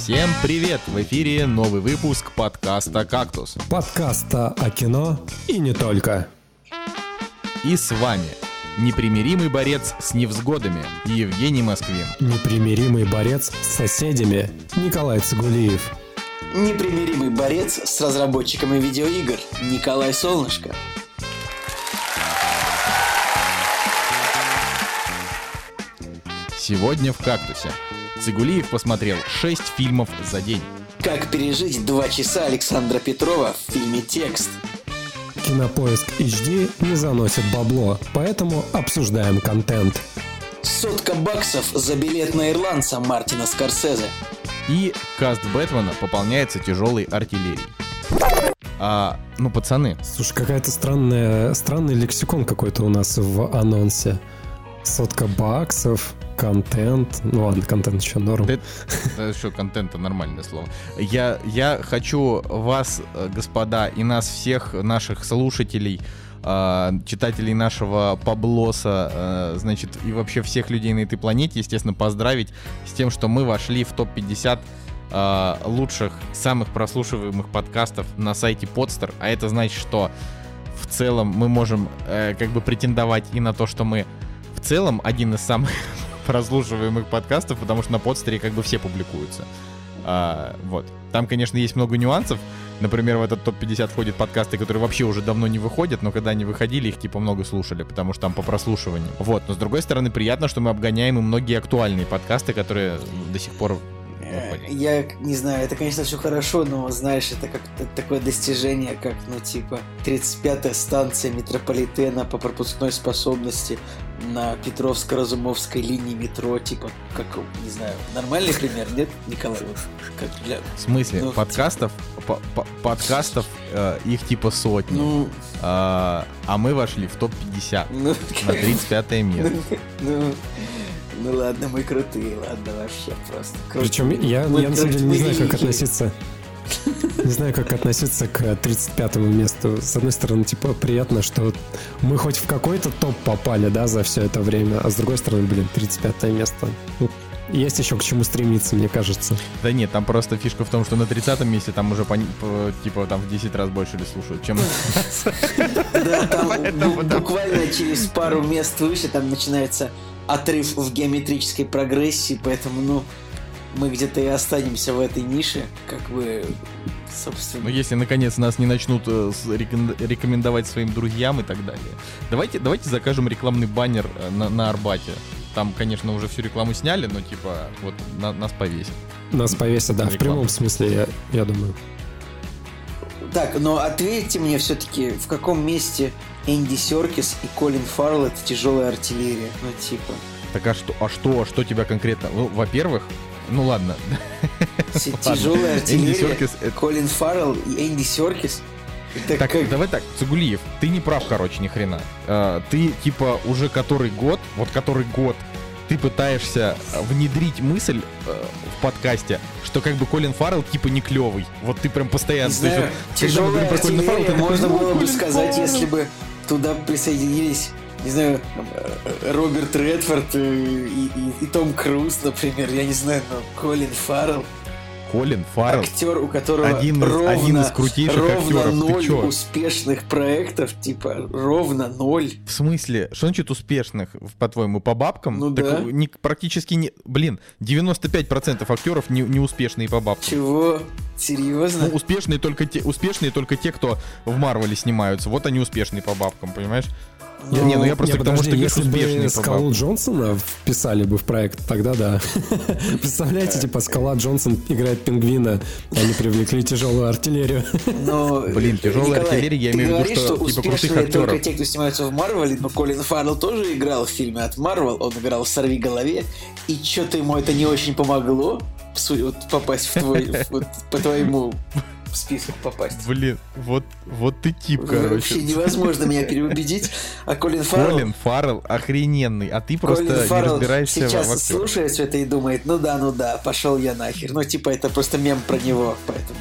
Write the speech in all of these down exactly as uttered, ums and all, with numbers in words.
Всем привет! В эфире новый выпуск подкаста «Кактус». Подкаста о кино и не только. И с вами непримиримый борец с невзгодами Евгений Москвин. Непримиримый борец с соседями Николай Цигулиев. Непримиримый борец с разработчиками видеоигр Николай Солнышко. Сегодня в «Кактусе» Цигулиев посмотрел шесть фильмов за день. Как пережить два часа Александра Петрова в фильме «Текст». Кинопоиск эйч ди не заносит бабло, поэтому обсуждаем контент. Сотка баксов за билет на ирландца Мартина Скорсезе. И каст Бэтмена пополняется тяжелой артиллерией. А, ну, пацаны. Слушай, какая-то странная, странный лексикон какой-то у нас в анонсе. Сотка баксов, контент. Ну ладно, контент еще норм. Это, это что, контент — это нормальное слово. Я, я хочу вас, господа, и нас всех, наших слушателей, э, читателей нашего Паблоса, э, значит, и вообще всех людей на этой планете, естественно, поздравить с тем, что мы вошли в топ пятьдесят э, лучших, самых прослушиваемых подкастов на сайте Podster. А это значит, что в целом мы можем э, как бы претендовать и на то, что мы в целом один из самых прослушиваемых подкастов, потому что на подстере как бы все публикуются. А, вот. Там, конечно, есть много нюансов. Например, в этот топ пятьдесят входят подкасты, которые вообще уже давно не выходят, но когда они выходили, их типа много слушали, потому что там по прослушиванию. Вот. Но с другой стороны, приятно, что мы обгоняем и многие актуальные подкасты, которые до сих пор выходят. Я не знаю, это, конечно, все хорошо, но, знаешь, это как-то такое достижение, как, ну, типа, тридцать пятая станция метрополитена по пропускной способности на Петровско-Разумовской линии метро, типа, как, не знаю, нормальный пример, нет, Николай? Вот, как для... В смысле? Ну, подкастов? Типа... Подкастов э, их типа сотни. Ну... А, а мы вошли в топ пятьдесят ну, на тридцать пятое место. Ну... Ну ладно, мы крутые, ладно, вообще просто крутые. Причем я, я на самом деле не знаю, как относиться. Не знаю, как относиться к тридцать пятому месту. С одной стороны, типа, приятно, что мы хоть в какой-то топ попали, да, за все это время. А с другой стороны, блин, тридцать пятое место. Ну, есть еще к чему стремиться, мне кажется. Да нет, там просто фишка в том, что на тридцатом месте там уже, типа, там в десять раз больше ли слушают, чем... Да, там буквально через пару мест выше там начинается отрыв в геометрической прогрессии, поэтому, ну, мы где-то и останемся в этой нише, как бы, собственно. Ну, если, наконец, нас не начнут э, рекомендовать своим друзьям и так далее. Давайте, давайте закажем рекламный баннер на, на Арбате. Там, конечно, уже всю рекламу сняли, но, типа, вот, на, нас повесят. Нас повесят, да, в прямом смысле, я, я думаю. Так, но ответьте мне все-таки, в каком месте Энди Серкис и Колин Фаррелл — это тяжелая артиллерия, ну типа. Так а что, а что, что тебя конкретно? Ну, во-первых, ну ладно. Тяжелая артиллерия, Колин Фаррелл и Энди Серкис. Так, как... давай так, Цигулиев, ты не прав, короче, ни хрена. А, ты, типа, уже который год, вот который год, ты пытаешься внедрить мысль э, в подкасте, что как бы Колин Фаррелл типа не клевый. Вот ты прям постоянно... Не знаю, есть, тяжелая артиллерия можно было бы сказать, если бы туда присоединились, не знаю, Роберт Редфорд и, и, и Том Круз, например, я не знаю, но Колин Фаррелл. Колин Фаррелл, актер, у которого один, ровно, один из крутейших ровно актеров. ноль успешных проектов, типа ровно ноль. В смысле? Что значит успешных, по-твоему, по бабкам? Ну так да. Не, практически не... Блин, девяносто пять процентов актеров не, не успешные по бабкам. Чего? Серьезно? Ну, успешные только, те, успешные только те, кто в Марвеле снимаются. Вот они успешные по бабкам, понимаешь? Ну, не, ну я просто не, к тому, подожди, что если успешный бы Скалу Джонсона вписали бы в проект, тогда да. Представляете, типа Скала Джонсон играет пингвина, они привлекли тяжелую артиллерию. Но, Блин, тяжелая Николай, артиллерия, я имею в виду, что, что типа крутых актеров. Только те, кто снимаются в Марвеле, но Колин Фаррелл тоже играл в фильме от Марвел, он играл в «Сорвиголове», и что-то ему это не очень помогло вот, попасть в твой, вот, по твоему... в список попасть. Блин, вот, вот ты тип, короче. Вообще невозможно меня переубедить. А Колин Фаррелл... Колин Фаррелл охрененный, а ты просто Колин не Фаррелл разбираешься в актерах. Сейчас слушает все это и думает, ну да, ну да, пошел я нахер. Ну типа это просто мем про него, поэтому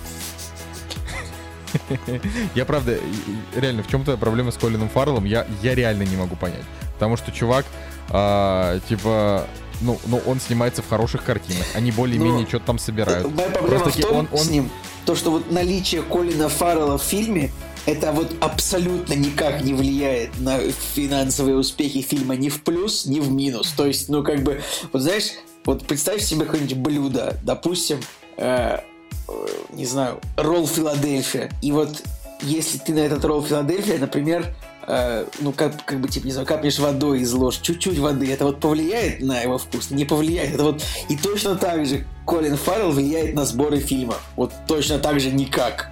как бы... Я правда, реально, в чем твоя проблема с Колином Фарреллом, я, я реально не могу понять. Потому что чувак, а, типа... ну, ну, он снимается в хороших картинах. Они более-менее Ну, что-то там собирают. Моя проблема в Просто-таки том он- он- с ним, то, что вот наличие Колина Фаррелла в фильме, это вот абсолютно никак не влияет на финансовые успехи фильма ни в плюс, ни в минус. То есть, ну, как бы, вот знаешь, вот представь себе какое-нибудь блюдо, допустим, э, э, не знаю, ролл Филадельфия. И вот если ты на этот ролл Филадельфия, например, э, ну, как, как бы, типа, не знаю, капнешь водой из ложки, чуть-чуть воды, это вот повлияет на его вкус? Не повлияет. Это вот и точно так же Колин Фаррелл влияет на сборы фильма. Вот точно так же никак.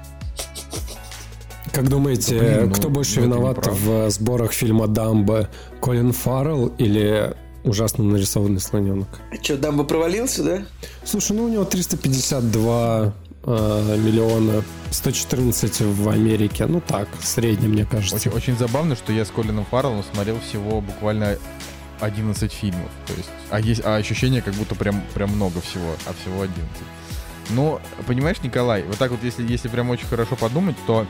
Как думаете, Да, блин, ну, кто больше ну, это виноват неправда. в сборах фильма «Дамбо»? Колин Фаррелл или ужасно нарисованный слоненок? А что, Дамбо провалился, да? Слушай, ну у него триста пятьдесят два э, миллиона, сто четырнадцать в Америке. Ну так, средний, мне кажется. Очень, очень забавно, что я с Колином Фарреллом смотрел всего буквально одиннадцать фильмов. То есть, а есть а ощущение, как будто прям, прям много всего, а всего одиннадцать. Но, понимаешь, Николай, вот так вот, если, если прям очень хорошо подумать, то,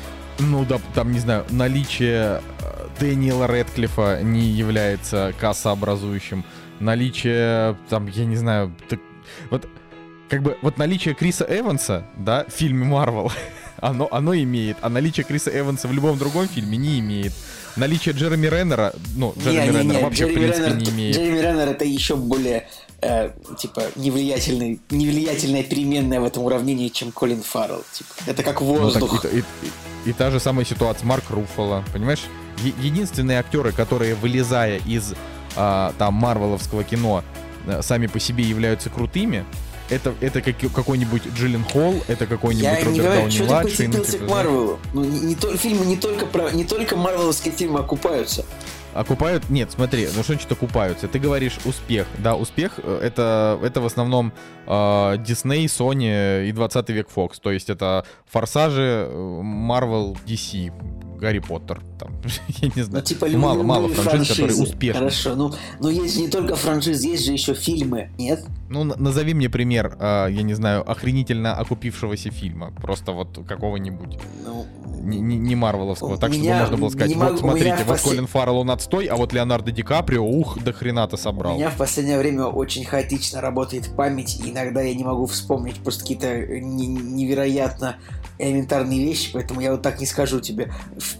ну, да, там, не знаю, наличие э, Дэниела Рэдклиффа не является кассообразующим. Наличие, там, я не знаю, так, вот, как бы, вот наличие Криса Эванса, да, в фильме «Марвел», оно, оно имеет, а наличие Криса Эванса в любом другом фильме не имеет. Наличие Джереми Реннера, ну, Джереми Не-не-не, Реннера вообще, Джереми в принципе, Реннер- не имеет. Джереми Реннер это еще более э, типа невлиятельный, невлиятельная переменная в этом уравнении, чем Колин Фаррелл. Типа. Это как Ну, так воздух. и, и- и- и та же самая ситуация Марк Руффало, понимаешь? Е- единственные актеры, которые, вылезая из а, там марвеловского кино, а, сами по себе являются крутыми, это, это как, какой-нибудь Джиллен Холл, это какой-нибудь Я не Роберт говорю, Дауни что ты младший. ну, прицепился типа, к знаешь. Марвелу. Ну, не, не то, фильмы не только про, не только марвеловские фильмы окупаются. Окупают? Нет, смотри, ну что значит окупаются? Ты говоришь успех. Да, успех э, это, это в основном э, Disney, Sony и двадцатый век Fox. То есть это Форсажи, Marvel, ди си, Гарри Поттер. Там, я не Ну, знаю. типа, Ну, мало, любые мало франшиз, которые франшизы. успешны. Хорошо, ну, ну есть же не только франшизы, есть же еще фильмы, нет? Ну, н- назови мне пример, э, я не знаю, охренительно окупившегося фильма. Просто вот какого-нибудь. Ну, Не, не, не марвеловского. У Так, чтобы меня- можно было сказать, не вот могу- у смотрите, меня в вот посте- Колин Фаррелл, он отстой, а вот Леонардо Ди Каприо, ух, до хрена-то у собрал. меня в последнее время очень хаотично работает память, и иногда я не могу вспомнить просто какие-то не- невероятно элементарные вещи, поэтому я вот так не скажу тебе. Ш-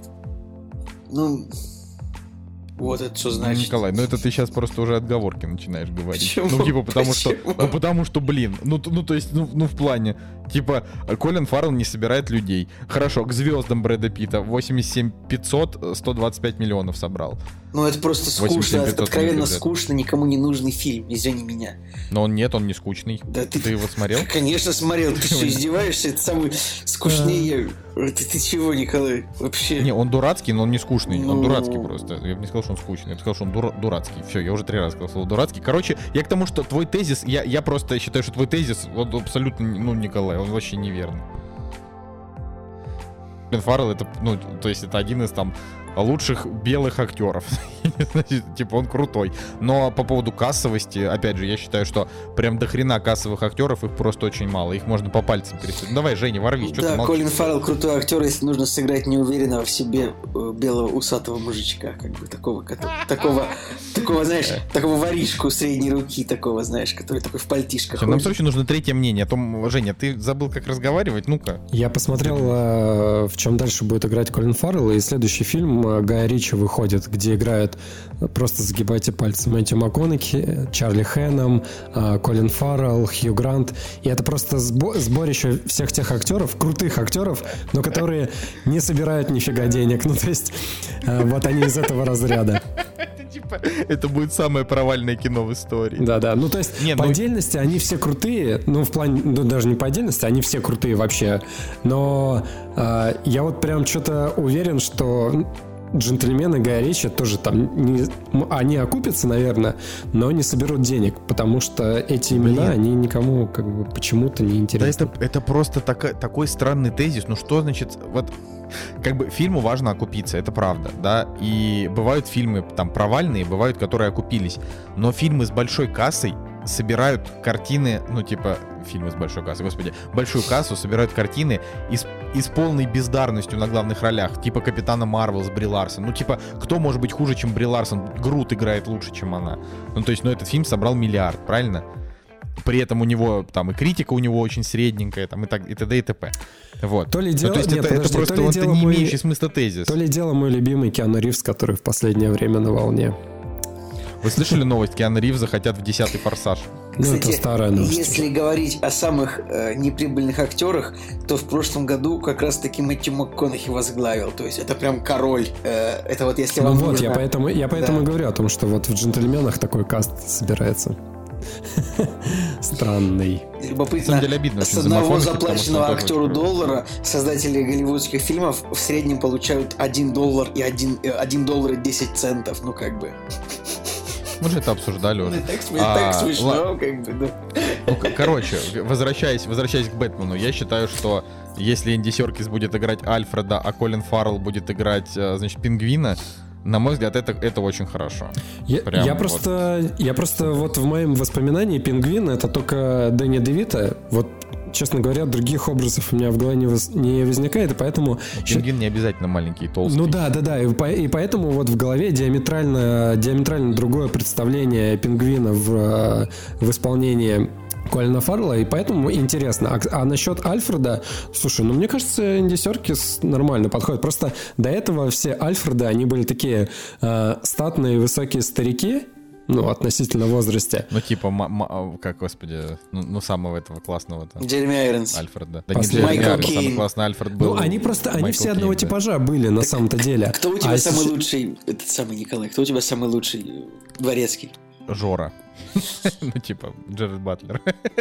Ну, вот это что значит. Николай, ну это ты сейчас просто уже отговорки начинаешь говорить. Почему? Ну, типа, потому Почему? что. Ну, потому что, блин, ну, т- ну то есть, ну, ну, в плане. Типа, Колин Фаррелл не собирает людей. Хорошо, к звездам Брэда Питта восемьдесят семь пятьсот, сто двадцать пять миллионов собрал. Ну, это просто восемьдесят скучно, семь это пятьсот откровенно бюджет. скучно, никому не нужный фильм, извини меня. Но он нет, он не скучный. Да ты- Ты его смотрел? Конечно, смотрел, ты что, издеваешься? Это самый скучнее. Ты, ты чего, Николай? Вообще. Не, он дурацкий, но он не скучный. Он Ну. дурацкий просто. Я бы не сказал, что он скучный. Я бы сказал, что он дура- дурацкий. Все, я уже три раза сказал слово дурацкий. Короче, я к тому, что твой тезис, я, я просто считаю, что твой тезис, вот абсолютно, ну, Николай, он вообще неверный. Колин Фаррелл это, ну, то есть это один из там лучших белых актеров. Я не знаю, типа он крутой. Но по поводу кассовости, опять же, я считаю, что прям до хрена кассовых актеров, их просто очень мало. Их можно по пальцам пересчитать. Ну давай, Женя, ворвись, что ты Да, молчишь? Колин Фаррелл крутой актер, если нужно сыграть неуверенного в себе э, белого усатого мужичка, как бы такого, кото- такого, такого, знаешь, такого воришку средней руки, такого, знаешь, который такой в пальтишках. Всё, нам ходит. срочно нужно третье мнение. А то, м, Женя, ты забыл, как разговаривать? Ну-ка. Я посмотрел, э, в чем дальше будет играть Колин Фаррелл, и следующий фильм э, Гая Ричи выходит, где играют, э, просто загибайте пальцы, Мэтью МакКонахи, Чарли Хэном, э, Колин Фаррелл, Хью Грант. И это просто сбо- сборище всех тех актеров, крутых актеров, но которые не собирают нифига денег. Ну, то есть, э, вот они из этого разряда. Это типа, это будет самое провальное кино в истории. Да-да, ну то есть Не, по ну- отдельности они все крутые, ну в плане, ну даже не по отдельности, они все крутые вообще, но э, я вот прям что-то уверен, что джентльмены Гая Ричи тоже там, не, м, они окупятся, наверное, но не соберут денег, потому что эти имена, Блин. они никому как бы почему-то не Да интересны. это, это просто така- такой странный тезис. Ну что значит, вот как бы фильму важно окупиться, это правда, да, и бывают фильмы там провальные, бывают, которые окупились, но фильмы с большой кассой, собирают картины, ну, типа, фильмы с большой кассой, господи, большую кассу, собирают картины и с, и с полной бездарностью на главных ролях, типа Капитана Марвел с Бри Ларсон. Ну, типа, кто может быть хуже, чем Бри Ларсон? Грут играет лучше, чем она. Ну, то есть, ну, этот фильм собрал миллиард, правильно? При этом у него, там, и критика у него очень средненькая, там, и так, и т.д. и т.п. Вот. То ли дело... Ну, то есть, Нет, это, подожди, это просто то ли вот дело не мой... имеющий смысла тезис. То ли дело мой любимый Киану Ривз, который в последнее время на волне. Вы слышали новость? Киану Ривза хотят в десятый «Форсаж». Ну, Кстати, это старая новость. Если говорить о самых э, неприбыльных актерах, то в прошлом году как раз-таки Мэтью МакКонахи возглавил. То есть это прям король. Э, это вот если Ну вам вот, нужно... я поэтому, я поэтому Да. и говорю о том, что вот в «Джентльменах» такой каст собирается. Странный. Любопытно, На самом деле обидно очень с за одного МакКонахи, потому что заплаченного он тоже актеру очень крутой. доллара создатели голливудских фильмов в среднем получают один доллар и один, э, один доллар и десять центов. Ну как бы. Мы же это обсуждали уже. Так, см- А, так смешно, ла- как бы, да. Ну, к- короче, возвращаясь, возвращаясь к Бэтмену, я считаю, что если Энди Серкис будет играть Альфреда, а Колин Фаррелл будет играть, э, значит, Пингвина, на мой взгляд, это, это очень хорошо. Я, Прям я вот. просто, я просто вот в моем воспоминании Пингвин это только Дэнни Девито. Вот, честно говоря, других образов у меня в голове не, воз- не возникает, и поэтому... Пингвин не обязательно маленький и толстый. Ну да, да, да, и, по- и поэтому вот в голове диаметрально, диаметрально другое представление Пингвина в, э, в исполнении Колина Фаррелла, и поэтому интересно. А, а насчет Альфреда, слушай, ну мне кажется, Энди Серкис нормально подходит. Просто до этого все Альфреды, они были такие э, статные высокие старики, ну, относительно возрасте. Ну, типа, ма- ма- как, господи, ну, ну, самого этого классного-то Джереми Айронс. Альфреда. Да не Последний. Джереми Майкл Айронс, самый Кейн. классный Альфред был. Ну, они просто, они Майкл все одного Кейн, да. типажа были на самом-то деле. Кто у тебя А самый сейчас- лучший, этот самый Николай, кто у тебя самый лучший э, дворецкий? Жора. Ну, типа, Джеред Батлер.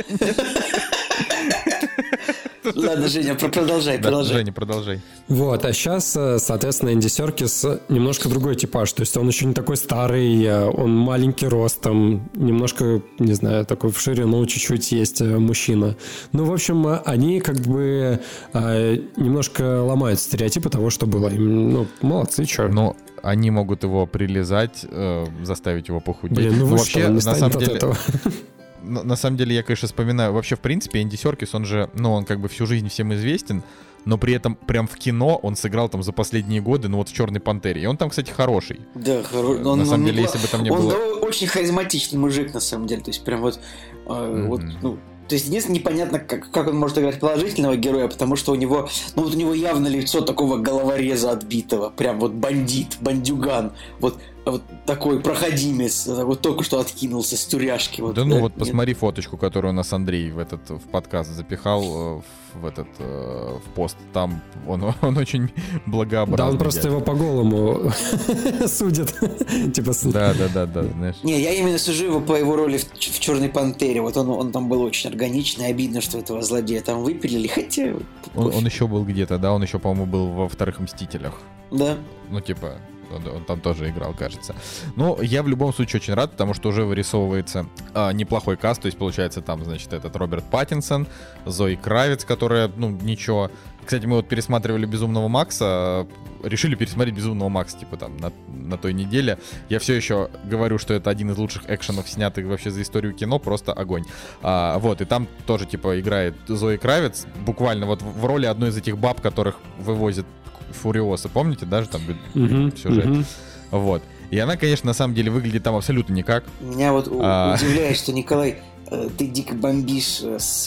Ладно, Женя, про- продолжай, Да, продолжай. Женя, продолжай. Вот, а сейчас, соответственно, Энди Серкис немножко другой типаж. То есть он еще не такой старый, э, он маленький ростом, немножко, не знаю, такой в ширину чуть-чуть есть э, мужчина. Ну, в общем, э, они как бы э, немножко ломают стереотипы того, что было. Им, ну, молодцы, чё. Но они могут его прилизать, э, заставить его похудеть. Блин, ну вы вообще, что, не на станет самом от деле, этого. на, на самом деле, я, конечно, вспоминаю, вообще, в принципе, Энди Серкис, он же, ну, он как бы всю жизнь всем известен, но при этом прям в кино он сыграл там за последние годы, ну, вот в «Черной пантере». И он там, кстати, хороший. Да, хороший. На самом деле, если бы там не он было... да, очень харизматичный мужик, на самом деле. То есть, прям вот, э, Мгм. вот ну, то есть, единственное, непонятно, как, как он может играть положительного героя, потому что у него, ну, вот у него явно лицо такого головореза отбитого. Прям вот бандит, бандюган. Вот, вот такой проходимец, вот только что откинулся с тюряшки. Вот, Да ну да, вот нет? посмотри фоточку, которую у нас Андрей в этот в подкаст запихал, э, в этот э, в пост. Там он, он очень благообразный. Да, он просто дядя. его по голому судит. Типа, с- Да, да, да, да, знаешь. Не, я именно сужу его по его роли в, в «Черной пантере». Вот он, он там был очень органичный. Обидно, что этого злодея там выпилили. Хотя... Он, пофиг. он еще был где-то, да, он еще, по-моему, был во вторых «Мстителях». Да. Ну, типа, он, он там тоже играл, кажется. Ну, я в любом случае очень рад, потому что уже вырисовывается а, неплохой каст. То есть, получается, там, значит, этот Роберт Паттинсон, Зои Кравиц, которая, ну, ничего. Кстати, мы вот пересматривали «Безумного Макса», решили пересмотреть «Безумного Макса», типа, там, на, на той неделе. Я все еще говорю, что это один из лучших экшенов, снятых вообще за историю кино, просто огонь. А, вот, и там тоже, типа, играет Зои Кравиц, буквально вот в, в роли одной из этих баб, которых вывозят Фуриоса, помните, даже там Мгм, сюжет. мгм. Вот. И она, конечно, на самом деле выглядит там абсолютно никак. Меня вот у- А. удивляет, что, Николай, э, ты дико бомбишь э, с,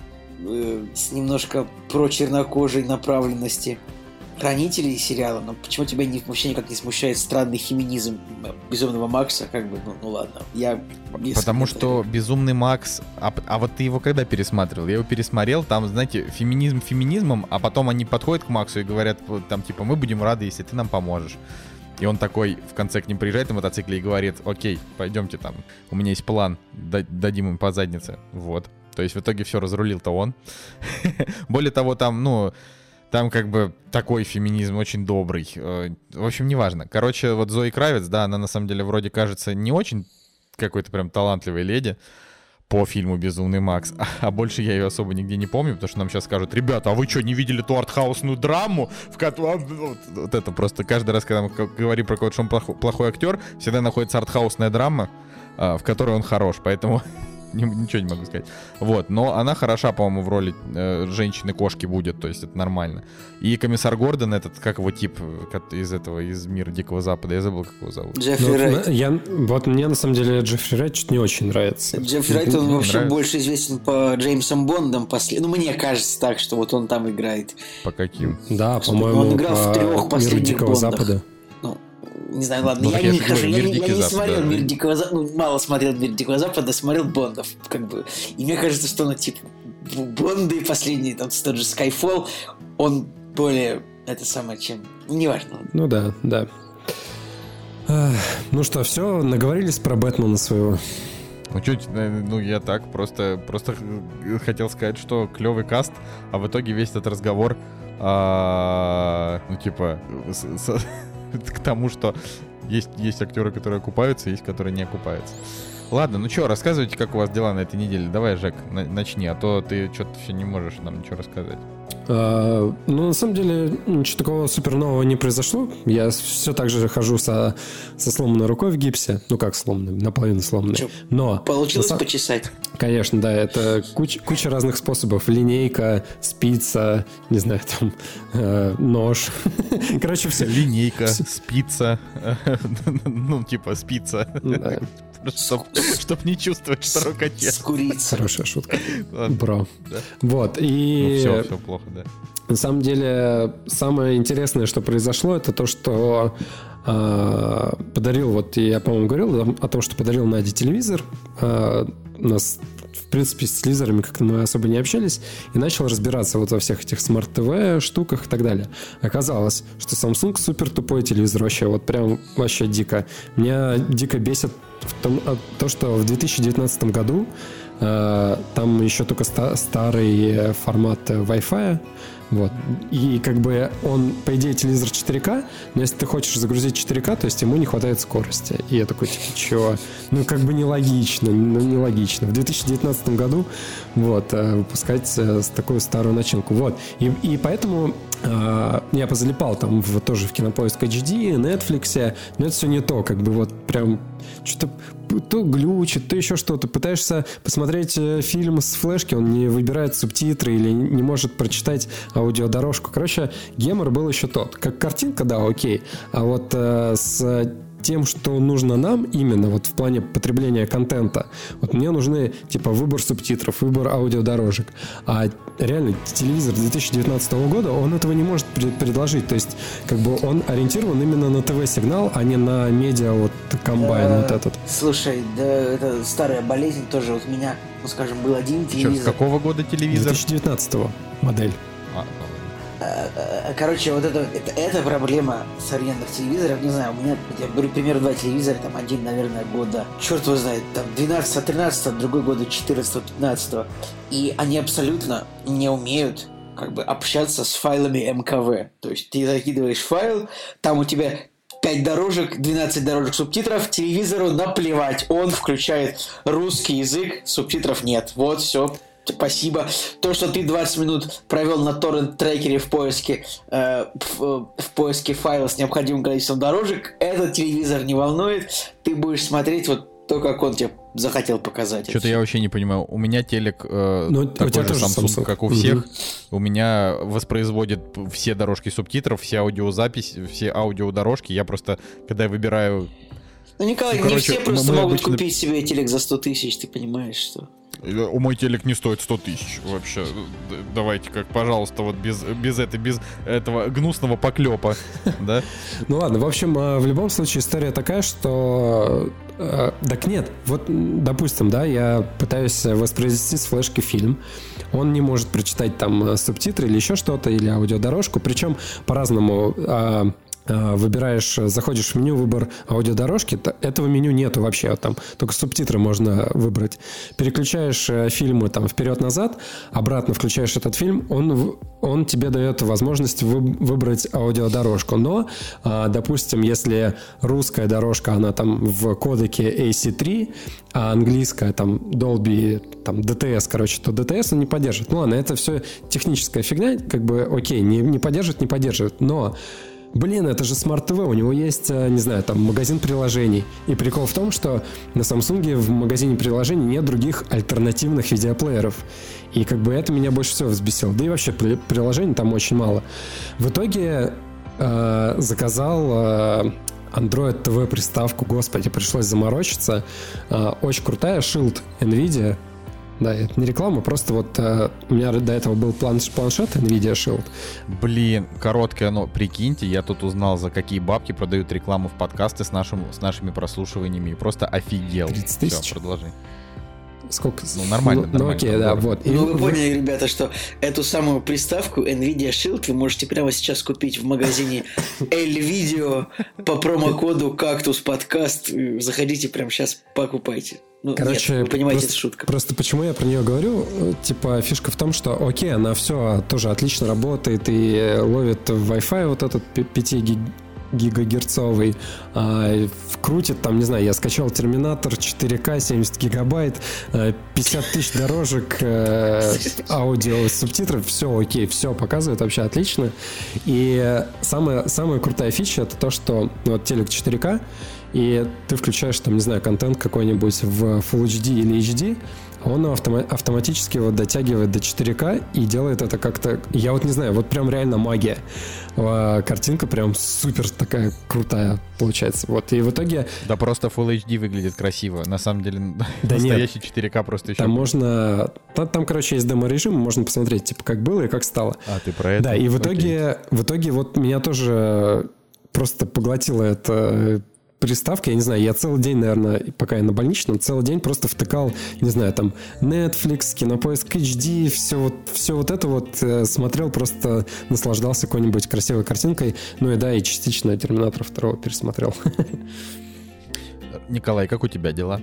э, с немножко про-чернокожей направленности хранителей сериала, но почему тебя не, вообще никак не смущает странный феминизм э, Безумного Макса? Как бы, ну, ну ладно. Я без Потому комментариев. что «Безумный Макс». А, а вот ты его когда пересматривал? Я его пересмотрел, там, знаете, феминизм феминизмом, а потом они подходят к Максу и говорят, вот, там, типа, мы будем рады, если ты нам поможешь. И он такой в конце к ним приезжает на мотоцикле и говорит: окей, пойдемте там, у меня есть план, да- дадим им по заднице. Вот. То есть в итоге все разрулил-то он. Более того, там, ну, там как бы такой феминизм очень добрый. Э, В общем, неважно. Короче, вот Зои Кравиц, да, она на самом деле вроде кажется не очень какой-то прям талантливой леди по фильму «Безумный Макс», а, а больше я ее особо нигде не помню, потому что нам сейчас скажут: ребята, а вы что, не видели ту артхаусную драму, в которой... Вот, вот это просто каждый раз, когда мы к- говорим про кого-то, что он плохой, плохой актер, всегда находится артхаусная драма, а, в которой он хорош, поэтому ничего не могу сказать. Вот, но она хороша, по-моему, в роли э, женщины-кошки будет, то есть это нормально. И комиссар Гордон, этот, как его тип из этого, из мира Дикого Запада, я забыл, как его зовут. Джеффри ну, Райт. Я, вот мне, на самом деле, Джеффри Райт чуть не очень нравится. Джеффри Райт, он вообще нравится? больше известен по Джеймсом Бондам. После... Ну, мне кажется так, что вот он там играет. По каким? Да, Что, по-моему, он играл в по трех миру последних Дикого Бондах. Запада. Ну, не знаю, ладно, Ну, я так я не же хожу, говорю, я, «Мир не- я Дикий не Запад», смотрел да. «Мир Дикого Запада», ну, мало смотрел «Мир Дикого Запада», смотрел Бондов, как бы. И мне кажется, что, ну, типа, Бонды последние, там, тот же Skyfall, он более, это самое, чем... Неважно. Ну да, да. Ах, ну что, все, наговорились про Бэтмена своего. Ну, чуть, ну, я так, просто, просто хотел сказать, что клевый каст, а в итоге весь этот разговор, а, ну, типа, с- с- к тому, что есть, есть актеры, которые окупаются, есть, которые не окупаются. Ладно, ну что, рассказывайте, как у вас дела на этой неделе. Давай, Жек, на- начни, а то ты что-то все не можешь нам ничего рассказать. А, ну, на самом деле, ничего такого супер нового не произошло. Я все так же хожу со, со сломанной рукой в гипсе. Ну, как сломанной, наполовину сломанной. Чё, Но... Получилось на са- почесать? Конечно, да, это куча, куча разных способов. Линейка, спица, не знаю, там, э, нож. Короче, все. Линейка, спица, ну, типа, спица. Да. Чтобы не чувствовать, что рука С курицей. Хорошая шутка. Ладно. Бро. Да. Вот, Ну, и... все, все плохо, да. На самом деле, самое интересное, что произошло, это то, что э, подарил, вот я, по-моему, говорил о том, что подарил Наде телевизор. Э, у нас, в принципе, с телевизорами как-то мы особо не общались. И начал разбираться вот во всех этих смарт-ТВ штуках и так далее. Оказалось, что Samsung супер тупой телевизор вообще. Вот прям вообще дико. Меня дико бесит в том, то, что в две тысячи девятнадцатом году э, там еще только ста- старый формат Wi-Fi. Вот. И как бы он, по идее, телевизор четыре ка, но если ты хочешь загрузить четыре ка, то есть ему не хватает скорости. И я такой, типа, чё? Ну, как бы нелогично, ну, нелогично. В две тысячи девятнадцатом году вот, выпускать с такую старую начинку. Вот. И, и поэтому э, я позалипал там в, тоже в Кинопоиск эйч ди, Netflix, но это все не то, как бы вот прям что-то то глючит, то еще что-то. Пытаешься посмотреть фильм с флешки, он не выбирает субтитры или не может прочитать аудиодорожку. Короче, гемор был еще тот. Как картинка, да, окей. А вот э, с тем, что нужно нам именно вот в плане потребления контента, вот мне нужны типа выбор субтитров, выбор аудиодорожек. А реально телевизор две тысячи девятнадцатого года, он этого не может пред- предложить. То есть как бы он ориентирован именно на ТВ-сигнал, а не на медиа вот комбайн Да, вот этот. Слушай, да, это старая болезнь тоже. Вот у меня, ну, скажем, был один Еще с телевизор. какого года телевизор? две тысячи девятнадцатого модель. А, Э, э, Короче, вот это, это, это проблема современных телевизоров. Не знаю, у меня, я говорю, примерно два телевизора, там один, наверное, года, черт его знает, там двенадцатого-тринадцатого, другой года четырнадцатого-пятнадцатого. И они абсолютно не умеют как бы общаться с файлами эм ка вэ. То есть ты закидываешь файл, там у тебя пять дорожек, двенадцать дорожек субтитров, телевизору наплевать. Он включает русский язык, субтитров нет. Вот, все. Спасибо. То, что ты двадцать минут провел на торрент-трекере в поиске, э, в, в поиске файла с необходимым количеством дорожек, этот телевизор не волнует. Ты будешь смотреть вот то, как он тебе захотел показать. что-то я вообще не понимаю. У меня телек э, Ну, у такой тебя же тоже Samsung, Samsung. как у Мгм. всех. У меня воспроизводит все дорожки субтитров, все аудиозапись, все аудиодорожки. Я просто, когда я выбираю... Ну, Николай, Ну, не короче, все просто мы могут обычно- купить себе телек за сто тысяч, ты понимаешь, что... У мой телек не стоит сто тысяч вообще. Д- Давайте, как, пожалуйста, вот без, без, этой, без этого гнусного поклепа, да? Ну ладно, в общем, э, в любом случае история такая, что... э, Так нет, вот, м, допустим, да, я пытаюсь воспроизвести с флешки фильм, он не может прочитать там э, субтитры или еще что-то, или аудиодорожку, причем по-разному... э, э, Выбираешь, заходишь в меню, выбор аудиодорожки, то этого меню нету вообще, там только субтитры можно выбрать. Переключаешь э, фильмы там вперед-назад, обратно включаешь этот фильм, он, в- он тебе дает возможность вы- выбрать аудиодорожку. Но, э, допустим, если русская дорожка, она там в кодеке эй си три, а английская там Dolby, там ди ти эс, короче, то ди ти эс он не поддержит. Ну ладно, это все техническая фигня, как бы окей, не, не поддержит, не поддержит, но Блин, это же Smart ти ви, у него есть, не знаю, там магазин приложений. И прикол в том, что на Samsung в магазине приложений нет других альтернативных видеоплееров. И как бы это меня больше всего взбесило. Да и вообще приложений там очень мало. В итоге э, заказал э, Android ти ви приставку, господи, пришлось заморочиться. Э, очень крутая, Shield NVIDIA. Да, это не реклама, просто вот э, у меня до этого был планш- планшет NVIDIA Shield. Блин, короткое, но прикиньте, я тут узнал, за какие бабки продают рекламу в подкасты с, нашим, с нашими прослушиваниями. Просто офигел. тридцать тысяч? Все, продолжи. Сколько? Ну, нормально, ну, нормально. Ну, окей, да, вот. Ну, и вы поняли, ребята, что эту самую приставку NVIDIA Shield вы можете прямо сейчас купить в магазине L-Video по промокоду Кактус Подкаст. Заходите прямо сейчас, покупайте. Ну, Короче, нет, вы понимаете, просто, это шутка. Просто почему я про нее говорю, типа, фишка в том, что, окей, она все тоже отлично работает и ловит Wi-Fi вот этот пять гигагерцовый, а, крутит там, не знаю, я скачал Терминатор четыре ка, семьдесят гигабайт, пятьдесят тысяч дорожек, аудио, субтитров, все окей, все показывает вообще отлично. И самая, самая крутая фича — это то, что вот телек четыре ка, и ты включаешь там, не знаю, контент какой-нибудь в Full эйч ди или эйч ди, он автома- автоматически его дотягивает до четыре ка и делает это как-то... Я вот не знаю, вот прям реально магия. Картинка прям супер такая крутая получается. Вот, и в итоге... Да просто Full эйч ди выглядит красиво. На самом деле, да настоящий нет, четыре ка просто еще... Там можно... Там, там, короче, есть демо-режим, можно посмотреть, типа, как было и как стало. А, ты про это? Да, и в Окей. итоге, в итоге вот меня тоже просто поглотило это... приставка, я не знаю, я целый день, наверное, пока я на больничном, целый день просто втыкал, не знаю, там, Netflix, Кинопоиск эйч ди, все вот, все вот это вот э, смотрел, просто наслаждался какой-нибудь красивой картинкой, ну и да, и частично Терминатора второго пересмотрел. Николай, как у тебя дела?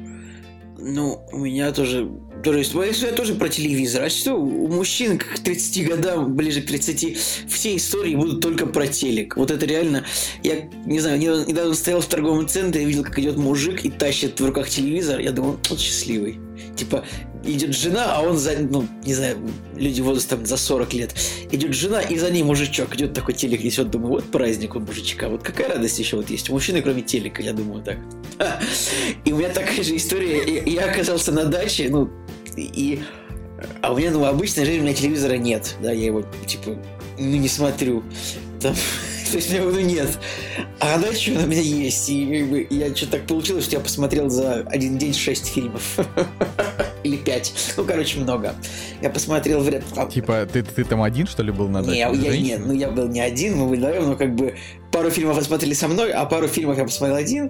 Ну, у меня тоже... тоже есть, я тоже про телевизор. А что, у мужчин к тридцати годам, ближе к тридцати, все истории будут только про телек. Вот это реально... Я, не знаю, недавно стоял в торговом центре, видел, как идет мужик и тащит в руках телевизор. Я думал, он счастливый. Типа, идет жена, а он за... Ну, не знаю, люди возрастом за сорок лет. Идет жена, и за ней мужичок. Идет такой телек несет. Думаю, вот праздник у мужичка. Вот какая радость еще вот есть. У мужчины, кроме телека, я думаю, так. И у меня такая же история. Я оказался на даче, ну, и... А у меня, ну, обычной жизни у меня телевизора нет. Да, я его, типа, ну, не смотрю. Там... То есть у меня его нет. А на даче у меня есть. И как бы, я что-то так получилось, что я посмотрел за один день шесть фильмов. Или пять. Ну, короче, много. Я посмотрел в ряд... Типа, ты, ты там один, что ли, был на даче? Не, я, нет, ну я был не один, мы были вдвоем, но как бы пару фильмов посмотрели со мной, а пару фильмов я посмотрел один.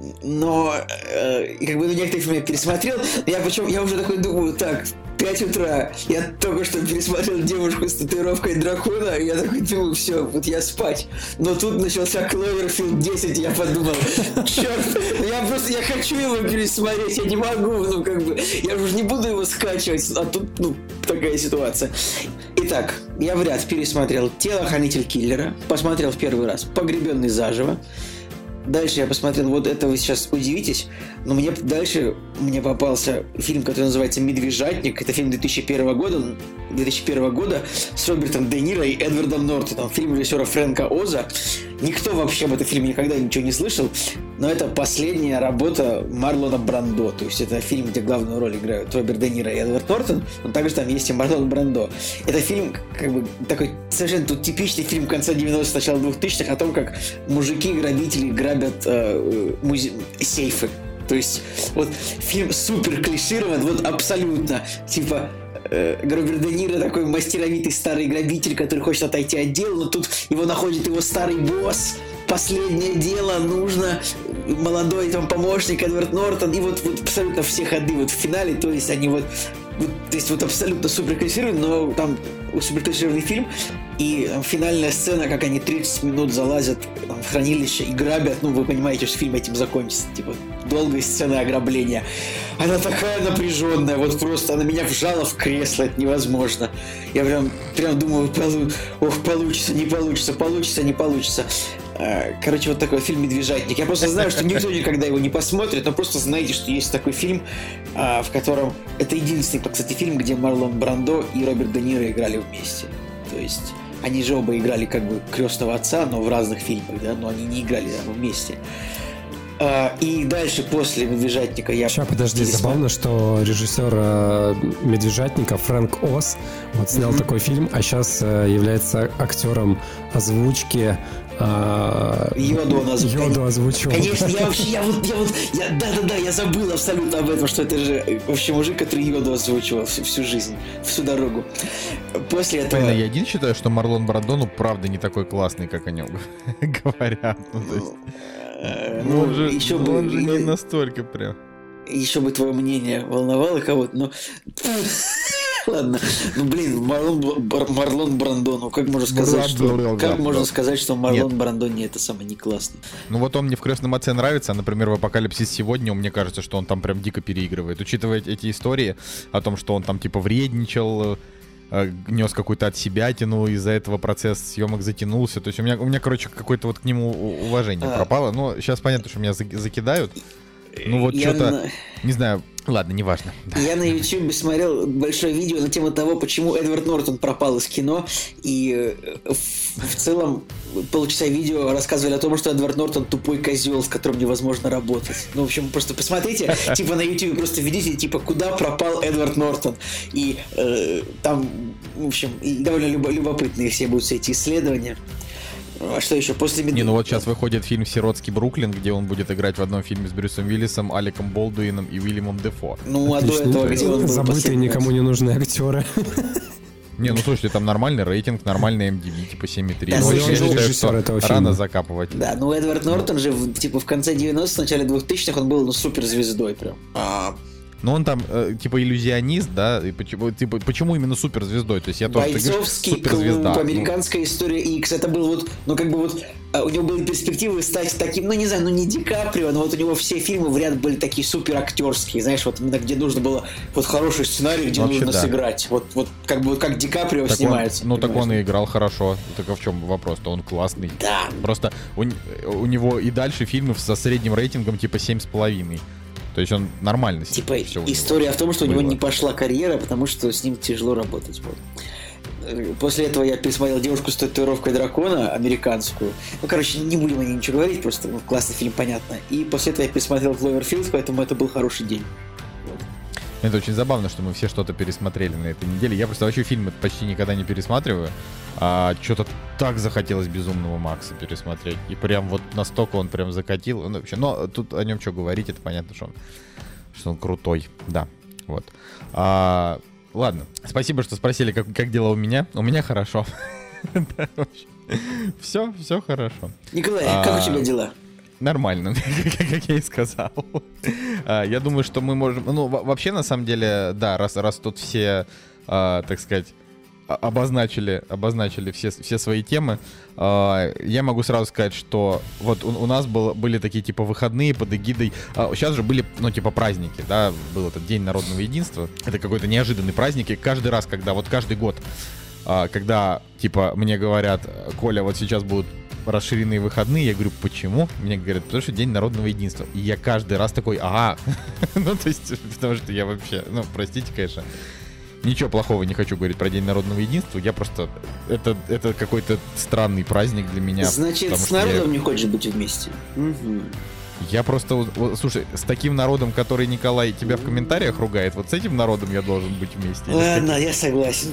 Но э, как бы ну, некоторые фильмы я пересмотрел. Я причем, я уже такой думаю, так, пять утра, я только что пересмотрел «Девушку с татуировкой дракона», и я такой думаю, все, вот я спать. Но тут начался «Кловерфилд десять», и я подумал, черт, я просто, я хочу его пересмотреть, я не могу, ну как бы, я уже не буду его скачивать, а тут, ну, такая ситуация. Итак, я в ряд пересмотрел «Телохранитель киллера», посмотрел в первый раз «Погребенный заживо». Дальше я посмотрел, вот это вы сейчас удивитесь, но мне дальше мне попался фильм, который называется «Медвежатник». Это фильм две тысячи первого года, две тысячи первого года с Робертом Де Ниро и Эдвардом Нортоном. Фильм режиссера Фрэнка Оза. Никто вообще об этом фильме никогда ничего не слышал, но это последняя работа Марлона Брандо. То есть это фильм, где главную роль играют Роберт Де Ниро и Эдвард Нортон, но также там есть и Марлон Брандо. Это фильм, как бы, такой совершенно тут типичный фильм конца девяностых, начала двухтысячных о том, как мужики-грабители грабят э, музе... сейфы. То есть вот фильм супер клиширован, вот абсолютно. Типа э, Роберт Де Ниро такой мастеровитый старый грабитель, который хочет отойти от дела, но тут его находит его старый босс. Последнее дело, нужно молодой там помощник Эдвард Нортон, и вот, вот абсолютно все ходы вот в финале, то есть они вот, вот то есть вот абсолютно супер клишированный, но там супер клишированный фильм, и там, финальная сцена, как они тридцать минут залазят там, в хранилище и грабят, ну вы понимаете, что фильм этим закончится, типа долгая сцена ограбления. Она такая напряженная, вот просто она меня вжала в кресло, это невозможно. Я прям, прям думаю, ох, получится, не получится, получится, не получится. Короче, вот такой фильм «Медвежатник». Я просто знаю, что никто никогда его не посмотрит, но просто знаете, что есть такой фильм, в котором... Это единственный, кстати, фильм, где Марлон Брандо и Роберт Де Ниро играли вместе. То есть они же оба играли как бы крестного отца, но в разных фильмах, да, но они не играли да, вместе. А, и дальше, после «Медвежатника» я... Сейчас, подожди, пересмотр... забавно, что режиссер э, «Медвежатника» Фрэнк Оз вот, снял mm-hmm. такой фильм, а сейчас э, является актером озвучки... Э, Йоду он озвучивал. Йоду озвучивал. Конечно, я вообще, я вот, я вот, я, да-да-да, я забыл абсолютно об этом, что это же вообще мужик, который Йоду озвучивал всю, всю жизнь, всю дорогу. После этого... Блин, я один считаю, что Марлон Брандо, ну, правда, не такой классный, как о нем говорят. Ну, то есть... Ну, он же, еще бы, он же не настолько прям. Еще бы твое мнение волновало кого-то, но... Ладно, ну блин, Марлон, Марлон Брандо, ну как можно сказать, что... Как можно сказать, что Марлон Брандо не это самое не классный? Ну вот он мне в «Крестном отце» нравится, а, например, в «Апокалипсис сегодня» мне кажется, что он там прям дико переигрывает. Учитывая эти истории о том, что он там типа вредничал, нес какую-то отсебятину, из-за этого процесс съемок затянулся. То есть у меня, у меня короче, какое-то вот к нему уважение а... пропало. Но сейчас понятно, что меня закидают. Ну вот я что-то, на... не знаю, ладно, неважно. Я на YouTube смотрел большое видео на тему того, почему Эдвард Нортон пропал из кино. И в, в целом полчаса видео рассказывали о том, что Эдвард Нортон тупой козел, с которым невозможно работать. Ну, в общем, просто посмотрите, типа на YouTube просто введите, типа, куда пропал Эдвард Нортон. И э, там, в общем, довольно любопытные все будут все эти исследования. А что еще? После Не, ну вот сейчас выходит фильм «Сиротский Бруклин», где он будет играть в одном фильме с Брюсом Уиллисом, Алеком Болдуином и Уильямом Дефо. Ну, а до этого где он был? Забытые, никому не нужные актеры. Не, ну слушайте, там нормальный рейтинг, нормальный эм ди би, типа семь и три. Да, ну, я считаю, что этого рано фильма. закапывать. Да, ну Эдвард Нортон же, типа, в конце девяностых, в начале двухтысячных он был, ну, суперзвездой прям. А... Но он там, э, типа, иллюзионист, да? И почему, типа, почему именно суперзвездой? То есть я тоже Бойцовский клуб, американская история X. Это был вот, ну, как бы вот, у него были перспективы стать таким, ну, не знаю, ну, не Ди Каприо, но вот у него все фильмы в ряд были такие супер актерские, знаешь, вот именно где нужно было вот хороший сценарий, где вообще нужно да. сыграть. Вот, вот как бы вот как Ди Каприо так снимается. Он, ну, так он и играл хорошо. Так а в чем вопрос-то? Он классный. Да. Просто у, у него и дальше фильмы со средним рейтингом типа семь с половиной. То есть он нормально. Типа история в том, что было. У него не пошла карьера, потому что с ним тяжело работать. Вот. После этого я пересмотрел «Девушку с татуировкой дракона», американскую. Ну, короче, не будем о ней ничего говорить, просто ну, классный фильм, понятно. И после этого я пересмотрел «Кловерфилд», поэтому это был хороший день. Вот. Это очень забавно, что мы все что-то пересмотрели на этой неделе. Я просто вообще фильмы почти никогда не пересматриваю. А что-то так захотелось «Безумного Макса» пересмотреть. И прям вот настолько он прям закатил. Ну, вообще, но тут о нем что говорить, это понятно, что он, что он крутой. Да, вот. А, ладно, спасибо, что спросили, как, как дела у меня. У меня хорошо. Все, все хорошо. Николай, как у тебя дела? Нормально, как я и сказал. Я думаю, что мы можем... Ну, вообще, на самом деле, да, раз, раз тут все, так сказать, обозначили, обозначили все, все свои темы, я могу сразу сказать, что вот у, у нас был, были такие, типа, выходные под эгидой... Сейчас же были, ну, типа, праздники, да, был этот День народного единства. Это какой-то неожиданный праздник, и каждый раз, когда, вот каждый год, когда, типа, мне говорят: Коля, вот сейчас будут расширенные выходные, я говорю: почему? Мне говорят: потому что День народного единства. И я каждый раз такой: ага. Ну, то есть, потому что я вообще, ну, простите, конечно, ничего плохого не хочу говорить про День народного единства. Я просто, это, это какой-то странный праздник для меня. Значит, с народом я... не хочешь быть вместе. Угу. Я просто, вот, слушай, с таким народом, который, Николай, тебя в комментариях ругает, вот с этим народом я должен быть вместе. Ладно, я согласен.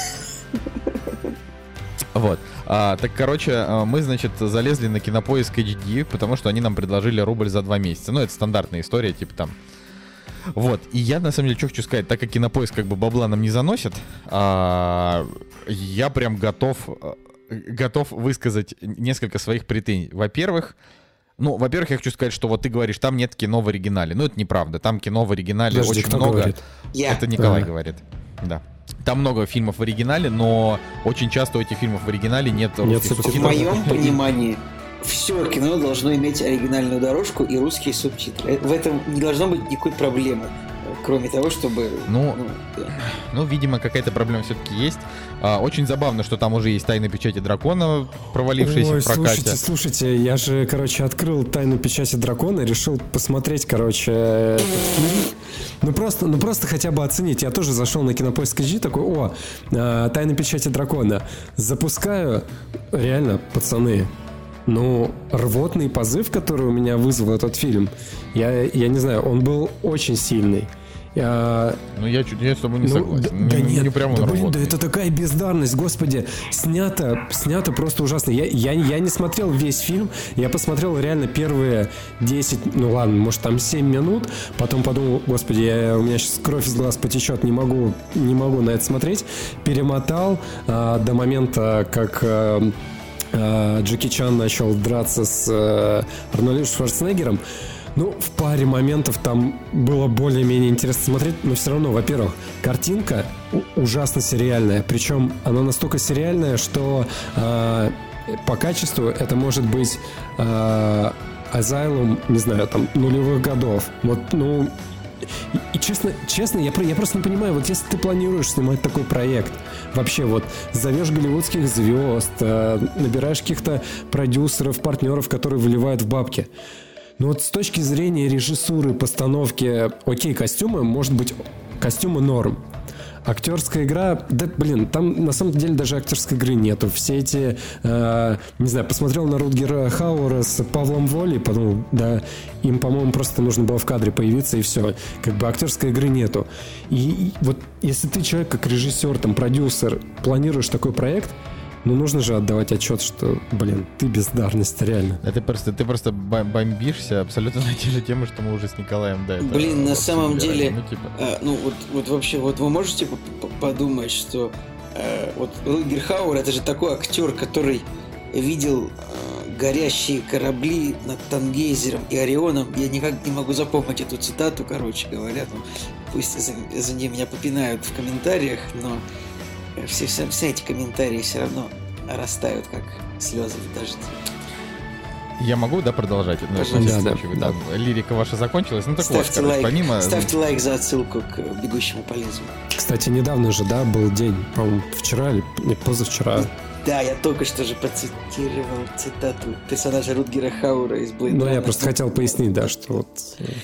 Вот. А, так, короче, мы, значит, залезли на Кинопоиск эйч ди, потому что они нам предложили рубль за два месяца. Ну, это стандартная история, типа там. Вот. И я, на самом деле, что хочу сказать, так как Кинопоиск как бы бабла нам не заносит, а, я прям готов, готов высказать несколько своих претензий. Во-первых, ну, во-первых, я хочу сказать, что вот ты говоришь, там нет кино в оригинале. Ну, это неправда. Там кино в оригинале Подожди, очень много. Говорит? Это Николай а. говорит. Да. Там много фильмов в оригинале, но очень часто у этих фильмов в оригинале нет русских субтитров. В моем понимании все кино должно иметь оригинальную дорожку и русские субтитры. В этом не должно быть никакой проблемы. Кроме того, чтобы... Ну, ну, да. ну видимо, какая-то проблема все-таки есть. А, очень забавно, что там уже есть «Тайна печати дракона», провалившаяся Ой, в прокате. слушайте, слушайте, я же, короче, открыл «Тайну печати дракона», решил посмотреть, короче, этот фильм. Ну просто, ну просто хотя бы оценить. Я тоже зашел на Кинопоиск эйч ди, такой, о, «Тайна печати дракона». Запускаю, реально, пацаны, ну, рвотный позыв, который у меня вызвал этот фильм, я, я не знаю, он был очень сильный. Я... Ну, я, чуть, я с тобой не ну, согласен. Да, не, да нет, не прямо да, блин, рвотный. да это такая бездарность, господи. Снято, снято просто ужасно. Я, я, я не смотрел весь фильм, я посмотрел реально первые десять, ну ладно, может там семь минут, потом подумал, господи, я, у меня сейчас кровь из глаз потечет, не могу, не могу на это смотреть. Перемотал а, до момента, как... А, Джеки Чан начал драться с э, Арнольдом Шварценеггером. Ну, в паре моментов там было более-менее интересно смотреть, но все равно, во-первых, картинка ужасно сериальная. Причем она настолько сериальная, что э, по качеству это может быть э, Asylum, не знаю, там, нулевых годов. Вот, ну... И, и честно, честно я, я просто не понимаю, вот если ты планируешь снимать такой проект, вообще вот зовешь голливудских звезд, э, набираешь каких-то продюсеров, партнеров, которые выливают в бабки. Но вот с точки зрения режиссуры, постановки, окей, костюмы, может быть, костюмы норм. Актерская игра, да, блин, там на самом деле даже актерской игры нету. Все эти, э, не знаю, посмотрел на Рутгера Хауэра с Павлом Волей, подумал, да, им, по-моему, просто нужно было в кадре появиться и все. Как бы актерской игры нету. И, и вот если ты человек, как режиссер, там, продюсер, планируешь такой проект, ну, нужно же отдавать отчет, что, блин, ты бездарность, реально. Да ты просто, ты просто бомбишься абсолютно на те же темы, что мы уже с Николаем до этого. Блин, на самом деле, ну, типа... а, ну вот, вот вообще, вот вы можете подумать, что а, вот Рутгер Хауэр — это же такой актер, который видел а, горящие корабли над Тангейзером и Орионом. Я никак не могу запомнить эту цитату, короче говоря. Ну, пусть за, за нее меня попинают в комментариях, но все, все, все эти комментарии все равно растают, как слезы в дожде. Я могу, да, продолжать? Ну, да, да, случае, да. Там, лирика ваша закончилась. Ну, так ставьте вот, лайк, помимо... ставьте лайк за отсылку к «Бегущему по лезвию». Кстати, недавно же, да, был день, по-моему, вчера или нет, позавчера. Да, я только что же процитировал цитату персонажа Рутгера Хауэра из Blade Ну, Runner. я просто хотел пояснить, да, что вот...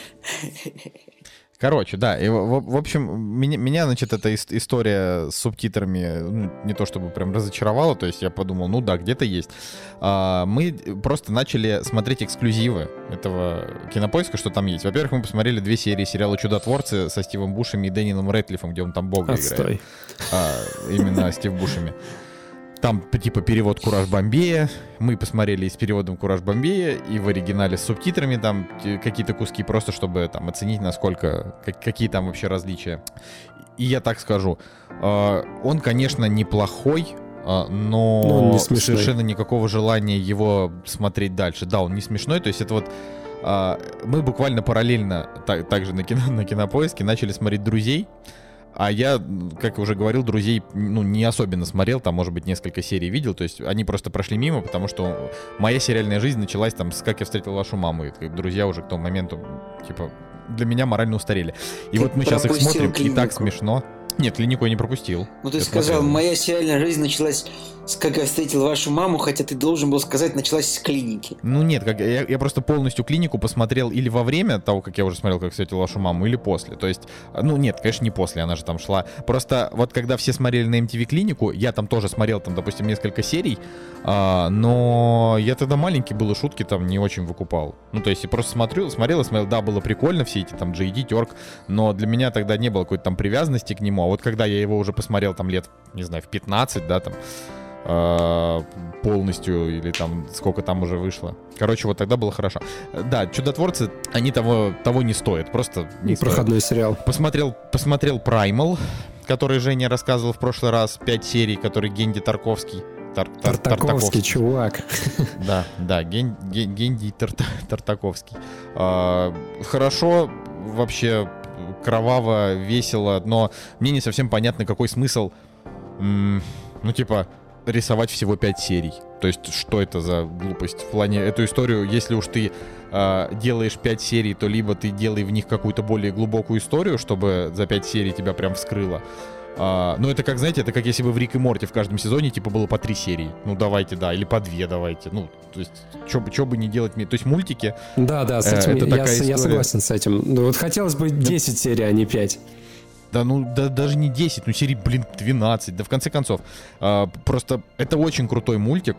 Короче, да, и, в, в общем, меня, меня, значит, эта ис- история с субтитрами, ну, не то чтобы прям разочаровала, то есть я подумал, ну да, где-то есть. А, мы просто начали смотреть эксклюзивы этого Кинопоиска, что там есть. Во-первых, мы посмотрели две серии сериала «Чудотворцы» со Стивом Бушеми и Дэниелом Рэдклиффом, где он там бога Отстой. играет. А, именно Стив Бушеми. Там типа перевод «Кураж Бомбея». Мы посмотрели и с переводом «Кураж Бомбея», и в оригинале с субтитрами там какие-то куски, просто чтобы там оценить, насколько, как, какие там вообще различия. И я так скажу, э, он, конечно, неплохой, э, но, но не совершенно никакого желания его смотреть дальше. Да, он не смешной, то есть это вот э, мы буквально параллельно так, также на, кино, на Кинопоиске начали смотреть «Друзей». А я, как уже говорил, «Друзей» ну, не особенно смотрел, там, может быть, несколько серий видел, то есть они просто прошли мимо, потому что моя сериальная жизнь началась там с «Как я встретил вашу маму», и «Друзья» уже к тому моменту, типа, для меня морально устарели. И Ты вот мы сейчас их смотрим, клинику. И так смешно. Нет, «Клинику» я не пропустил. Ну ты я сказал, смотрел. моя сериальная жизнь началась с «Как я встретил вашу маму», хотя ты должен был сказать, началась с «Клиники». Ну нет, как, я, я просто полностью «Клинику» посмотрел или во время того, как я уже смотрел «Как встретил вашу маму», или после. То есть, ну нет, конечно, не после, она же там шла. Просто вот когда все смотрели на эм ти ви «Клинику», я там тоже смотрел, там, допустим, несколько серий, а, но я тогда маленький был, и шутки там не очень выкупал. Ну то есть я просто смотрел, смотрел и смотрел, да, было прикольно, все эти там джей ди, Терк, но для меня тогда не было какой-то там привязанности к нему. А вот когда я его уже посмотрел там лет, не знаю, в пятнадцать, да, там, полностью, или там сколько там уже вышло. Короче, вот тогда было хорошо. Да, «Чудотворцы», они того, того не стоят, просто не Проходной стоят. сериал. Посмотрел, посмотрел «Primal», который Женя рассказывал в прошлый раз, пять серий, который Генди Тарковский. Тар, тар, Тартаковский, Тартаковский, чувак. Да, да, Ген, Ген, Генди Тарта, Тартаковский. А, хорошо, вообще кроваво, весело, но мне не совсем понятно, какой смысл, м- ну, типа, рисовать всего пять серий. То есть, что это за глупость? В плане, эту историю, если уж ты э, делаешь пять серий, то либо ты делай в них какую-то более глубокую историю, чтобы за пять серий тебя прям вскрыло. Uh, ну, это как, знаете, это как если бы в Рик и Морти в каждом сезоне, типа, было по три серии. Ну, давайте, да, или по две давайте. Ну, то есть, что бы не делать. То есть, мультики... Да, да, с этим э, это я, такая я согласен с этим. Ну, вот хотелось бы десять серий, а не пять. Да, ну, да, даже не десять, ну, серий, блин, двенадцать. Да, в конце концов. Uh, просто это очень крутой мультик.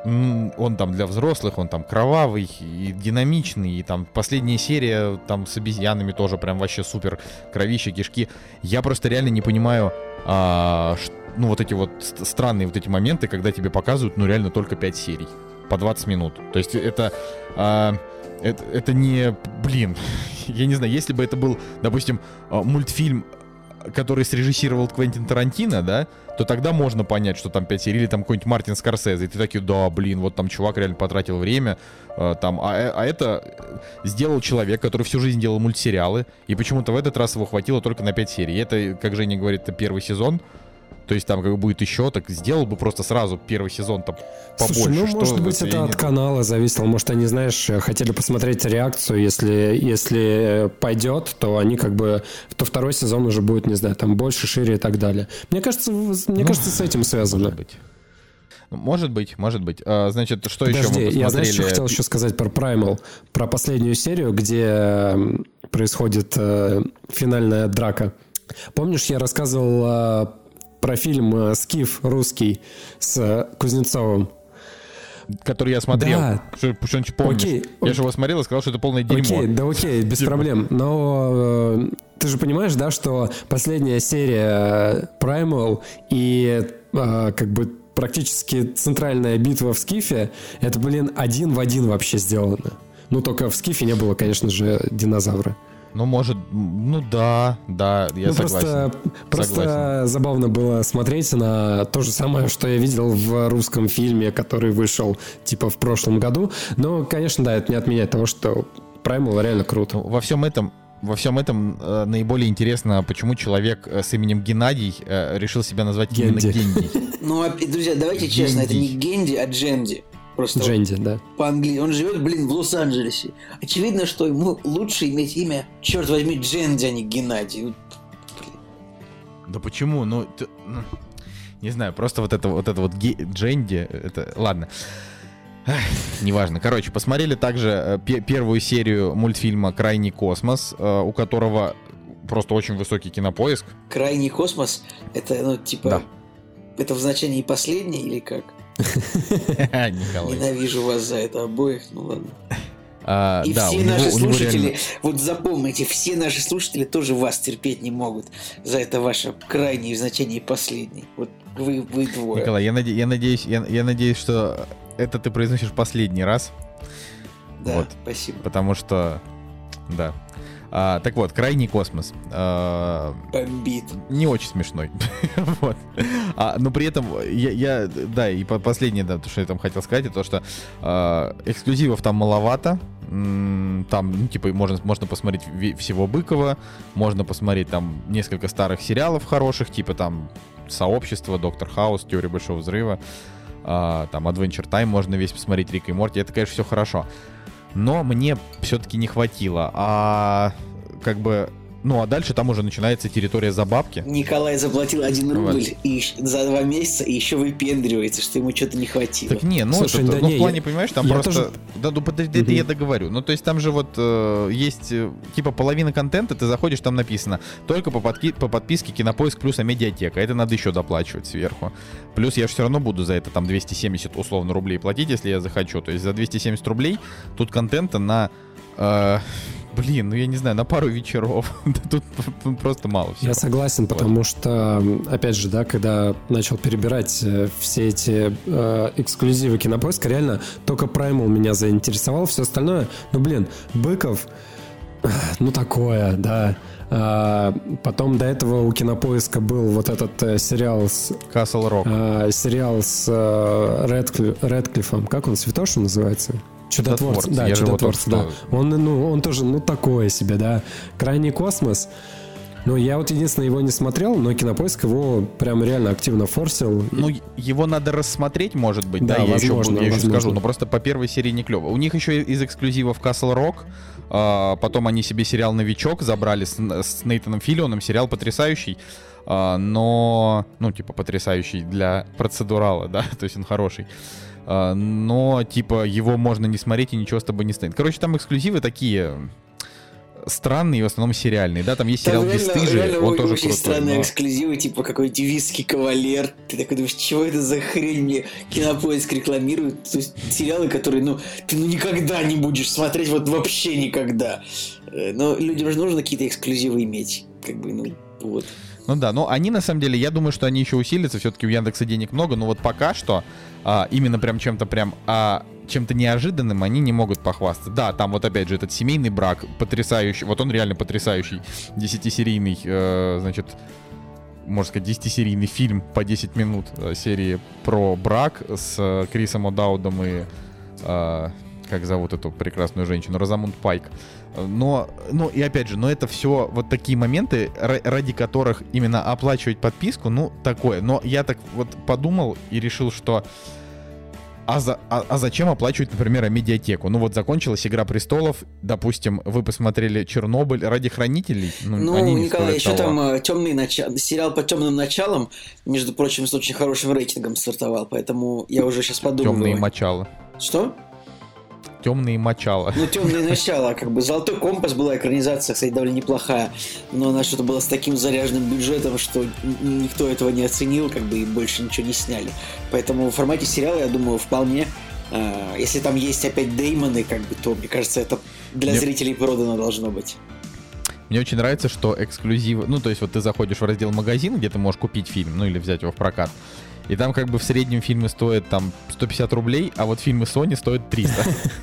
Он там для взрослых, он там кровавый и динамичный, и там последняя серия там с обезьянами тоже прям вообще супер, кровища, кишки. Я просто реально не понимаю, а, ш, ну вот эти вот странные вот эти моменты, когда тебе показывают, ну реально только пять серий по двадцать минут. То есть это, а, это, это не, блин, я не знаю, если бы это был, допустим, мультфильм, который срежиссировал Квентин Тарантино, да, то тогда можно понять, что там пять серий, или там какой-нибудь Мартин Скорсезе, и ты такой, да, блин, вот там чувак реально потратил время, э, там, а, а это сделал человек, который всю жизнь делал мультсериалы, и почему-то в этот раз его хватило только на пять серий. И это, как Женя говорит, это первый сезон, то есть там как бы будет еще, так сделал бы просто сразу первый сезон там побольше. Слушай, ну, что может быть, это от не... канала зависело. Может, они, знаешь, хотели посмотреть реакцию. Если, если пойдет, то они как бы... То второй сезон уже будет, не знаю, там больше, шире и так далее. Мне кажется, мне ну, кажется, с этим связано. Может быть. Может быть, может быть. А, значит, что Подожди, еще мы посмотрели? Я, знаешь, что хотел еще сказать про Primal, про последнюю серию, где происходит э, финальная драка. Помнишь, я рассказывал... Э, про фильм «Скиф» русский с Кузнецовым. Который я смотрел. Да. Что, что-нибудь помнишь? Окей. Я же его смотрел и сказал, что это полное дерьмо. Окей, да окей, без проблем. Но э, ты же понимаешь, да, что последняя серия Primal и э, как бы практически центральная битва в Скифе, это, блин, один в один вообще сделано. Ну, только в Скифе не было, конечно же, динозавра. Ну, может, ну да, да, я ну, согласен. Просто, просто согласен. Забавно было смотреть на то же самое, что я видел в русском фильме, который вышел, типа, в прошлом году. Но, конечно, да, это не отменяет того, что Primal реально круто. Во всем этом, во всем этом э, наиболее интересно, почему человек э, с именем Геннадий э, решил себя назвать Генди. именно Генди. Ну, друзья, давайте честно, это не Генди, а Дженди. Просто Дженди, да. По-английски. Он живет, блин, в Лос-Анджелесе. Очевидно, что ему лучше иметь имя, черт возьми, Дженди, а не Геннадий. Блин. Да почему? Ну, ты, ну, не знаю, просто вот это вот, это вот ге- Дженди, это... Ладно. Эх, неважно. Короче, посмотрели также п- первую серию мультфильма «Крайний космос», э, у которого просто очень высокий кинопоиск. «Крайний космос» — это, ну, типа... Да. Это в значении «последний» или как? Николай. Ненавижу вас за это обоих, ну ладно. А, и да, все него, наши слушатели, реально... вот запомните, все наши слушатели тоже вас терпеть не могут за это ваше крайнее значение последний. Вот вы, вы двое. Николай, я, наде- я, надеюсь, я, я надеюсь, что это ты произносишь последний раз. Да, вот. Спасибо. Потому что, да. А, так вот, «Крайний космос». А, Бомбит. Не очень смешной. вот. а, но при этом, я, я да, и по- последнее, да, то, что я там хотел сказать, это то, что а, эксклюзивов там маловато. М- там, ну, типа, можно, можно посмотреть ви- всего Быкова, можно посмотреть там несколько старых сериалов хороших, типа там «Сообщество», «Доктор Хаус», «Теория большого взрыва», а, там «Adventure Time» можно весь посмотреть, «Рик и Морти». Это, конечно, все хорошо. Но мне все-таки не хватило. А как бы... Ну, а дальше там уже начинается территория за бабки. Николай заплатил один рубль вот. и за два месяца и еще выпендривается, что ему что-то не хватило. Так не, ну, Слушай, это, да ну не, в плане, я, понимаешь, там просто... Тоже... Да, ну, подожди, угу. я договорю. Ну, то есть там же вот э, есть, э, типа, половина контента, ты заходишь, там написано, только по, подки... по подписке Кинопоиск плюс Амедиатека. Это надо еще доплачивать сверху. Плюс я же все равно буду за это там двести семьдесят условно рублей платить, если я захочу. То есть за двести семьдесят рублей тут контента на... Э, Блин, ну я не знаю, на пару вечеров. Тут просто мало всего. Я согласен, вот. Потому что, опять же, да, когда начал перебирать все эти э, эксклюзивы Кинопоиска, реально только Primal меня заинтересовал, все остальное, ну, блин, Быков, ну, такое, да. А, потом до этого у Кинопоиска был вот этот э, сериал с... Castle Rock. Э, сериал с э, Редкли... Редклиффом. Как он, Святошин называется? Чудотворец, да, Чудотворец, да. Он, ну, он тоже, ну, такое себе, да. «Крайний космос». Ну, я вот единственное его не смотрел, но Кинопоиск его прям реально активно форсил. Ну, его надо рассмотреть, может быть, да, да я, возможно, еще, я еще возможно. скажу, но просто по первой серии не клево. У них еще из эксклюзивов Castle Rock, а, потом они себе сериал «Новичок» забрали с, с Нейтаном Филлионом, сериал потрясающий, а, но, ну, типа, потрясающий для процедурала, да, то есть он хороший. А, но, типа, его можно не смотреть и ничего с тобой не станет. Короче, там эксклюзивы такие... странные, в основном сериальные, да, там есть сериал там «Бесстыжие», реально, он тоже очень крутой. странные но... эксклюзивы, типа какой-нибудь «Виски Кавалер». Ты такой думаешь, чего это за хрень мне Кинопоиск рекламирует? То есть сериалы, которые, ну, ты ну никогда не будешь смотреть, вот вообще никогда. Но людям же нужно какие-то эксклюзивы иметь, как бы, ну, вот. Ну да, но они на самом деле, я думаю, что они еще усилятся, все-таки у Яндекса денег много, но вот пока что а, именно прям чем-то прям, а, чем-то неожиданным они не могут похвастаться. Да, там вот опять же этот семейный брак потрясающий, вот он реально потрясающий, десятисерийный, э, значит, можно сказать, десятисерийный фильм по десять минут э, серии про брак с э, Крисом О'Даудом и, э, как зовут эту прекрасную женщину, Розамунд Пайк. Но, ну и опять же, но это все вот такие моменты, ради которых именно оплачивать подписку, ну, такое. Но я так вот подумал и решил, что а, за, а, а зачем оплачивать, например, медиатеку? Ну вот закончилась «Игра престолов», допустим, вы посмотрели «Чернобыль», ради хранителей, ну, ну они не Николай, еще того. там темный начало, сериал по темным началам, между прочим, с очень хорошим рейтингом стартовал, поэтому я уже сейчас подумываю. Темные мочала. Что? Темные мочала. Ну, темные начала, как бы «Золотой компас» была экранизация, кстати, довольно неплохая, но она что-то была с таким заряженным бюджетом, что никто этого не оценил, как бы, и больше ничего не сняли. Поэтому в формате сериала, я думаю, вполне, э, если там есть опять Деймоны, как бы, то, мне кажется, это для Мне... зрителей продано должно быть. Мне очень нравится, что эксклюзивы... Ну, то есть вот ты заходишь в раздел «Магазин», где ты можешь купить фильм, ну, или взять его в прокат, и там как бы в среднем фильмы стоят там сто пятьдесят рублей, а вот фильмы Sony стоят триста.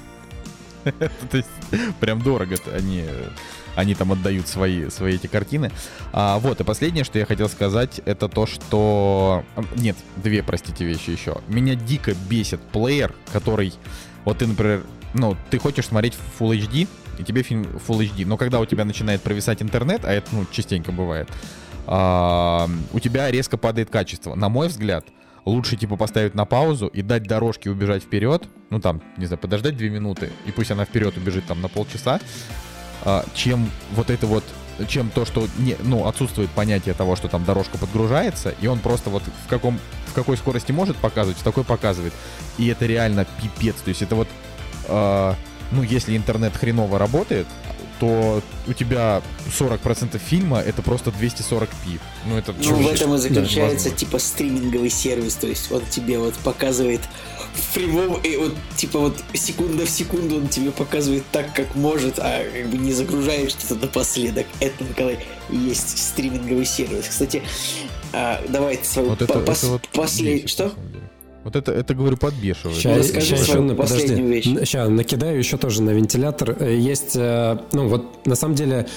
То есть прям дорого они, они там отдают свои, свои эти картины. А, вот, и последнее, что я хотел сказать, это то, что... Нет, две, простите, вещи еще. Меня дико бесит плеер, который... Вот ты, например, ну, ты хочешь смотреть Full эйч ди, и тебе фильм Full эйч ди, но когда у тебя начинает провисать интернет, а это, ну, частенько бывает, а, у тебя резко падает качество. На мой взгляд, лучше, типа, поставить на паузу и дать дорожке убежать вперед, ну, там, не знаю, подождать две минуты, и пусть она вперед убежит там на полчаса, а, чем вот это вот, чем то, что, не, ну, отсутствует понятие того, что там дорожка подгружается, и он просто вот в каком, в какой скорости может показывать, в такой показывает. И это реально пипец. То есть это вот, а, ну, если интернет хреново работает, то у тебя сорок процентов фильма это просто двести сорок пи. Ну, это ну в этом и заключается, да, типа, стриминговый сервис. То есть он тебе вот показывает в прямом, и вот, типа, вот секунда в секунду он тебе показывает так, как может, а как бы не загружает что-то напоследок. Это, Николай, и есть стриминговый сервис. Кстати, а, давай свою вот это, пос- это вот последнюю... Что? Вот это, это, говорю, подбешивает. Сейчас, Расскажи сейчас свою еще, последнюю подожди. вещь. Сейчас накидаю еще тоже на вентилятор. Есть, ну вот, на самом деле,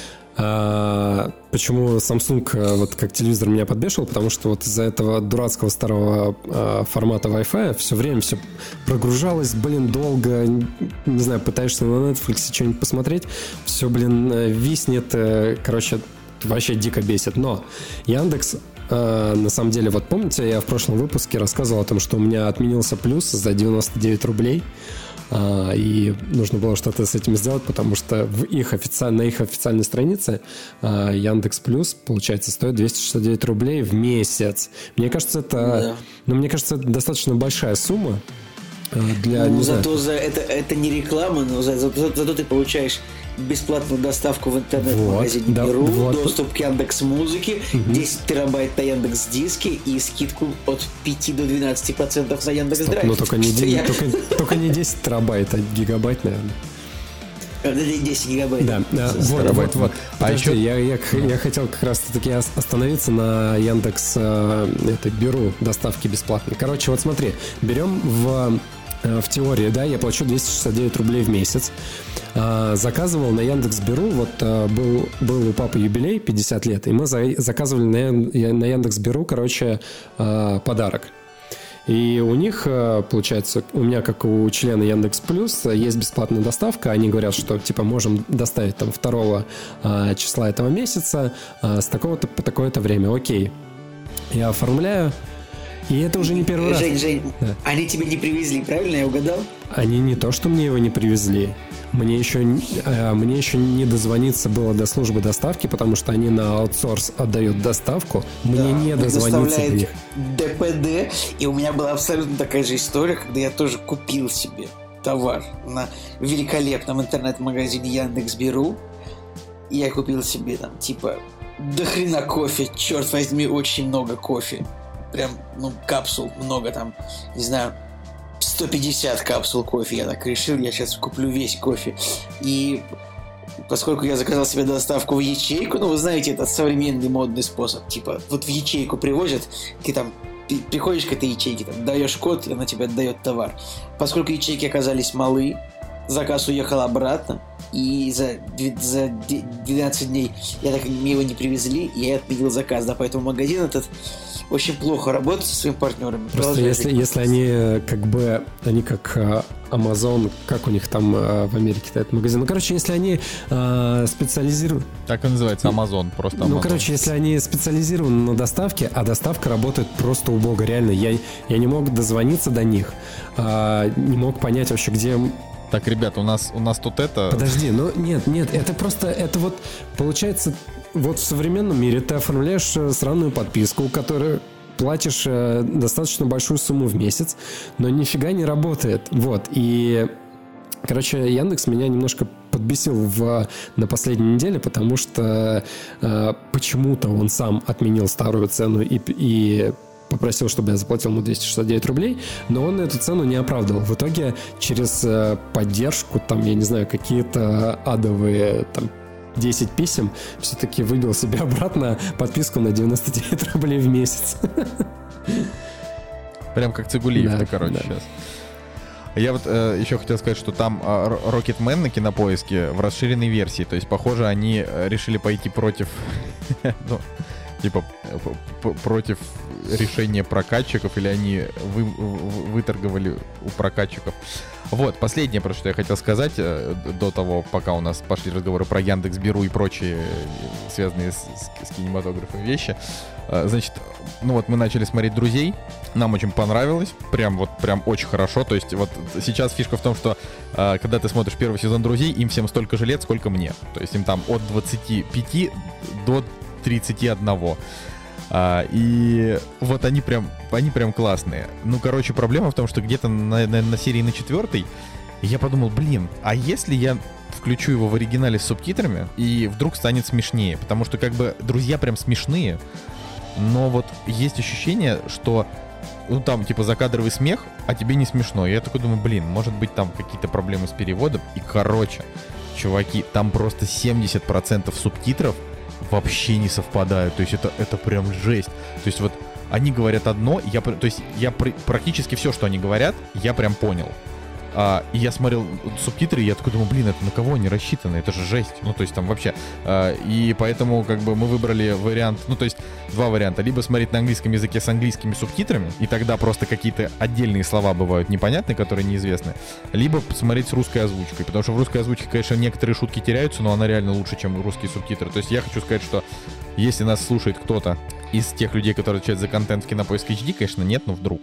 почему Samsung вот как телевизор меня подбешивал, потому что вот из-за этого дурацкого старого формата Wi-Fi все время все прогружалось, блин, долго, не знаю, пытаешься на Netflix что-нибудь посмотреть, все, блин, виснет, короче, вообще дико бесит. Но Яндекс, э, на самом деле, вот помните, я в прошлом выпуске рассказывал о том, что у меня отменился плюс за девяносто девять рублей, э, и нужно было что-то с этим сделать, потому что в их офици... на их официальной странице э, Яндекс Плюс, получается, стоит двести шестьдесят девять рублей в месяц. Мне кажется, это, да. ну, мне кажется, это достаточно большая сумма. Для, ну, не зато знаю. за это, это не реклама, но за, за, за, зато ты получаешь бесплатную доставку в интернет-магазине вот, да, Миру, вот. доступ к Яндекс.Музыке, угу. десять терабайт на Яндекс.Диске и скидку от пяти до двенадцати процентов на Яндекс.Драйв. Ну, только не, я... только, только не десять терабайт, а гигабайт, наверное. десять гигабайт. Да, да. Вот, вот, вот. А еще я, я, я хотел как раз-таки остановиться на Яндекс это, Беру доставки бесплатной. Короче, вот смотри, берем в, в теории, да, я плачу двести шестьдесят девять рублей в месяц. Заказывал на Яндекс.Беру, вот был, был у папы юбилей пятьдесят лет, и мы за, заказывали на, на Яндекс.Беру, короче, подарок. И у них, получается, у меня, как у члена Яндекс Плюс, есть бесплатная доставка. Они говорят, что типа можем доставить там второго а, числа этого месяца а, с такого-то по такое-то время. Окей. Я оформляю. И это уже не первый Жень, раз. Жень, Да. они тебе не привезли, правильно я угадал? Они не то, что мне его не привезли. Мне еще, э, мне еще не дозвониться было до службы доставки, потому что они на аутсорс отдают доставку. Мне Да, не дозвониться до них. ДПД. И у меня была абсолютно такая же история, когда я тоже купил себе товар на великолепном интернет-магазине Яндекс.Беру. И я купил себе там типа до хрена кофе, черт возьми, очень много кофе. Прям, ну, капсул много там, не знаю, сто пятьдесят капсул кофе. Я так решил, я сейчас куплю весь кофе. И поскольку я заказал себе доставку в ячейку, ну, вы знаете, это современный модный способ. Типа, вот в ячейку привозят, ты там приходишь к этой ячейке, там, даешь код, и она тебе отдает товар. Поскольку ячейки оказались малы, заказ уехал обратно, и за, за двенадцать дней я так, мне его не привезли, и я отменил заказ. Да, поэтому магазин этот очень плохо работает со своими партнерами. Просто если, если они как бы, они как Amazon, как у них там в Америке-то этот магазин. Ну, короче, если они э, специализируют... Так и называется Amazon, просто Amazon. Ну, короче, если они специализированы на доставке, а доставка работает просто убого, реально. Я, я не мог дозвониться до них, э, не мог понять вообще, где... Так, ребят, у нас, у нас тут это... Подожди, ну нет, нет, это просто, это вот, получается, вот в современном мире ты оформляешь странную подписку, которую платишь э, достаточно большую сумму в месяц, но нифига не работает, вот, и... Короче, Яндекс меня немножко подбесил в, на последней неделе, потому что э, почему-то он сам отменил старую цену и... и попросил, чтобы я заплатил ему двести шестьдесят девять рублей, но он эту цену не оправдывал. В итоге через э, поддержку, там, я не знаю, какие-то адовые там десять писем, все-таки выбил себе обратно подписку на девяносто девять рублей в месяц. Прям как Цигулиев-то, да, короче, да. сейчас. Я вот э, еще хотел сказать, что там э, Rocketman на Кинопоиске в расширенной версии, то есть, похоже, они решили пойти против... ну, типа, против решения прокатчиков, или они вы, выторговали у прокатчиков. Вот, последнее, про что я хотел сказать, до того, пока у нас пошли разговоры про Яндекс.Беру и прочие связанные с, с, с кинематографом вещи. Значит, ну вот мы начали смотреть «Друзей», нам очень понравилось, прям вот, прям очень хорошо. То есть вот сейчас фишка в том, что когда ты смотришь первый сезон «Друзей», им всем столько же лет, сколько мне. То есть им там от двадцати пяти до тридцати одного. А, и вот они прям, они прям классные. Ну, короче, проблема в том, что где-то на, на, на серии на четвертой я подумал, блин, а если я включу его в оригинале с субтитрами, и вдруг станет смешнее? Потому что как бы «Друзья» прям смешные, но вот есть ощущение, что ну там типа закадровый смех, а тебе не смешно. И я такой думаю, блин, может быть там какие-то проблемы с переводом. И короче, чуваки, там просто семьдесят процентов субтитров вообще не совпадают. То есть это, это прям жесть. То есть вот они говорят одно, я, то есть я пр- практически все, что они говорят, я прям понял. А, и я смотрел субтитры, и я такой думаю, блин, это на кого они рассчитаны? Это же жесть. Ну, то есть там вообще... А, и поэтому как бы мы выбрали вариант... Ну, то есть два варианта. Либо смотреть на английском языке с английскими субтитрами, и тогда просто какие-то отдельные слова бывают непонятные, которые неизвестны. Либо смотреть с русской озвучкой. Потому что в русской озвучке, конечно, некоторые шутки теряются, но она реально лучше, чем русские субтитры. То есть я хочу сказать, что если нас слушает кто-то из тех людей, которые отвечают за контент в Кинопоиск эйч ди, конечно, нет, но вдруг...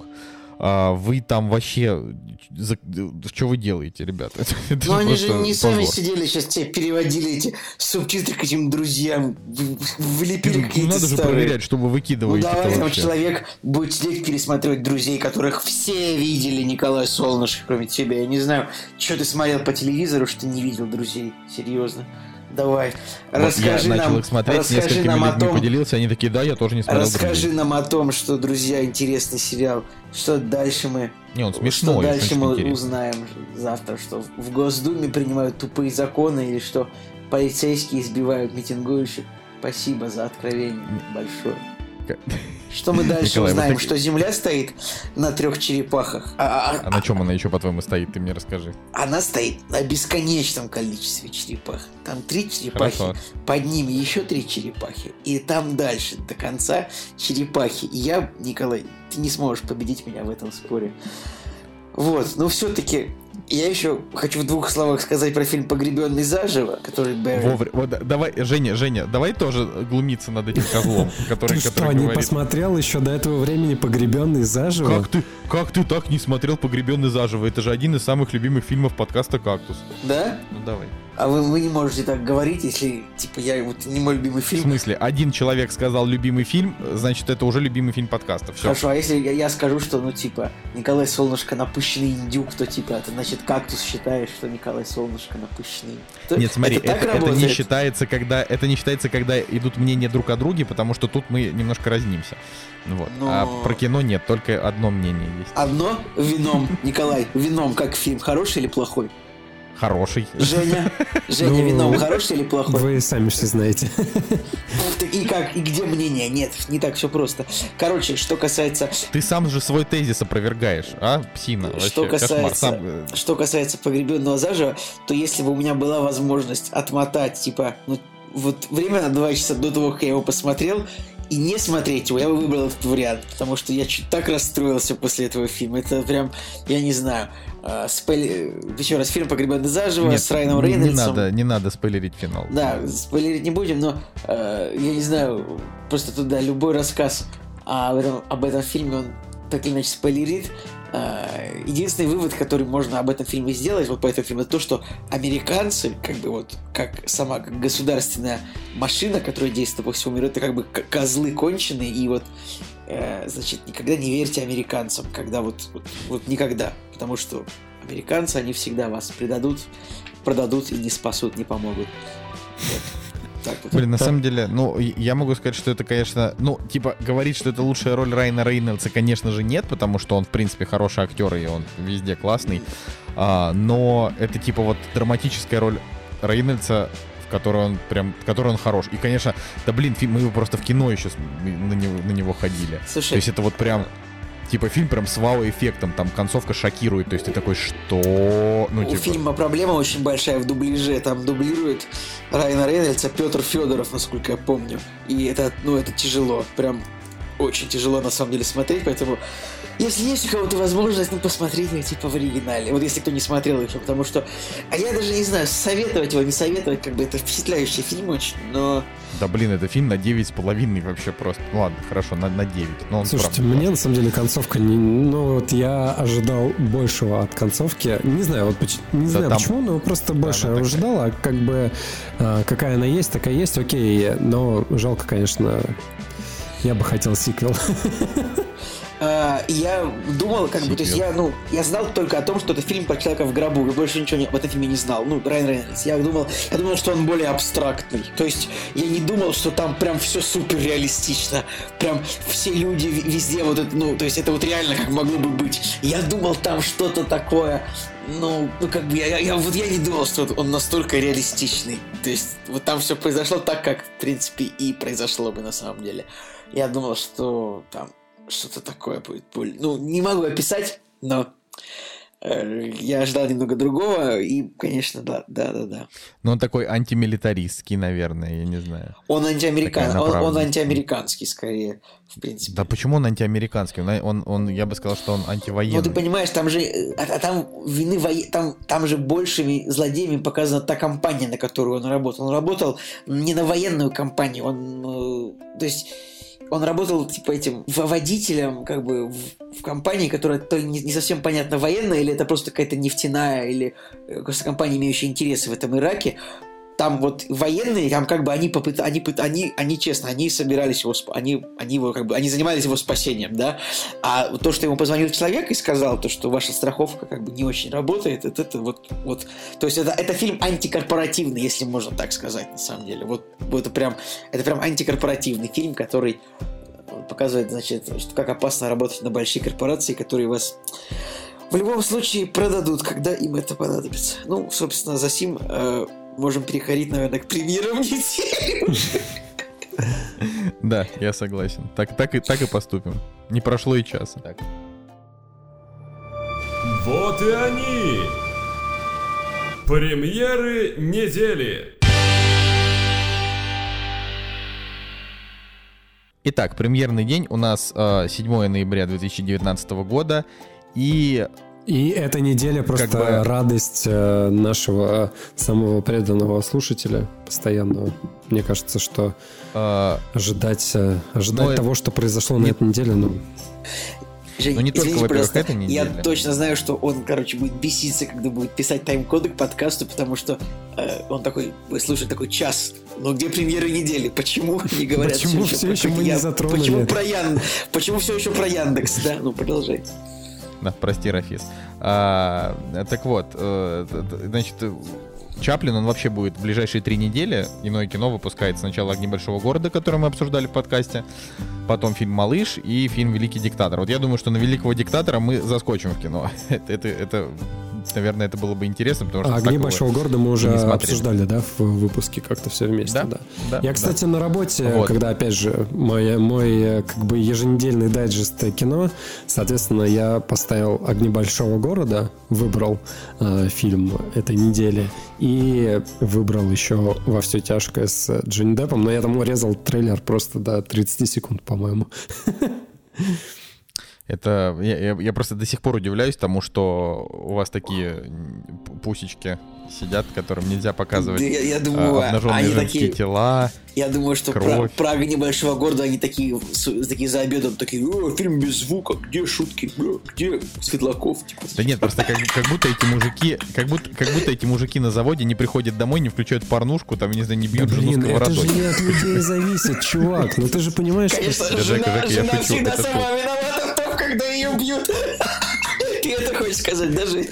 А вы там вообще... За... Что вы делаете, ребята? Это ну, они же не позор. сами сидели, сейчас тебе переводили эти субтитры к этим друзьям, влепили какие-то Надо же старые. проверять, что вы выкидываете. Ну, давай там вообще. человек будет сидеть пересматривать «Друзей», которых все видели, Николай Солнышко, кроме тебя. Я не знаю, что ты смотрел по телевизору, что ты не видел «Друзей». Серьезно. Давай, вот расскажи я нам, начал их смотреть, с несколькими нам людьми о том, поделился, они такие, да, я тоже не смотрел расскажи «Друзей». нам о том, что «Друзья» интересный сериал, что дальше мы, не, он смешной, что дальше мы интересный. узнаем завтра, что в Госдуме принимают тупые законы или что полицейские избивают митингующих. Спасибо за откровение большое. Что мы дальше Николай, узнаем? вот так... Что Земля стоит на трех черепахах. А, а, а на чем она еще, по-твоему, стоит? Ты мне расскажи. Она стоит на бесконечном количестве черепах. Там три черепахи, Хорошо. Под ними еще три черепахи. И там дальше, до конца черепахи. И я, Николай, ты не сможешь победить меня в этом споре. Вот, но все-таки я еще хочу в двух словах сказать про фильм «Погребенный заживо», который Бэрри... Вовремя. Вот, давай, Женя, Женя, давай тоже глумиться над этим козлом, который, ты который что, не говорит... посмотрел еще до этого времени «Погребенный заживо»? Как ты, как ты так не смотрел «Погребенный заживо»? Это же один из самых любимых фильмов подкаста «Кактус». Да? Ну давай. А вы, вы не можете так говорить, если, типа, я вот не мой любимый фильм. В смысле, один человек сказал любимый фильм, значит, это уже любимый фильм подкаста. Все. Хорошо, а если я, я скажу, что, ну, типа, Николай Солнышко напыщенный индюк, то, типа, это, значит, «Кактус» считаешь, что Николай Солнышко напыщенный. То, Нет, смотри, это, это, это не считается, когда это не считается, когда идут мнения друг о друге, потому что тут мы немножко разнимся. Вот. Но... А про кино нет, только одно мнение есть. Одно? Вином. Николай, Вином как фильм, хороший или плохой? Хороший. Женя, Женя, ну, Вином хороший или плохой? Вы сами все знаете. И как, и где мнение? Нет, не так все просто. Короче, что касается... Ты сам же свой тезис опровергаешь, а, псина? Вообще, что касается, сам... что касается «Погребенного заживо», то если бы у меня была возможность отмотать, типа, ну, вот время на два часа до того, как я его посмотрел, и не смотреть его, я бы выбрал этот вариант, потому что я чуть так расстроился после этого фильма. Это прям, я не знаю. Uh, спойлер... Еще раз, фильм «Погребенный заживо» Нет, с Райаном Рейнольдсом. Не надо, не надо спойлерить финал. Да, спойлерить не будем, но uh, я не знаю, просто туда любой рассказ об этом, об этом фильме, он так или иначе спойлерит. Uh, единственный вывод, который можно об этом фильме сделать, вот по этому фильму, это то, что американцы, как бы вот, как сама как государственная машина, которая действует по всему миру, это как бы козлы конченые, и вот значит, никогда не верьте американцам, когда вот, вот, вот никогда, потому что американцы, они всегда вас предадут, продадут и не спасут, не помогут. Вот. Так вот. Блин, на самом деле, ну, я могу сказать, что это, конечно, ну, типа, говорить, что это лучшая роль Райана Рейнольдса, конечно же, нет, потому что он, в принципе, хороший актер, и он везде классный, а, но это, типа, вот драматическая роль Рейнольдса, в которой он прям, в которой он хорош. И, конечно, да блин, фильм, мы его просто в кино еще на него, на него ходили. Слушай, то есть это вот прям, типа фильм прям с вау-эффектом, там концовка шокирует, то есть ты такой, что? Ну, у типа... фильма проблема очень большая в дубляже, там дублирует Райана Рейнольдса Петр Федоров, насколько я помню. И это, ну, это тяжело, прям очень тяжело на самом деле смотреть, поэтому если есть у кого-то возможность, ну, посмотрите, типа, в оригинале. Вот если кто не смотрел еще, потому что... А я даже не знаю, советовать его, не советовать, как бы это впечатляющий фильм очень, но... Да, блин, это фильм на девять с половиной вообще просто. Ну ладно, хорошо, на, на девять. Но он Слушайте, правда, мне на самом деле концовка не... Ну вот я ожидал большего от концовки. Не знаю, вот не да знаю там... почему, но просто больше да, ожидал. А как бы какая она есть, такая есть, окей. Но жалко, конечно, я бы хотел сиквел. Uh, я думал, как Сиквел. бы, то есть я, ну, я знал только о том, что это фильм про человека в гробу, и больше ничего не, об этом фильме не знал. Ну, Райан Рейнольдс. Я думал, я думал, что он более абстрактный. То есть я не думал, что там прям все супер реалистично. Прям все люди везде вот это, ну, то есть это вот реально как могло бы быть. Я думал, там что-то такое. Ну, ну как бы я, я вот я не думал, что он настолько реалистичный. То есть вот там все произошло так, как в принципе и произошло бы на самом деле. Я думал, что там что-то такое будет. Ну, не могу описать, но э, я ожидал немного другого, и, конечно, да, да, да, да. Ну, он такой антимилитаристский, наверное, я не знаю. Он, антиамерикан... он, он антиамериканский, скорее, в принципе. Да почему он антиамериканский? Он, он, он, я бы сказал, что он антивоенный. Ну, ты понимаешь, там же, а, там вины во... там, там же большими злодеями показана та компания, на которую он работал. Он работал не на военную компанию, он, э, то есть... Он работал, типа, этим водителем, как бы, в, в компании, которая то не, не совсем понятно, военная, или это просто какая-то нефтяная, или просто компания, имеющая интересы в этом Ираке. Там вот военные, там как бы они попыт... они, они, они честно, они собирались его, сп... они, они его как бы, они занимались его спасением, да. А то, что ему позвонил человек и сказал, то, что ваша страховка как бы не очень работает, это, это вот, вот, то есть это, это фильм антикорпоративный, если можно так сказать, на самом деле. Вот, вот это прям, это прям антикорпоративный фильм, который показывает, значит, что как опасно работать на большие корпорации, которые вас в любом случае продадут, когда им это понадобится. Ну, собственно, за сим э, можем переходить, наверное, к премьерам недели. Да, я согласен. Так, так, и, так и поступим. Не прошло и часа. Так. Вот и они! Премьеры недели! Итак, премьерный день у нас э, седьмое ноября две тысячи девятнадцатого года. И... И эта неделя просто как бы... радость э, нашего самого преданного слушателя постоянного. Мне кажется, что э... ожидать, э, ожидать Но... того, что произошло не... на этой неделе, ну... Жень, ну не только, во-первых, этой неделе. Я точно знаю, что он, короче, будет беситься, когда будет писать тайм-коды к подкасту, потому что э, он такой, вы слушаете, такой час. Но где премьеры недели? Почему не говорят почему все, все еще, еще мы не затронули? Почему про Ян... Почему все еще про Яндекс? Да, ну продолжай. Да, прости, Рафис. А, так вот, э, значит, Чаплин, он вообще будет в ближайшие три недели. Иное кино выпускает сначала «Огни большого города», который мы обсуждали в подкасте, потом фильм «Малыш» и фильм «Великий диктатор». Вот я думаю, что на «Великого диктатора» мы заскочим в кино. это, это, это, наверное, это было бы интересно, потому что... А «Огни большого города» мы уже обсуждали, да, в выпуске как-то все вместе, да? да? да я, кстати, да. на работе, вот. когда, опять же, мой, мой как бы еженедельный дайджест кино, соответственно, я поставил «Огни большого города», выбрал э, фильм этой недели, и выбрал еще «Во все тяжкое» с Джонни Деппом, но я там урезал трейлер просто до тридцать секунд, по-моему. Это я, я, я просто до сих пор удивляюсь тому, что у вас такие пусечки сидят, которым нельзя показывать да, я, я думаю, а, обнаженные женские такие, тела. Я думаю, что про, про «Огни большого города» они такие, такие за обедом, такие, фильм без звука, где шутки, где Светлаков? Типа. Да нет, просто как, как будто эти мужики, как будто, как будто эти мужики на заводе не приходят домой, не включают порнушку, там, не знаю, не бьют да, жену блин, сковородой. Это же не от людей зависит, чувак. Ну ты же понимаешь, конечно, что... Конечно, жена, Жека, жена я шучу, всегда это сама виновата в том, когда ее бьют. Ты это хочешь сказать, даже...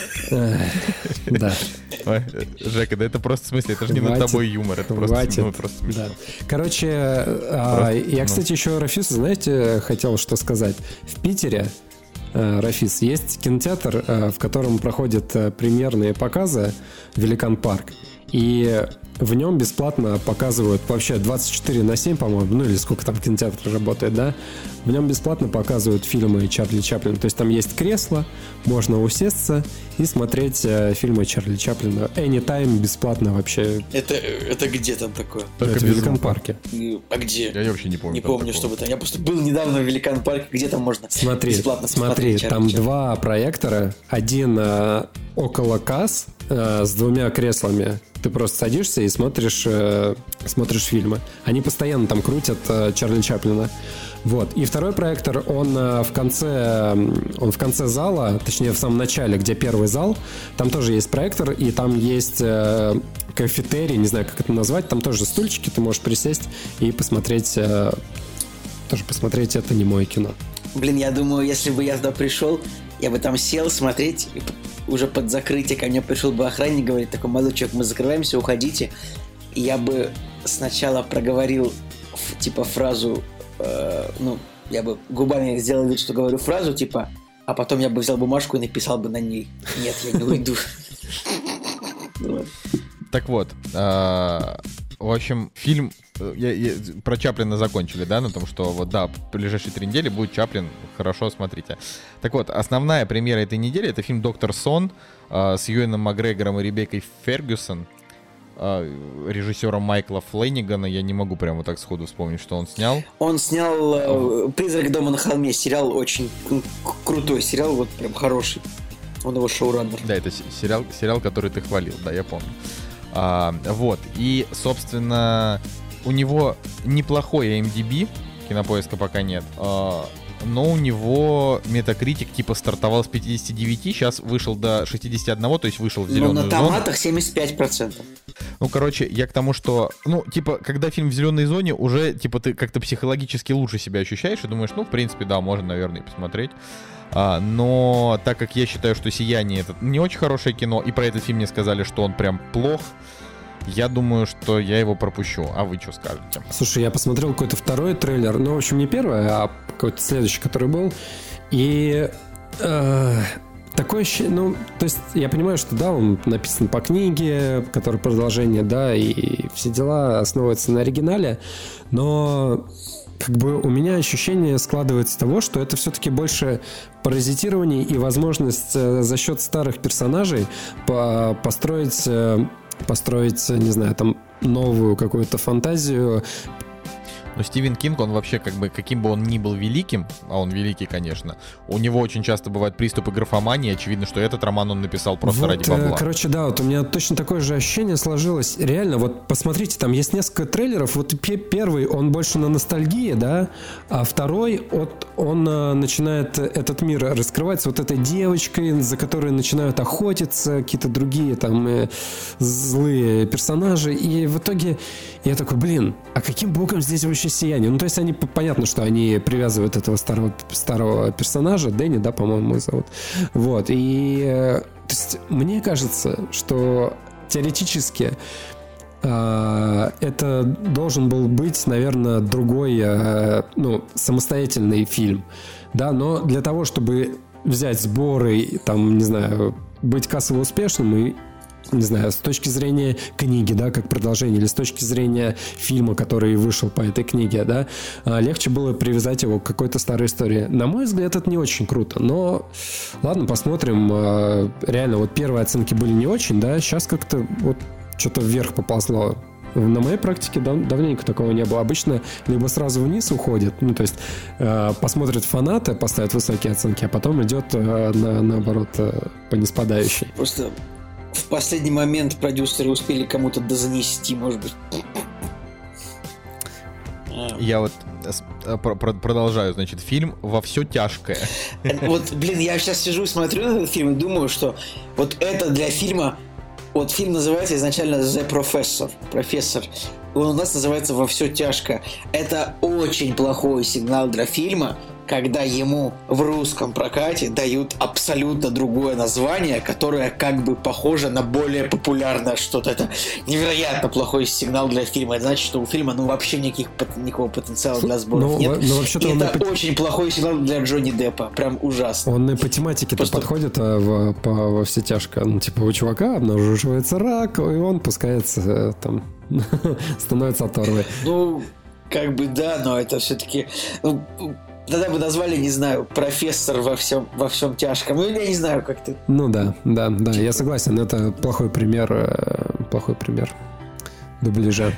Да. Ой, Жека, да это просто в смысле, это же не над тобой юмор, это просто, ну, просто смешно. Да. Короче, просто, я, кстати, ну. еще Рафису, знаете, хотел что сказать. В Питере, Рафис, есть кинотеатр, в котором проходят премьерные показы, Великан Парк. И в нем бесплатно показывают вообще двадцать четыре на семь, по-моему, ну или сколько там кинотеатр работает, да? В нем бесплатно показывают фильмы Чарли Чаплина. То есть там есть кресло, можно усесться и смотреть э, фильмы Чарли Чаплина. Anytime бесплатно вообще. Это, это где там такое? Только это в Великан Парке. И, а где? Я вообще не помню. Не помню, чтобы там. Я просто был недавно в Великан Парке, где там можно смотри, бесплатно смотри, смотреть. Там два проектора. Один э, около касс э, с двумя креслами. Ты просто садишься и смотришь, э, смотришь фильмы. Они постоянно там крутят э, Чарли Чаплина. Вот. И второй проектор, он э, в конце, он в конце зала, точнее в самом начале, где первый зал, там тоже есть проектор, и там есть э, кафетерий, не знаю, как это назвать, там тоже стульчики, ты можешь присесть и посмотреть, э, тоже посмотреть это немое кино. Блин, я думаю, если бы я туда пришел, я бы там сел смотреть, и уже под закрытие ко мне пришел бы охранник, говорит, такой, молодой человек, мы закрываемся, уходите. И я бы сначала проговорил типа фразу, э, ну, я бы губами сделал вид, что говорю фразу, типа, а потом я бы взял бумажку и написал бы на ней, нет, я не уйду. Так вот, в общем, фильм я, я, про Чаплина закончили, да, на том, что вот, да, в ближайшие три недели будет Чаплин, хорошо, смотрите. Так вот, основная премьера этой недели — это фильм «Доктор Сон» э, с Юэном Макгрегором и Ребеккой Фергюсон, э, режиссером Майкла Флэннигана. Я не могу прямо вот так сходу вспомнить, что он снял. Он снял э, «Призрак дома на холме», сериал очень к- крутой, сериал вот прям хороший. Он его шоураннер. Да, это сериал, сериал, который ты хвалил, да, я помню. А, вот, и, собственно, у него неплохой ай эм ди би, Кинопоиска пока нет, а, но у него Metacritic типа стартовал с пятьдесят девять, сейчас вышел до шестьдесят один, то есть вышел в зеленую зону. Но на томатах семьдесят пять процентов. Ну, короче, я к тому, что, ну, типа, когда фильм в зеленой зоне, уже, типа, ты как-то психологически лучше себя ощущаешь и думаешь, ну, в принципе, да, можно, наверное, и посмотреть. А, но так как я считаю, что «Сияние» — это не очень хорошее кино, и про этот фильм мне сказали, что он прям плох, я думаю, что я его пропущу. А вы что скажете? Слушай, я посмотрел какой-то второй трейлер, ну, в общем, не первый, а какой-то следующий, который был, и... Э... такое ощущение, ну, то есть я понимаю, что да, он написан по книге, которая продолжение, да, и все дела основываются на оригинале, но как бы у меня ощущение складывается того, что это все-таки больше паразитирование и возможность за счет старых персонажей по- построить, построить, не знаю, там новую какую-то фантазию. Но Стивен Кинг, он вообще, как бы, каким бы он ни был великим, а он великий, конечно, у него очень часто бывают приступы графомании. Очевидно, что этот роман он написал просто вот, ради бабла. Короче, да, вот у меня точно такое же ощущение сложилось. Реально, вот посмотрите, там есть несколько трейлеров. Вот первый, он больше на ностальгии, да, а второй, вот, он а, начинает этот мир раскрываться вот этой девочкой, за которой начинают охотиться какие-то другие там э, злые персонажи. И в итоге я такой, блин, а каким боком здесь вообще сияние? Ну, то есть они, понятно, что они привязывают этого старого, старого персонажа, Дэнни, да, по-моему, его зовут. Вот, и то есть мне кажется, что теоретически э, это должен был быть, наверное, другой, э, ну, самостоятельный фильм, да, но для того, чтобы взять сборы, там, не знаю, быть кассово успешным и не знаю, с точки зрения книги, да, как продолжение, или с точки зрения фильма, который вышел по этой книге, да, легче было привязать его к какой-то старой истории. На мой взгляд, это не очень круто, но ладно, посмотрим. Реально, вот первые оценки были не очень, да, сейчас как-то вот что-то вверх поползло. На моей практике дав- давненько такого не было. Обычно либо сразу вниз уходит, ну, то есть э, посмотрят фанаты, поставят высокие оценки, а потом идет э, на, наоборот э, по ниспадающей. Просто в последний момент продюсеры успели кому-то дозанести, может быть. Я вот продолжаю, значит, фильм «Во все тяжкое». Вот, блин, я сейчас сижу и смотрю на этот фильм и думаю, что вот это для фильма... Вот фильм называется изначально «The Professor», профессор. Он у нас называется «Во все тяжкое». Это очень плохой сигнал для фильма, когда ему в русском прокате дают абсолютно другое название, которое как бы похоже на более популярное что-то. Это невероятно плохой сигнал для фильма. Это значит, что у фильма ну вообще никаких, никакого потенциала для сборов ну, нет. Ну, и это по... очень плохой сигнал для Джонни Деппа. Прям ужасно. Он и по тематике-то Просто... подходит а, в, по, во все тяжко. Ну, типа у чувака обнаруживается рак, и он пускается там, становится оторвой. Ну, как бы да, но это все-таки... Ну, тогда бы назвали, не знаю, профессор во всем, во всем тяжком. Ну, я не знаю, как ты. Ну да, да, да, я согласен. Это плохой пример, плохой пример дубляжа.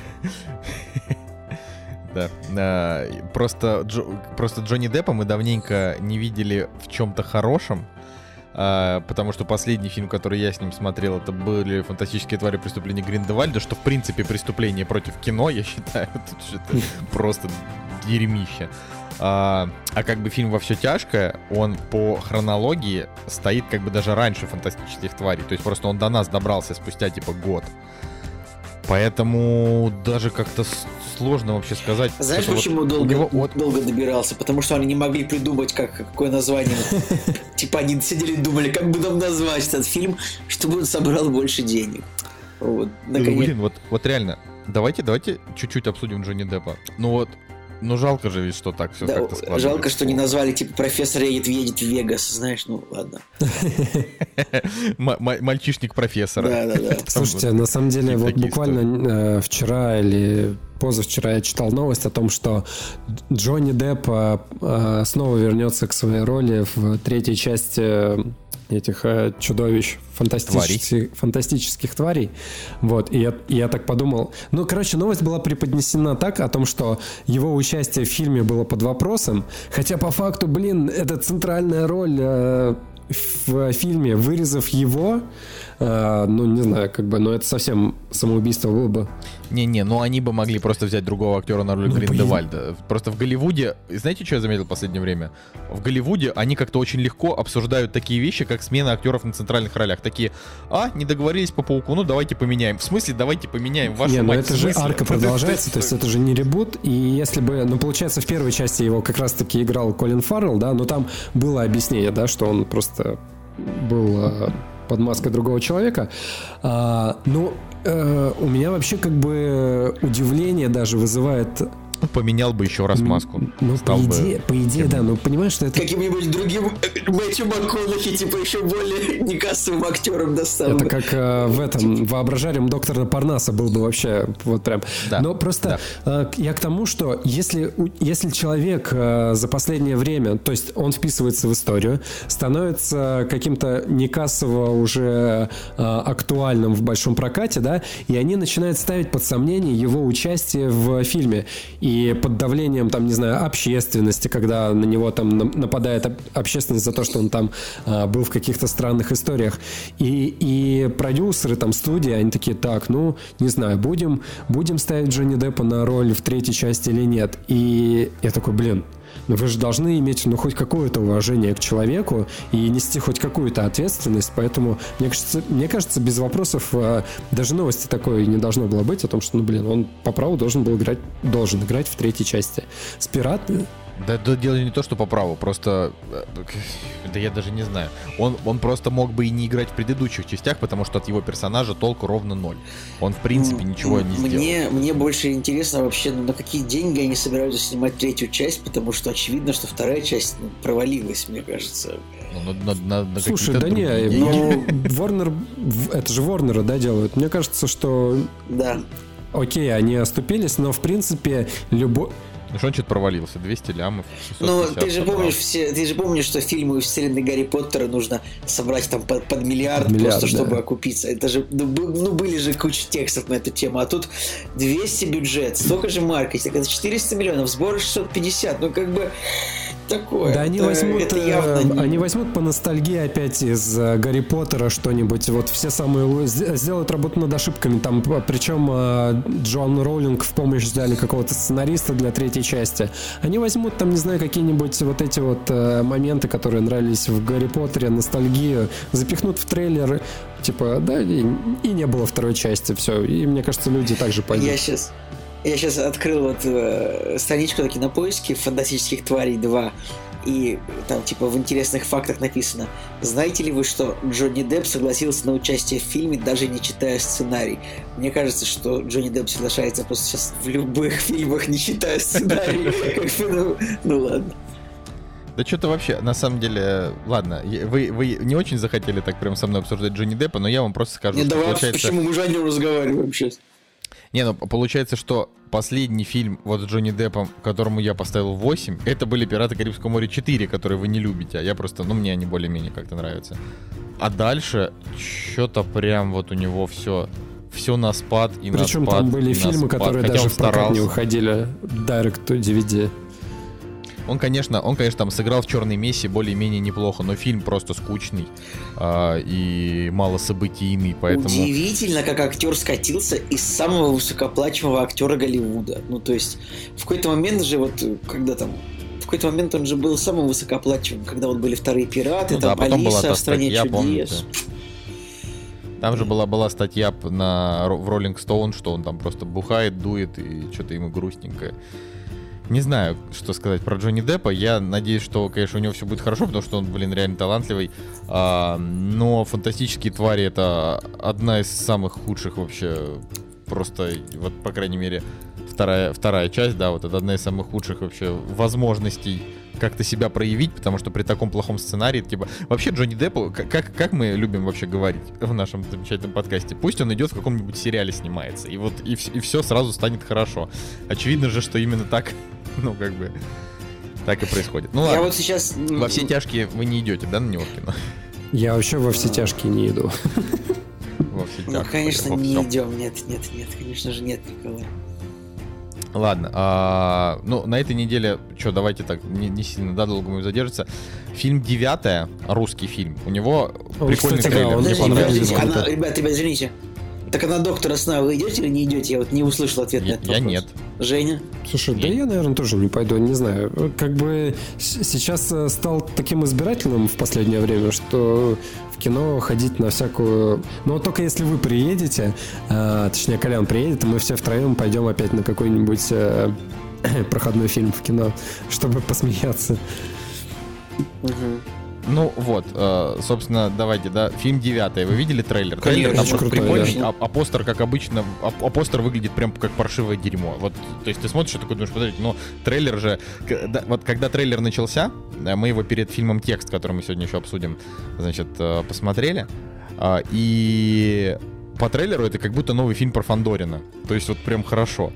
Да. Просто, просто Джонни Деппа мы давненько не видели в чем-то хорошем. Потому что последний фильм, который я с ним смотрел, это были «Фантастические твари. Преступления Гриндевальда», что, в принципе, преступление против кино, я считаю. Это просто дерьмище. А, а как бы фильм «Во все тяжкое», он по хронологии стоит как бы даже раньше «Фантастических тварей». То есть просто он до нас добрался спустя типа год. Поэтому даже как-то сложно вообще сказать. Знаешь, почему вот долго, него, вот... долго добирался? Потому что они не могли придумать, как, какое название. Типа они сидели и думали, как бы нам назвать этот фильм, чтобы он собрал больше денег. Вот, Блин, вот, вот реально, давайте, давайте чуть-чуть обсудим Джонни Деппа. Ну вот, ну жалко же ведь, что так все да, как-то складывается. Жалко, что не назвали, типа, профессор едет, едет в Вегас, знаешь, ну ладно. Мальчишник профессора. Да, да, да. Слушайте, на самом деле, вот буквально вчера или позавчера я читал новость о том, что Джонни Депп снова вернется к своей роли в третьей части этих э, чудовищ, фантастических, фантастических тварей. Вот, и я, и я так подумал. Ну, короче, новость была преподнесена так, о том, что его участие в фильме было под вопросом, хотя по факту, блин, это центральная роль э, в фильме, вырезав его, э, ну, не знаю, как бы, но это совсем самоубийство было бы. Не-не, ну они бы могли просто взять другого актера на роль ну, Гриндевальда. Блин. Просто в Голливуде, знаете, что я заметил в последнее время? В Голливуде они как-то очень легко обсуждают такие вещи, как смена актеров на центральных ролях. Такие, а, не договорились по Пауку, ну давайте поменяем. В смысле, давайте поменяем вашу не, мать. Ну это же арка продолжается, то есть это же не ребут. И если бы, ну получается, в первой части его как раз-таки играл Колин Фаррелл, да, но там было объяснение, да, что он просто был под маской другого человека. А, ну, э, у меня вообще как бы удивление даже вызывает Ну, поменял бы еще раз маску. Ну, Стал по бы идее, по идее, тем- да, но понимаешь, что это... Каким-нибудь другим Мэтью МакКонахи, типа еще более некассовым актером достал Это бы. как э, в этом воображарием доктора Парнаса был бы вообще вот прям. Да, Но просто э, я к тому, что если, у- если человек э, за последнее время, то есть он вписывается в историю, становится каким-то некассово уже э, актуальным в большом прокате, да, и они начинают ставить под сомнение его участие в фильме. И под давлением, там, не знаю, общественности, когда на него там на- нападает об- общественность за то, что он там а, был в каких-то странных историях. И, и продюсеры, там, студии, они такие, так, ну, не знаю, будем, будем ставить Джонни Деппа на роль в третьей части или нет. И я такой, блин, ну вы же должны иметь, ну, хоть какое-то уважение к человеку и нести хоть какую-то ответственность, поэтому, мне кажется, мне кажется, без вопросов а, даже новости такой не должно было быть о том, что, ну, блин, он по праву должен был играть, должен играть в третьей части. С пиратами. Да, да, дело не то, что по праву, просто... э, Да я даже не знаю. Он, он просто мог бы и не играть в предыдущих частях, потому что от его персонажа толку ровно ноль. Он, в принципе, ничего не сделал. Мне, мне больше интересно вообще, ну, на какие деньги они собираются снимать третью часть, потому что очевидно, что вторая часть, ну, провалилась, мне кажется. Ну, на, на- на Слушай, какие-то да не, другие деньги. ну, Warner, это же Warner, да, делают. Мне кажется, что, Да. окей, они оступились, но, в принципе, любой... Ну что он что-то провалился? двести лямов, шестьсот Ну, пятьдесят ты же собрал. помнишь все, ты же помнишь, что фильмы из вселенной Гарри Поттера нужно собрать там под, под миллиард, Под миллиард, просто да. чтобы окупиться. Это же, ну, бы- ну, были же куча текстов на эту тему, а тут двести бюджет, столько же маркетинг, это четыреста миллионов, сборы шестьсот пятьдесят, ну как бы такое. Да, они это, возьмут, это э, явно не- они возьмут по ностальгии опять из э, Гарри Поттера что-нибудь. Вот все самые лу- сде- сделают работу над ошибками. Там, п- причем э, Джоан Роулинг в помощь взяли какого-то сценариста для третьей части. Они возьмут там, не знаю, какие-нибудь вот эти вот э, моменты, которые нравились в Гарри Поттере, ностальгию, запихнут в трейлер. Типа, да, и, и не было второй части. Все. И мне кажется, люди также пойдут. Я сейчас, я сейчас открыл вот э, страничку на Кинопоиске «Фантастических тварей два», и там типа в интересных фактах написано: знаете ли вы, что Джонни Депп согласился на участие в фильме, даже не читая сценарий? Мне кажется, что Джонни Депп соглашается просто сейчас в любых фильмах, не читая сценарий. Как бы, ну, ну ладно. Да что-то вообще, на самом деле, ладно, я- вы, вы не очень захотели так прям со мной обсуждать Джонни Деппа, но я вам просто скажу, Не, что давай, получается... почему мы же о нем разговариваем сейчас? Не, ну получается, что последний фильм вот с Джонни Деппом, которому я поставил восемь, это были «Пираты Карибского моря четыре», которые вы не любите, а я просто, ну мне они более-менее как-то нравятся. А дальше что-то прям вот у него все... Все на спад и на Причем спад. там были и на фильмы, спад. которые Хотя даже он в прокат не старался. уходили. Direct to ди ви ди. Он, конечно, он, конечно, там сыграл в «Черной мессе» более-менее неплохо, но фильм просто скучный а, и малособытийный, поэтому... Удивительно, как актер скатился из самого высокооплачиваемого актера Голливуда. Ну, то есть, в какой-то момент же, вот, когда там... В какой-то момент он же был самым высокооплачиваемым, когда вот были вторые «Пираты», Ну там да, потом была «Алиса та в стране статья, чудес». помните? Там же была, была статья на, в Rolling Stone, что он там просто бухает, дует и что-то ему грустненькое. Не знаю, что сказать про Джонни Деппа. Я надеюсь, что, конечно, у него все будет хорошо, потому что он, блин, реально талантливый. А, но «Фантастические твари» — это одна из самых худших вообще. Просто, вот, по крайней мере, вторая, вторая часть, да, вот это одна из самых худших вообще возможностей как-то себя проявить, потому что при таком плохом сценарии, типа, вообще Джонни Деппу, как, как, как мы любим вообще говорить в нашем замечательном подкасте, пусть он идет в каком-нибудь сериале снимается, и вот и, вс- и все сразу станет хорошо. Очевидно же, что именно так, ну, как бы, так и происходит. Ну Я ладно, вот сейчас... во все тяжкие вы не идете, да, на него в кино? Я вообще во все тяжкие не иду. Во все Ну, тяжкие. конечно, Во не всём. идем. Нет, нет, нет, конечно же, нет, Николай. Ладно, а, ну, на этой неделе, что, давайте так, не, не сильно, да, долго будем задержаться. Фильм «Девятая», русский фильм, у него О, прикольный кстати, да, трейлер, он мне Подождите, понравился. подождите, понравился. она- ребят, ребят, извините. Так на «Доктора сна» вы идете или не идете? Я вот не услышал ответ на Я, этот я вопрос. нет. Женя? Слушай, да я, наверное, тоже не пойду, не знаю. Как бы с- сейчас э, стал таким избирательным в последнее время, что в кино ходить на всякую... Но только если вы приедете, а, точнее, Колян приедет, и мы все втроем пойдем опять на какой-нибудь э, проходной фильм в кино, чтобы посмеяться. Угу. Ну вот, э, собственно, давайте, да, фильм девятый. Вы видели трейлер? Конечно, трейлер там очень крутой, прикольный, да. а, а постер, как обычно, а, а постер выглядит прям как паршивое дерьмо. Вот, то есть ты смотришь и такой думаешь, подождите, ну трейлер же, к- да, вот когда трейлер начался, э, мы его перед фильмом «Текст», который мы сегодня еще обсудим, значит, э, посмотрели, э, и по трейлеру это как будто новый фильм про Фандорина. То есть вот прям хорошо.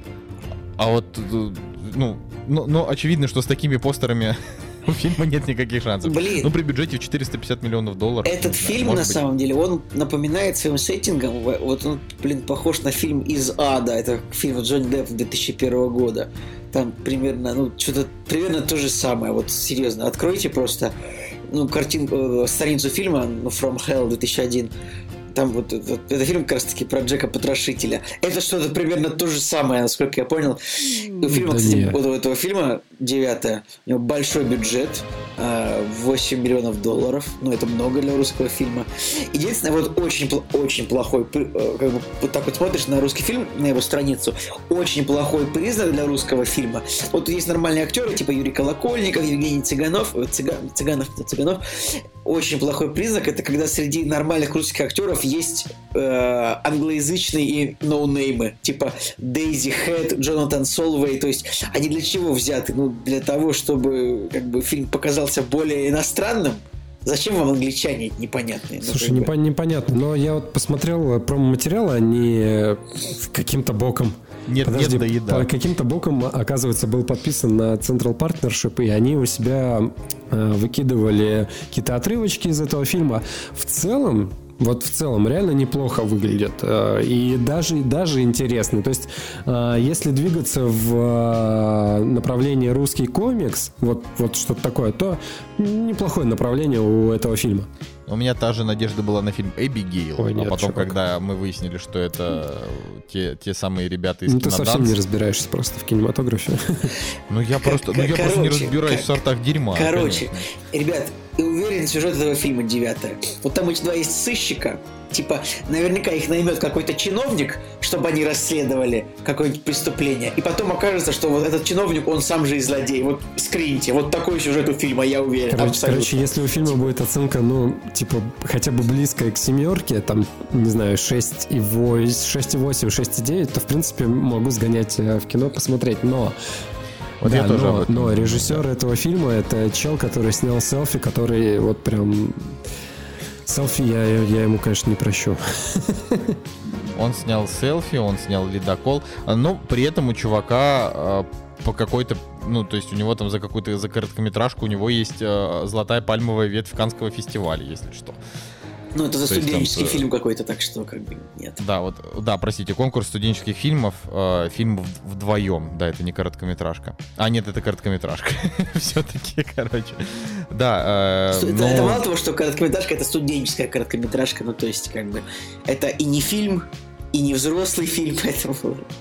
А вот, э, ну, ну, ну очевидно, что с такими постерами у фильма нет никаких шансов. Блин. Ну, при бюджете в четыреста пятьдесят миллионов долларов. Этот не знаю, фильм, может на быть. самом деле, он напоминает своим сеттингом, в- вот он, блин, похож на фильм «Из ада». Это фильм Джонни Деппа две тысячи первого года. Там примерно, ну, что-то примерно то же самое. Вот, серьезно, откройте просто, ну, картинку, э, страницу фильма, ну, From Hell две тысячи один. Там вот это, это фильм как раз таки про Джека Потрошителя. Это что-то примерно то же самое, насколько я понял. У фильма, Да кстати, не. вот у этого фильма девятое, у него большой бюджет, а, восемь миллионов долларов. Ну, это много для русского фильма. Единственное, вот очень, пл- очень плохой, при- э, как бы вот так вот смотришь на русский фильм, на его страницу, очень плохой признак для русского фильма. Вот есть нормальные актеры, типа Юрий Колокольников, Евгений Цыганов, э, Цыга- Цыганов, Цыганов. Очень плохой признак, это когда среди нормальных русских актеров есть э, англоязычные и ноунеймы, типа Дейзи Хэт, Джонатан Солвей. То есть они для чего взяты? Ну, для того, чтобы как бы фильм показался более иностранным. Зачем вам англичане непонятные? Ну, Слушай, как бы. непон- непонятно, но я вот посмотрел промо-материалы, они э, каким-то боком. Нет, Подожди, нет, да еда. по каким-то боком, оказывается, был подписан на Central Partnership, и они у себя э, выкидывали какие-то отрывочки из этого фильма. В целом, вот в целом реально неплохо выглядит. э, И даже, и даже интересно. То есть, э, если двигаться в э, направлении русский комикс, вот, вот что-то такое, то неплохое направление у этого фильма. У меня та же надежда была на фильм «Эбигейл», Ой, а нет, потом, чувак. когда мы выяснили, что это те, те самые ребята из Ну, ты совсем «Киноданс», не разбираешься просто в кинематографе. ну я просто, ну, я просто не Короче, разбираюсь в как- сортах дерьма. Короче, конечно. ребят, и уверен, сюжет этого фильма девятое. Вот там эти два есть сыщика, типа, наверняка их наймет какой-то чиновник, чтобы они расследовали какое-нибудь преступление, и потом окажется, что вот этот чиновник, он сам же и злодей. Вот скриньте, вот такой сюжет у фильма, я уверен, Короче, абсолютно. короче, если у фильма будет оценка, ну, типа, хотя бы близкая к семерке, там, не знаю, шесть и восемь, шесть и девять, то, в принципе, могу сгонять э, в кино посмотреть. Но, Вот да, я тоже но, об этом но думаю, режиссер да. этого фильма — это чел, который снял «Селфи», который вот прям... «Селфи» я, я ему, конечно, не прощу. Он снял «Селфи», он снял «Ледокол», но при этом у чувака э, по какой-то, ну, то есть у него там за какую-то, за короткометражку у него есть э, золотая пальмовая ветвь Каннского фестиваля, если что. Ну, это за То есть там, студенческий э, фильм какой-то, так что, как бы, нет. Да, вот, да, простите, конкурс студенческих фильмов, э, фильм в- вдвоем, да, это не короткометражка. А, нет, это короткометражка. Все-таки, короче. Да, э, Сто- это, но- это мало того, что короткометражка, это студенческая короткометражка, ну, то есть, как бы, это и не фильм, и не взрослый фильм, поэтому...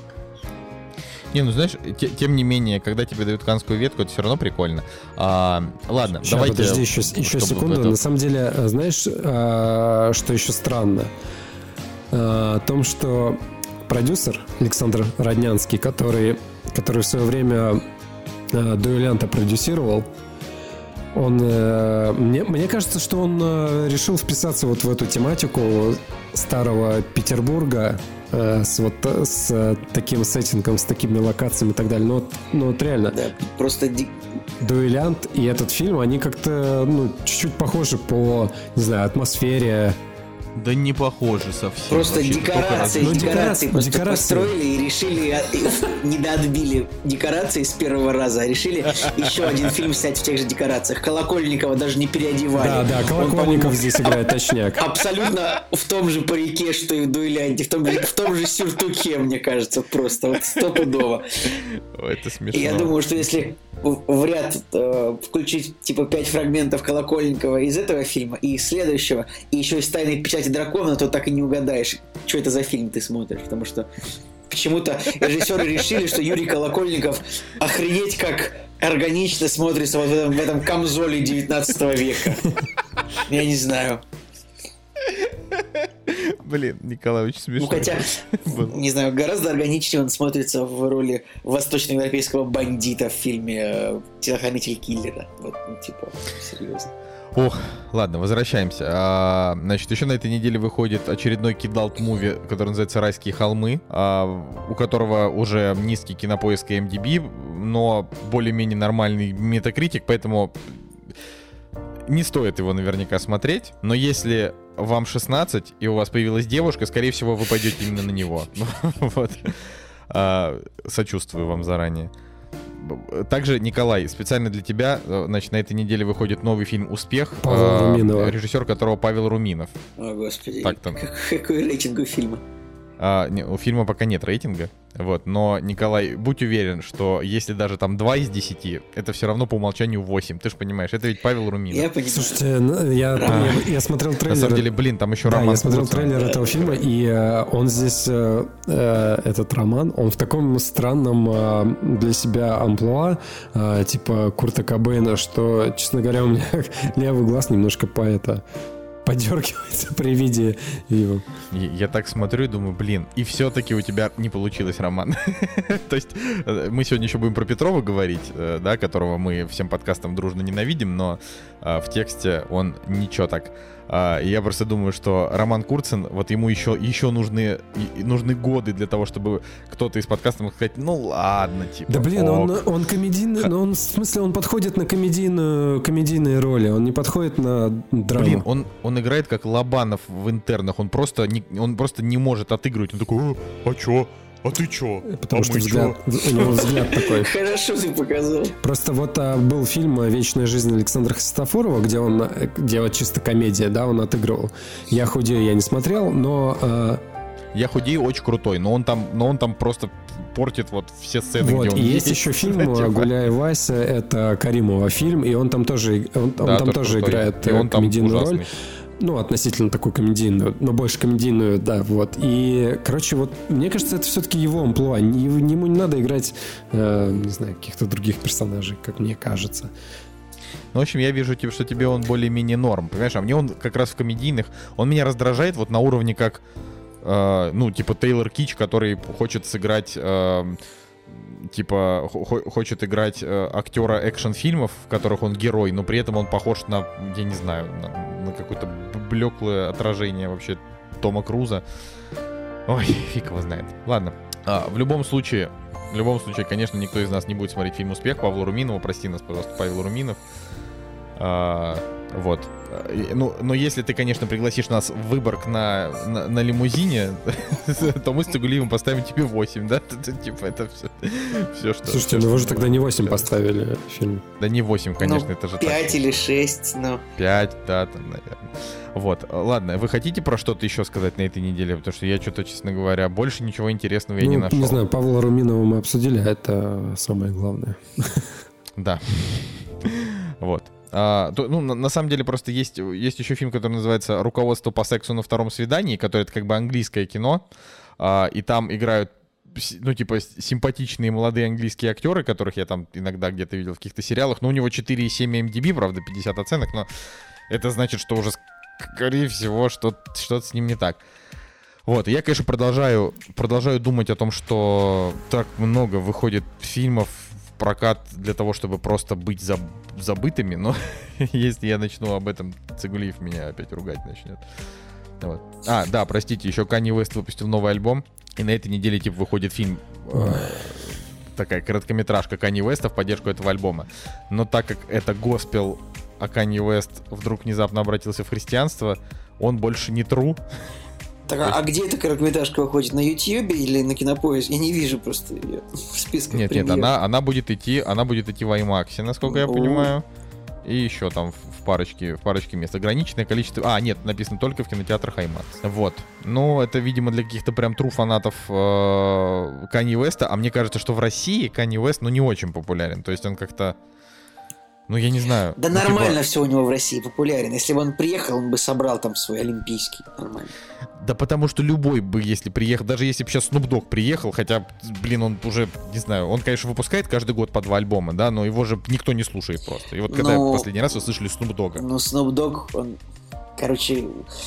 Не, ну знаешь, те- тем не менее, когда тебе дают каннскую ветку, это все равно прикольно. А, ладно, Ща, давайте... подожди, еще, еще чтобы секунду. это- На самом деле, э, знаешь, э, что еще странно? Э, О том, что продюсер Александр Роднянский, который, который в свое время э, «Дуэлянта» продюсировал, он, э, мне, мне кажется, что он э, решил вписаться вот в эту тематику старого Петербурга э, с вот э, с э, таким сеттингом, с такими локациями и так далее. Но, вот- но вот реально, Да, просто ди- «Дуэлянт» и этот фильм, они как-то, ну, чуть-чуть похожи по, не знаю, атмосфере. Да не похоже совсем. Просто Вообще, только декорации, раз- Ну, декорации декорации, просто декорации. построили и решили, а, и недоотбили декорации с первого раза, а решили еще один фильм снять в тех же декорациях. Колокольникова даже не переодевали. Да, да, Он, Колокольников по-моему, здесь играет точняк. абсолютно в том же парике, что и в «Дуэлянте», в том же, в том же сюртуке, мне кажется, просто вот стопудово. Ой, это смешно. И я думаю, что если в в ряд э, включить типа пять фрагментов Колокольникова из этого фильма и из следующего, и еще из «Тайной печати дракона», то так и не угадаешь, что это за фильм ты смотришь, потому что почему-то режиссеры решили, что Юрий Колокольников охренеть как органично смотрится вот в этом, в этом камзоле девятнадцатого века. Я не знаю. Блин, Николай, очень смешно. Ну, хотя, Было. не знаю, гораздо органичнее он смотрится в роли восточноевропейского бандита в фильме э, «Телохранитель киллера». Вот, ну, типа, серьезно. Ох, ладно, возвращаемся. А, значит, еще на этой неделе выходит очередной кидалт-муви, который называется «Райские холмы», а, у которого уже низкий кинопоиск и эм ди би, но более-менее нормальный метакритик, поэтому не стоит его наверняка смотреть. Но если вам шестнадцать и у вас появилась девушка, скорее всего, вы пойдете именно на него. Вот. Сочувствую вам заранее. Также, Николай, специально для тебя, значит, на этой неделе выходит новый фильм «Успех», Павла Руминова, режиссер которого Павел Руминов. О, господи, так там. Какой рейтинг у фильма? А, не, у фильма пока нет рейтинга, вот, но, Николай, будь уверен, что если даже там два из десяти, это все равно по умолчанию восемь, ты же понимаешь, это ведь Павел Руминов. Я понимаю. Слушайте, я, а, я, я смотрел трейлер. На самом деле, блин, там еще да, Роман я смотрел Курцин. трейлер этого фильма, и э, он здесь, э, э, этот Роман, он в таком странном э, для себя амплуа, э, типа Курта Кобейна, что, честно говоря, у меня левый глаз немножко по это... подергивается при виде его. Я, я так смотрю и думаю, блин, и все-таки у тебя не получилось, Роман. То есть мы сегодня еще будем про Петрова говорить, да, которого мы всем подкастам дружно ненавидим, но а, в тексте он ничего так. А, и я просто думаю, что Роман Курцин, вот ему еще, еще нужны, и, нужны годы для того, чтобы кто-то из подкаста мог сказать, ну ладно, типа. Да блин, ок. он, он комедийный, но он, в смысле, он подходит на комедийную, комедийные роли, он не подходит на драму. Блин, он, он играет как Лобанов в «Интернах», он просто не, он просто не может отыгрывать, он такой, а чё? А ты чё? Потому а что взгляд, у него взгляд такой. Хорошо ты показал. Просто вот а, был фильм «Вечная жизнь» Александра Христофорова, где он, где вот чисто комедия, да, он отыгрывал. «Я худею» я не смотрел, но... А... «Я худею» очень крутой, но он там, но он там просто портит вот все сцены, вот, где он и есть. есть еще фильм «Гуляй, Вася», это Каримова фильм, и он там тоже, он, да, он там тоже крутой. Играет и он комедийную там роль. Ну, относительно такую комедийную, но больше комедийную, да, вот. И, короче, вот, мне кажется, это все-таки его амплуа. Ему не надо играть, э, не знаю, каких-то других персонажей, как мне кажется. Ну, в общем, я вижу, что тебе он более-менее норм, понимаешь? А мне он как раз в комедийных, он меня раздражает вот на уровне как, э, ну, типа Тейлор Кич, который хочет сыграть... Э, типа х- хочет играть э, актера экшн-фильмов, в которых он герой, но при этом он похож на, я не знаю, на, на какое-то блеклое отражение вообще Тома Круза. Ой, фиг его знает. Ладно. А, в любом случае, в любом случае, конечно, никто из нас не будет смотреть фильм «Успех» Павла Руминова. Прости нас, пожалуйста, Павел Руминов. А, вот. Ну, но если ты, конечно, пригласишь нас в Выборг на, на, на лимузине, то мы с Цугулиевым поставим тебе восемь, да? Типа это все, все что... Слушайте, ну вы же тогда не восемь поставили фильм. Да не восемь, конечно, ну, это же пять или шесть, но... пять, да, там, наверное. Вот, ладно, вы хотите про что-то еще сказать на этой неделе? Потому что я что-то, честно говоря, больше ничего интересного я ну, не нашел. Не знаю, Павла Руминова мы обсудили, а это самое главное. Да. Вот. А, то, ну, на, на самом деле просто есть, есть еще фильм, который называется «Руководство по сексу на втором свидании», который это как бы английское кино, а, и там играют, ну, типа, симпатичные молодые английские актеры, которых я там иногда где-то видел в каких-то сериалах, но у него четыре и семь эм ди би, правда, пятьдесят оценок, но это значит, что уже, скорее всего, что-то, что-то с ним не так. Вот, и я, конечно, продолжаю, продолжаю думать о том, что так много выходит фильмов прокат для того, чтобы просто быть заб- забытыми, но если я начну об этом, Цигулиев меня опять ругать начнет. Вот. А, да, простите, еще Канье Уэст выпустил новый альбом, и на этой неделе типа выходит фильм, э, такая короткометражка Канье Уэста в поддержку этого альбома. Но так как это госпел, а Канье Уэст вдруг внезапно обратился в христианство, он больше не true. Так, а, а где эта короткометражка выходит? На Ютьюбе или на Кинопоиске? Я не вижу просто ее в списках Нет, премьер. нет, она, она будет идти, она будет идти в IMAX, насколько я понимаю. И еще там в парочке, в парочке мест. Ограниченное количество... А, нет, написано только в кинотеатрах IMAX. Вот. Ну, это, видимо, для каких-то прям true фанатов э, Канье Уэста. А мне кажется, что в России Канье Уэст, ну, не очень популярен. То есть он как-то... Ну, я не знаю. Да ну, нормально типа... все у него в России популярен. Если бы он приехал, он бы собрал там свой олимпийский. Нормально. Да потому что любой бы, если приехал, даже если бы сейчас Snoop Dogg приехал, хотя, блин, он уже, не знаю, он, конечно, выпускает каждый год по два альбома, да, но его же никто не слушает просто. И вот когда ну, последний раз вы слышали Snoop Dogg? Ну, Snoop Dogg, он, короче,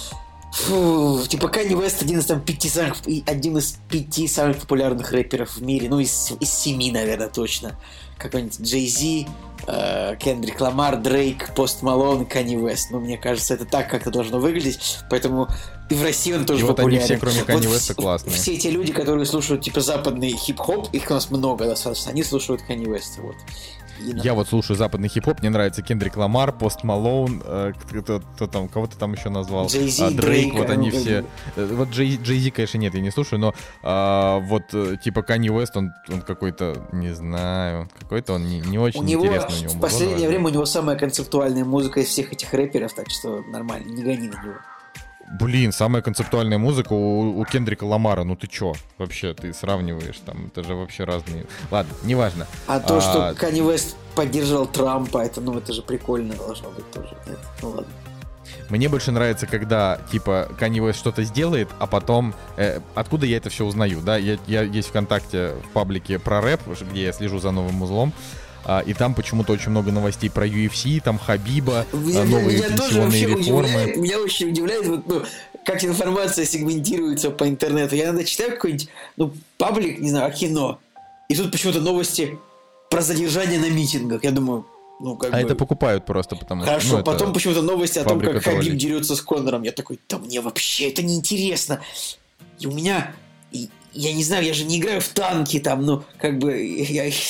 Фу, типа Канье Уэст один из, там, пяти самых, один из пяти самых популярных рэперов в мире. Ну, из, из семи, наверное, точно. Какой-нибудь Джей Зи, э, Кендрик Ламар, Дрейк, Пост Малон и Канье Уэст. Ну, мне кажется, это так, как это должно выглядеть. Поэтому и в России он тоже и популярен. Вот они все, кроме Канье Уэста, вот классные. Все эти люди, которые слушают, типа, западный хип-хоп, их у нас много достаточно, они слушают Канье Уэста, вот. Я вот слушаю западный хип-хоп, мне нравится Кендрик Ламар, Пост Малоун, э, кто, кто там, кого-то там еще назвал, Jay-Z, а, Дрейк, Drake, вот они ну, все. Э, вот Джей, Jay-Z, конечно, нет, я не слушаю, но а, вот типа Канье Уэст, он, он какой-то, не знаю, какой-то он не, не очень у него, интересный. У него в последнее время у него самая концептуальная музыка из всех этих рэперов, так что нормально, не гони на него. Блин, самая концептуальная музыка у, у Кендрика Ламара. Ну ты чё? Вообще, ты сравниваешь там, это же вообще разные... Ладно, неважно. А, а то, что Канье Уэст поддерживал Трампа, это, ну, это же прикольно должно быть тоже. Нет? Ну ладно. Мне больше нравится, когда, типа, Канье Уэст что-то сделает, а потом... Э, откуда я это все узнаю, да? Я, я есть ВКонтакте в паблике про рэп, где я слежу за новым узлом. А, и там почему-то очень много новостей про ю эф си, там Хабиба, меня, новые меня пенсионные реформы. Удивляет, меня очень удивляет, вот, ну, как информация сегментируется по интернету. Я иногда читаю какой-нибудь, ну, паблик, не знаю, о кино, и тут почему-то новости про задержание на митингах. Я думаю, ну, как а бы... это покупают просто, потому что... Хорошо, ну, потом почему-то новости о том, как троллей. Хабиб дерется с Конором. Я такой, да мне вообще это неинтересно. И у меня... И, я не знаю, я же не играю в танки там, ну, как бы... Я, я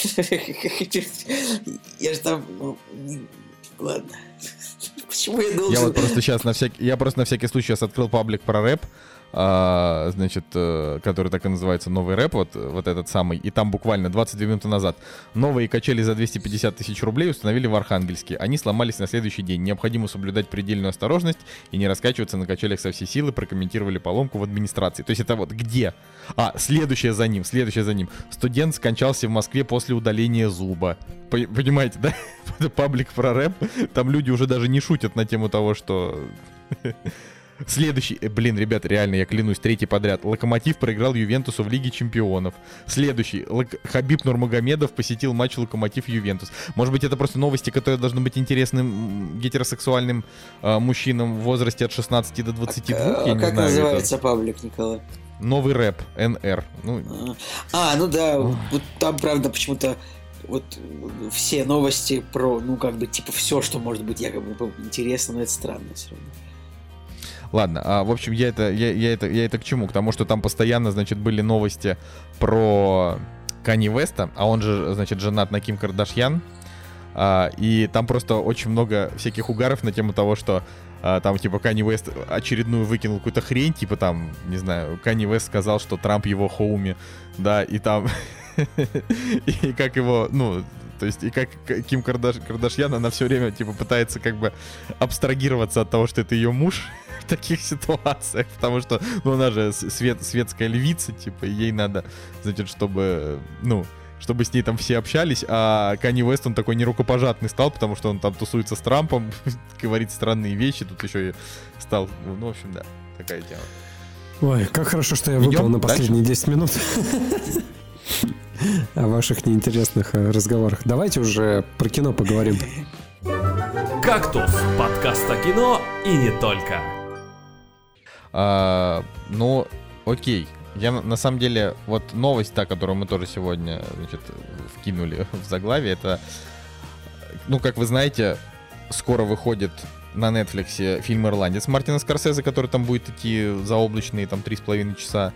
же там... Ну, ладно. Почему я должен... Я вот просто сейчас на всякий... Я просто на всякий случай сейчас открыл паблик про рэп. А, значит, который так и называется «Новый рэп», вот, вот этот самый, и там буквально двадцать две минуты назад новые качели за двести пятьдесят тысяч рублей установили в Архангельске. Они сломались на следующий день. Необходимо соблюдать предельную осторожность и не раскачиваться на качелях со всей силы, прокомментировали поломку в администрации. То есть это вот где? А, следующее за ним, следующее за ним. Студент скончался в Москве после удаления зуба. Понимаете, да? Это паблик про рэп. Там люди уже даже не шутят на тему того, что... Следующий, э, блин, ребят, реально, я клянусь, третий подряд. Локомотив проиграл Ювентусу в Лиге Чемпионов. Следующий, Лок... Хабиб Нурмагомедов посетил матч Локомотив-Ювентус. Может быть, это просто новости, которые должны быть интересным гетеросексуальным э, мужчинам в возрасте от шестнадцати до двадцати двух, а, я а не как знаю. называется это... паблик, Николай? Новый рэп, эн эр. Ну... А, ну да, вот там, правда, почему-то вот все новости про, ну, как бы, типа, все, что может быть якобы интересно, но это странно все равно. Ладно, а, в общем, я это, я, я, это, я это к чему? К тому, что там постоянно, значит, были новости про Канье Уэста, а он же, значит, женат на Ким Кардашьян, а, и там просто очень много всяких угаров на тему того, что а, там, типа, Канье Уэст очередную выкинул какую-то хрень, типа, там, не знаю, Канье Уэст сказал, что Трамп его хоуми, да, и там, и как его, ну... То есть, и как Ким Кардаш... Кардашьян, она все время, типа, пытается как бы абстрагироваться от того, что это ее муж в таких ситуациях, потому что, ну, она же свет... светская львица, типа, и ей надо, значит, чтобы, ну, чтобы с ней там все общались, а Канье Уэст, он такой нерукопожатный стал, потому что он там тусуется с Трампом, говорит странные вещи, тут еще и стал, ну, в общем, да, такая тема. Ой, как хорошо, что я выпал на последние десять минут. О ваших неинтересных разговорах. Давайте уже про кино поговорим. «Кактус» — подкаст о кино и не только. А, ну, окей. Я на самом деле, вот новость, та, которую мы тоже сегодня, значит, вкинули в заглавие, это, ну, как вы знаете, скоро выходит на Netflix фильм «Ирландец» Мартина Скорсезе, который там будет идти заоблачные там три с половиной часа.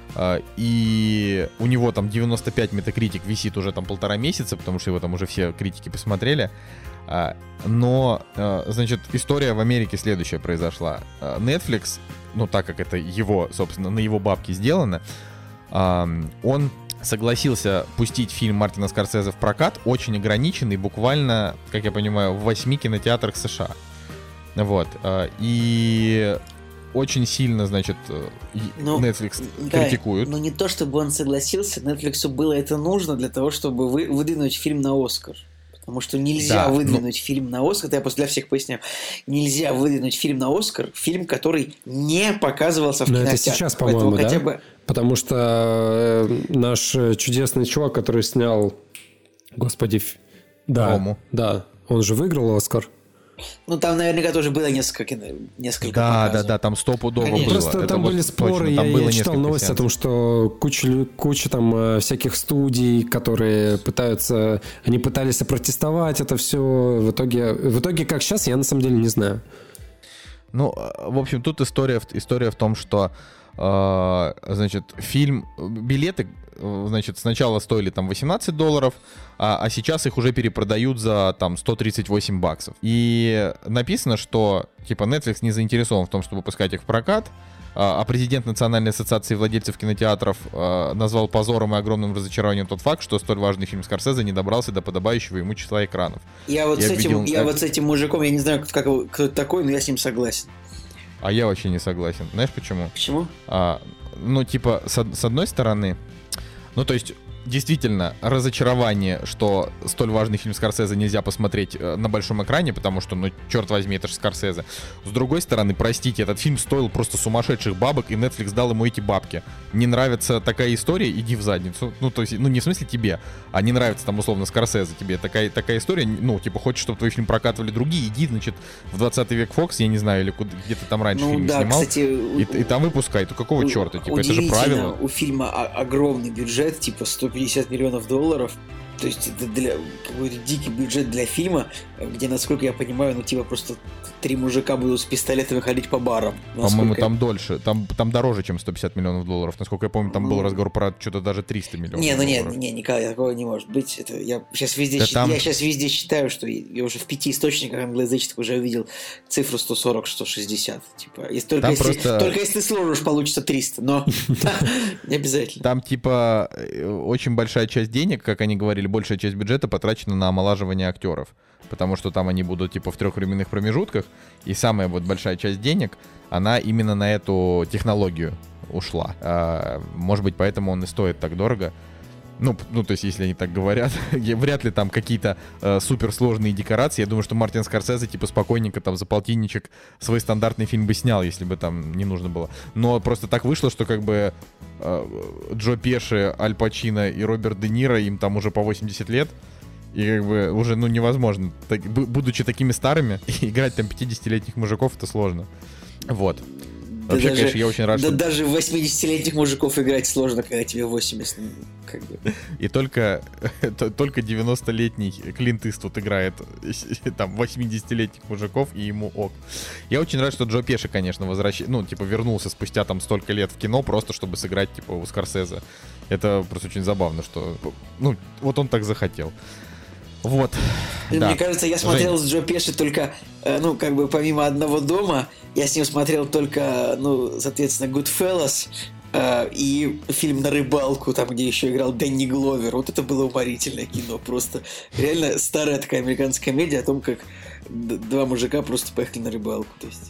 И у него там девяносто пять Metacritic висит уже там полтора месяца, потому что его там уже все критики посмотрели. Но, значит, история в Америке следующая произошла. Netflix, ну так как это его, собственно, на его бабки сделано, он согласился пустить фильм Мартина Скорсезе в прокат, очень ограниченный, буквально, как я понимаю, в восьми кинотеатрах США. Вот. И... очень сильно, значит, ну, Netflix да, критикуют. Но не то, чтобы он согласился, Netflix было это нужно для того, чтобы вы, выдвинуть фильм на Оскар. Потому что нельзя да, выдвинуть ну... фильм на Оскар, это я просто для всех поясняю, нельзя выдвинуть фильм на Оскар, фильм, который не показывался в но кинотеатре. Это сейчас, по-моему, да? Хотя бы... Потому что наш чудесный чувак, который снял, господи, да, Рому. Да, он же выиграл Оскар. Ну, там наверняка тоже было несколько кино, несколько Да, показов. да, да, там стопудово было. Просто Это там вот были споры, точно, там я, было я читал несколько новости о том, сеансов. что куча, куча там э, всяких студий, которые пытаются, они пытались опротестовать это все, в итоге, в итоге как сейчас, я на самом деле не знаю. Ну, в общем, тут история, история в том, что, э, значит, фильм, билеты, значит, сначала стоили там восемнадцать долларов, а, а сейчас их уже перепродают за там сто тридцать восемь баксов. И написано, что, типа, Netflix не заинтересован в том, чтобы пускать их в прокат, а президент Национальной ассоциации владельцев кинотеатров э, назвал позором и огромным разочарованием тот факт, что столь важный фильм Скорсезе не добрался до подобающего ему числа экранов. Я вот, Я с этим, видел, я как- вот с этим мужиком, я не знаю, как, кто это такой, но я с ним согласен. А я вообще не согласен. Знаешь почему? Почему? А, ну, типа, с, од- с одной стороны, ну, то есть, действительно, разочарование, что столь важный фильм Скорсезе нельзя посмотреть э, на большом экране, потому что, ну, черт возьми, это же Скорсезе. С другой стороны, простите, этот фильм стоил просто сумасшедших бабок, и Netflix дал ему эти бабки. Не нравится такая история, иди в задницу. Ну, то есть, ну, не в смысле тебе, а не нравится там, условно, Скорсезе тебе. Такая, такая история, ну, типа, хочешь, чтобы твой фильм прокатывали другие, иди, значит, в двадцатый век Fox, я не знаю, или куда, где ты там раньше Ну фильм да, снимал, кстати, у- и, и там выпускай. То какого у- черта? Типа, это же удивительно, правило. У фильма о- огромный бюджет, типа сто пятьдесят миллионов долларов. То есть это для, какой-то дикий бюджет для фильма, где, насколько я понимаю, ну типа просто три мужика будут с пистолетами ходить по барам. По-моему, Насколько- там дольше. Там, там дороже, чем сто пятьдесят миллионов долларов. Насколько я помню, там был Ну. разговор про что-то даже триста миллионов Не, ну не, долларов. не, Николай, такого не может быть. Это я сейчас везде, Да щи- там- я сейчас везде считаю, что я уже в пяти источниках англоязычных уже увидел цифру сто сорок - сто шестьдесят. Типа, если, только, Там если, просто- только если ты сложишь, получится триста, но не обязательно. Там, типа, э, очень большая часть денег, как они говорили, большая часть бюджета потрачена на омолаживание актеров. Потому что там они будут, типа, в трех временных промежутках. И самая вот большая часть денег, она именно на эту технологию ушла. А, может быть, поэтому он и стоит так дорого. Ну, п- ну, то есть, если они так говорят, я- вряд ли там какие-то э, суперсложные декорации. Я думаю, что Мартин Скорсезе, типа, спокойненько там за полтинничек свой стандартный фильм бы снял, если бы там не нужно было. Но просто так вышло, что как бы э, Джо Пеши, Аль Пачино и Роберт Де Ниро, им там уже по восемьдесят лет. И как бы уже, ну, невозможно. Так, бу- будучи такими старыми, играть там пятидесятилетних мужиков, это сложно. Вот. Да Вообще, даже- конечно, я очень рад, Да что... даже восьмидесятилетних мужиков играть сложно, когда тебе восемьдесят. ну, Как бы. И только, то- только девяностолетний Клинт Иствуд играет там восьмидесятилетних мужиков, и ему ок. Я очень рад, что Джо Пеши, конечно, возвращается, ну, типа, вернулся спустя там столько лет в кино, просто чтобы сыграть, типа, у Скорсезе. Это просто очень забавно, что, ну, вот он так захотел. Вот. И Да. Мне кажется, я смотрел с Джо Пеши только, э, ну, как бы помимо «Одного дома», я с ним смотрел только, ну, соответственно, «Goodfellas», э, и фильм «На рыбалку», там, где еще играл Дэнни Гловер. Вот это было уморительное кино. Просто реально старая такая американская комедия о том, как д- два мужика просто поехали на рыбалку. То есть,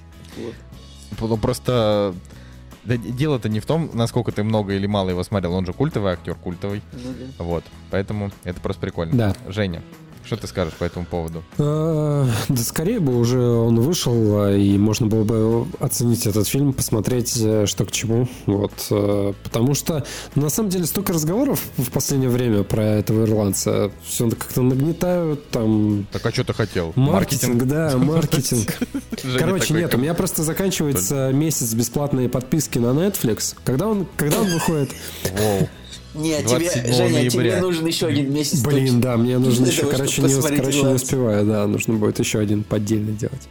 вот. Ну, просто... Да, дело-то не в том, насколько ты много или мало его смотрел. Он же культовый актер, культовый. Ну да. Вот. Поэтому это просто прикольно. Да. Женя, что ты скажешь по этому поводу? Э, Да скорее бы уже он вышел, а, и можно было бы оценить этот фильм, посмотреть, э, что к чему. Вот. э, Потому что на самом деле столько разговоров в последнее время про этого ирландца. Все как-то нагнетают, там Так а что ты хотел? маркетинг, да, маркетинг. Женя Короче, такой, нет, как- у меня просто заканчивается месяц бесплатной подписки на Netflix. Когда он, когда он выходит? Воу. Нет, двадцать тебе, седьмого Женя, ноября. тебе нужен еще один месяц. Блин, точно. да, мне нужно Для еще, того, короче, чтобы не, посмотреть короче, не «Ирландца». успеваю, да, нужно будет еще один поддельно делать.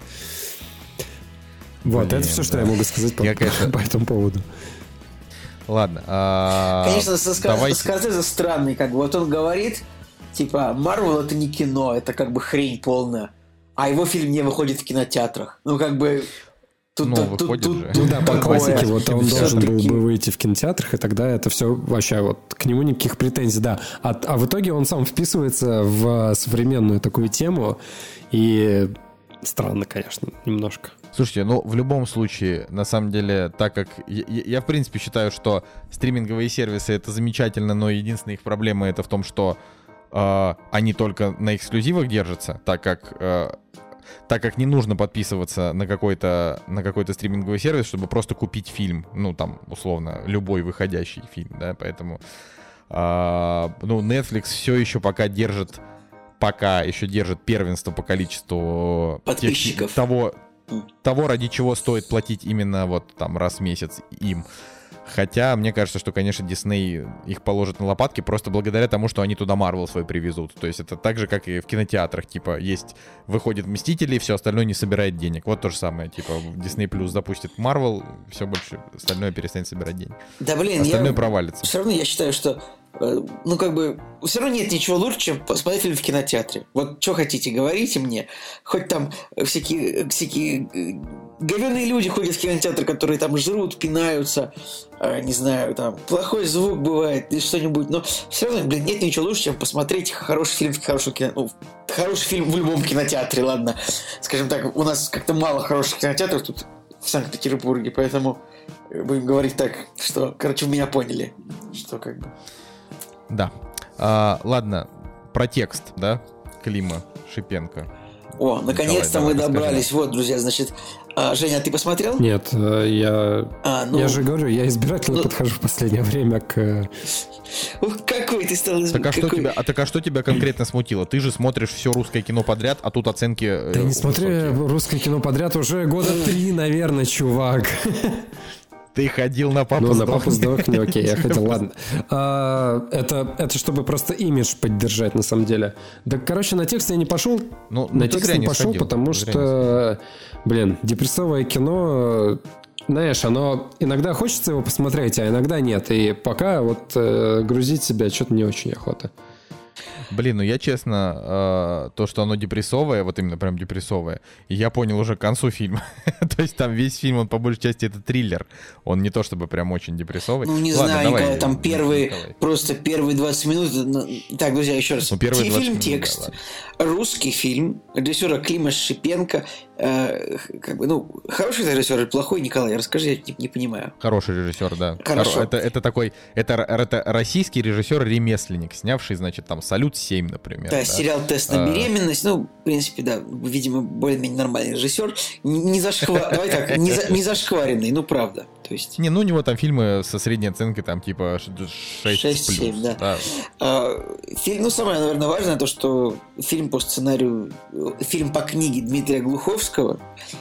Вот, Блин, это все, что да. я могу сказать по, Я, конечно- по этому поводу. Ладно. а, Конечно, со Скор- давайте- Скорсезе странный, как бы. Вот он говорит, типа, Марвел это не кино, это как бы хрень полная. А его фильм не выходит в кинотеатрах. Ну, как бы... Тут, Ну, тут- выходит тут- же. тут Ну да, по такое. классике, вот он Всё-таки- должен был бы выйти в кинотеатрах, и тогда это все вообще вот к нему никаких претензий, да. А, а в итоге он сам вписывается в современную такую тему, и странно, конечно, немножко. Слушайте, ну в любом случае, на самом деле, так как я, я- я, в принципе считаю, что стриминговые сервисы это замечательно, но единственная их проблема это в том, что э, они только на эксклюзивах держатся, так как э, так как не нужно подписываться на какой-то на какой-то стриминговый сервис, чтобы просто купить фильм, ну там условно любой выходящий фильм, да, поэтому э, ну Netflix все еще пока держит пока еще держит первенство по количеству подписчиков. Тех, того, того, ради чего стоит платить именно вот там раз в месяц им. Хотя, мне кажется, что, конечно, Дисней их положит на лопатки просто благодаря тому, что они туда Марвел свой привезут. То есть это так же, как и в кинотеатрах. Типа, есть, выходят Мстители, все остальное не собирает денег. Вот то же самое. Типа, Disney Plus запустит Марвел, все больше, остальное перестанет собирать деньги. Да, блин, остальное я... провалится. Все равно я считаю, что ну, как бы, все равно нет ничего лучше, чем посмотреть фильм в кинотеатре. Вот что хотите, говорите мне. Хоть там всякие, всякие говёные люди ходят в кинотеатр, которые там жрут, пинаются, не знаю, там плохой звук бывает или что-нибудь, но все равно, блин, нет ничего лучше, чем посмотреть хороший фильм в хорошем кино... ну, хороший фильм в любом кинотеатре, ладно. Скажем так, у нас как-то мало хороших кинотеатров тут в Санкт-Петербурге, поэтому будем говорить так, что, короче, вы меня поняли, что как бы... Да. А, ладно, про текст, да, Клима Шипенко. О, наконец-то Николай, мы давай, добрались. расскажи. Вот, друзья, значит, а, Женя, ты посмотрел? Нет, я... А, ну... Я же говорю, я избирательно ну... подхожу в последнее время к... Ух, какой ты стал так, а какой... что тебя, а так а что тебя конкретно смутило? Ты же смотришь все русское кино подряд, а тут оценки... Да не смотри русское кино подряд уже года три, наверное, чувак. Ты ходил на папу Ну, сдохни. на папу сдохни, окей, я ходил, ладно. А, это, это чтобы просто имидж поддержать, на самом деле. Да, короче, на текст я не пошел. Ну, на ну, текст не пошел, сходил, потому что, блин, депрессовое кино, знаешь, оно иногда хочется его посмотреть, а иногда нет. И пока вот э, грузить себя что-то не очень охота. Блин, ну я честно, э, то, что оно депрессовое, вот именно прям депрессовое, и я понял уже к концу фильма. То есть там весь фильм, он по большей части это триллер. Он не то чтобы прям очень депрессовый. Ну, не Ладно, знаю, давай, Николай, там первые, Николай. просто первые двадцать минут... Так, друзья, еще раз. Ну, первые двадцать фильм минут, «Текст», да, русский фильм, режиссера Клима Шипенко. Э, как бы, ну, хороший режиссер или плохой, Николай, расскажи, я не, не понимаю. Хороший режиссер, да. Хорошо. Это, это такой, это, это российский режиссер-ремесленник, снявший, значит, там «Салют семь», например. Да, да? сериал «Тест на а... беременность». Ну, в принципе, да, видимо, более-менее нормальный режиссер. Не, не, зашква... Давай так, не, за... не зашкваренный, ну, правда. То есть... Не, ну, у него там фильмы со средней оценкой, там, типа шесть плюс. Да. Да. А, фильм, ну, самое, наверное, важное, то, что фильм по сценарию, фильм по книге Дмитрия Глуховского,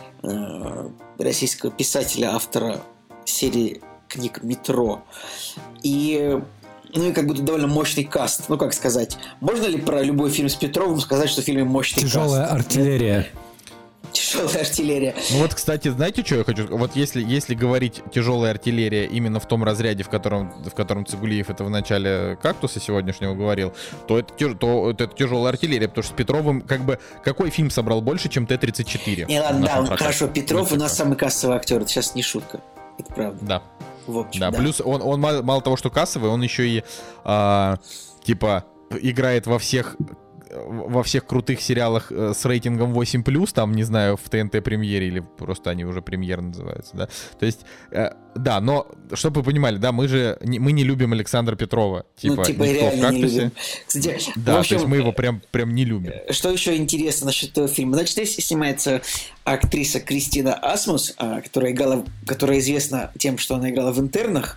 российского писателя, автора серии книг «Метро». И... Ну и как будто довольно мощный каст. Ну, как сказать, можно ли про любой фильм с Петровым сказать, что в фильме мощный Тяжелая каст? артиллерия. Тяжелая артиллерия. Ну вот, кстати, знаете, что я хочу? Вот если, если говорить тяжелая артиллерия именно в том разряде, в котором, в котором Цигулиев это в начале «Кактуса» сегодняшнего говорил, то это, то это тяжелая артиллерия, потому что с Петровым как бы какой фильм собрал больше, чем Т тридцать четыре? Не, ладно, да, прокате. Хорошо, Петров ну, у нас самый кассовый актер, это сейчас не шутка. Это правда. Да. В общем, да, да, плюс он, он мало, мало того, что кассовый, он еще и а, типа играет во всех во всех крутых сериалах с рейтингом восемь плюс, там, не знаю, в ТНТ премьере или просто они уже премьер называются, да. То есть, э, да, но, чтобы вы понимали, да, мы же, не, мы не любим Александра Петрова. Типа, ну, типа реально в «Кактусе». Не любим. Кстати, да, общем, то есть мы его прям, прям не любим. Что еще интересно насчет этого фильма? Значит, здесь снимается актриса Кристина Асмус, которая играла, которая известна тем, что она играла в «Интернах».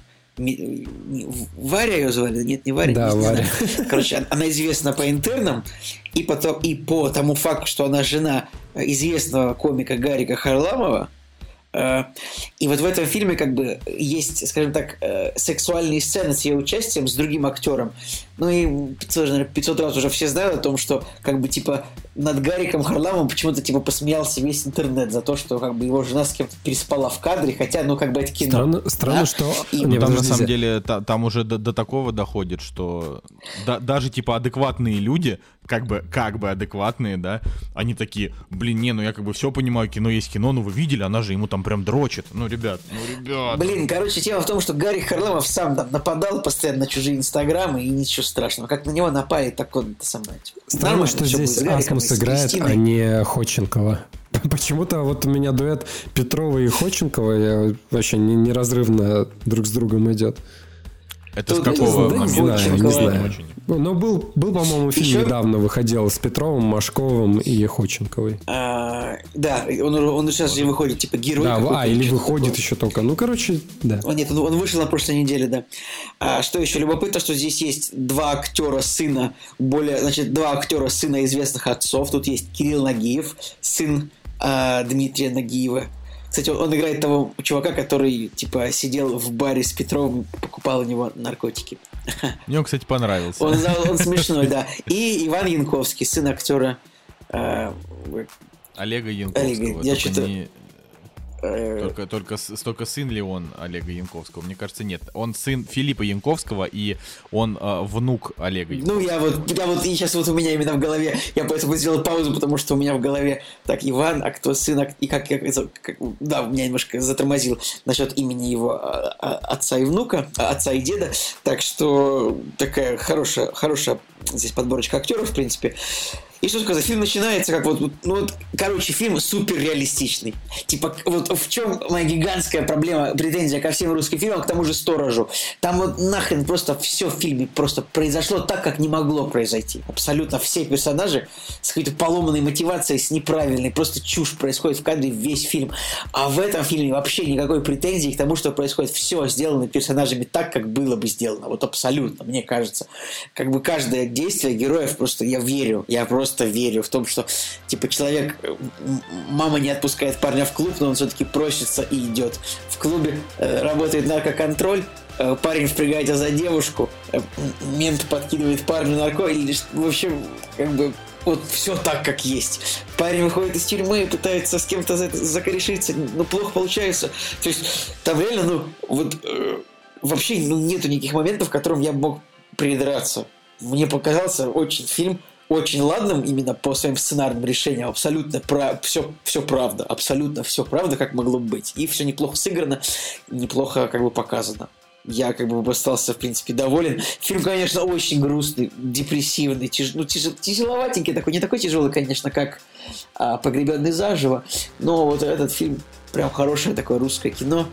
Варя ее звали? Нет, не Варя. Да, не Варя. Короче, она известна по «Интернам», и, потом, и по тому факту, что она жена известного комика Гарика Харламова. И вот в этом фильме как бы есть, скажем так, сексуальные сцены с ее участием, с другим актером. Ну и пятьсот раз уже все знают о том, что как бы типа над Гариком Харламовым почему-то типа посмеялся весь интернет за то, что как бы его жена с кем-то переспала в кадре, хотя ну как бы это кино. Странно, странно да? что... И... Ну, там на самом деле та, там уже до, до такого доходит, что да, даже типа адекватные люди, как бы, как бы адекватные, да, они такие, блин, не, ну я как бы все понимаю, кино есть кино, ну вы видели, она же ему там прям дрочит. Ну, ребят, ну, ребят. Блин, короче, тема в том, что Гарик Харламов сам там нападал постоянно на чужие инстаграмы, и ничего страшного. Как на него напали, так он это самое. Странно, что здесь Асмус играет, а не Ходченкова. Почему-то вот у меня дуэт Петрова и Ходченкова вообще неразрывно друг с другом идет. Это Тут- с какого Да, не момента? знаю, не Ходченкова. знаю. Очень. Ну, был, был, по-моему, фильм Еще- недавно выходил с Петровым, Машковым и Ходченковой. А, да, он, уже- он сейчас же выходит, типа, герой. Да, какой-то, а, или что-то выходит такое. еще только. Ну, короче, да. О, нет, он, он вышел на прошлой неделе, да. А, что еще любопытно, что здесь есть два актера сына, более, значит, два актера сына известных отцов. Тут есть Кирилл Нагиев, сын а, Дмитрия Нагиева. Кстати, он, он играет того чувака, который, типа, сидел в баре с Петровым, покупал у него наркотики. Мне он, кстати, понравился. Он, он смешной, да. И Иван Янковский, сын актера э, Олега Янковского. Олега, я только что-то- не- э, Только, только, с- только сын ли он Олега Янковского? Мне кажется, нет. Он сын Филиппа Янковского, и он э, внук Олега Янковского. Ну, я вот, я вот, и сейчас вот у меня именно в голове, я поэтому сделал паузу, потому что у меня в голове, так, Иван, а кто сын, а- и как, как, это- как- да, меня немножко затормозил насчет имени его а, а, отца и внука, а, отца и деда, так что такая хорошая, хорошая здесь подборочка актеров, в принципе. И что сказать, фильм начинается как вот, вот, ну вот, короче, фильм супер реалистичный. Типа, вот в чем моя гигантская проблема, претензия ко всем русским фильмам, к тому же «Сторожу». Там вот нахрен просто все в фильме просто произошло так, как не могло произойти. Абсолютно все персонажи с какой-то поломанной мотивацией, с неправильной, просто чушь происходит в кадре весь фильм. А в этом фильме вообще никакой претензии к тому, что происходит. Все сделано персонажами так, как было бы сделано. Вот абсолютно, мне кажется. Как бы каждое действие героев просто я верю. Я просто верю в том, что типа человек, м- мама не отпускает парня в клуб, но он все-таки просится и идет. В клубе э, работает наркоконтроль, э, парень впрягается за девушку, э, м- мент подкидывает парню нарко, или ш- в общем, как бы вот все так, как есть. Парень выходит из тюрьмы и пытается с кем-то за- закорешиться, но плохо получается. То есть там реально, ну, вот э, вообще ну, нету никаких моментов, к которым я мог придраться. Мне показался очень фильм очень ладным именно по своим сценарным решениям. Абсолютно про... все, все правда. Абсолютно все правда, как могло бы быть. И все неплохо сыграно, неплохо как бы показано. Я как бы остался, в принципе, доволен. Фильм, конечно, очень грустный, депрессивный, тяж... ну, тяж... тяжеловатенький такой. Не такой тяжелый, конечно, как а, «Погребенный заживо». Но вот этот фильм прям хорошее такое русское кино.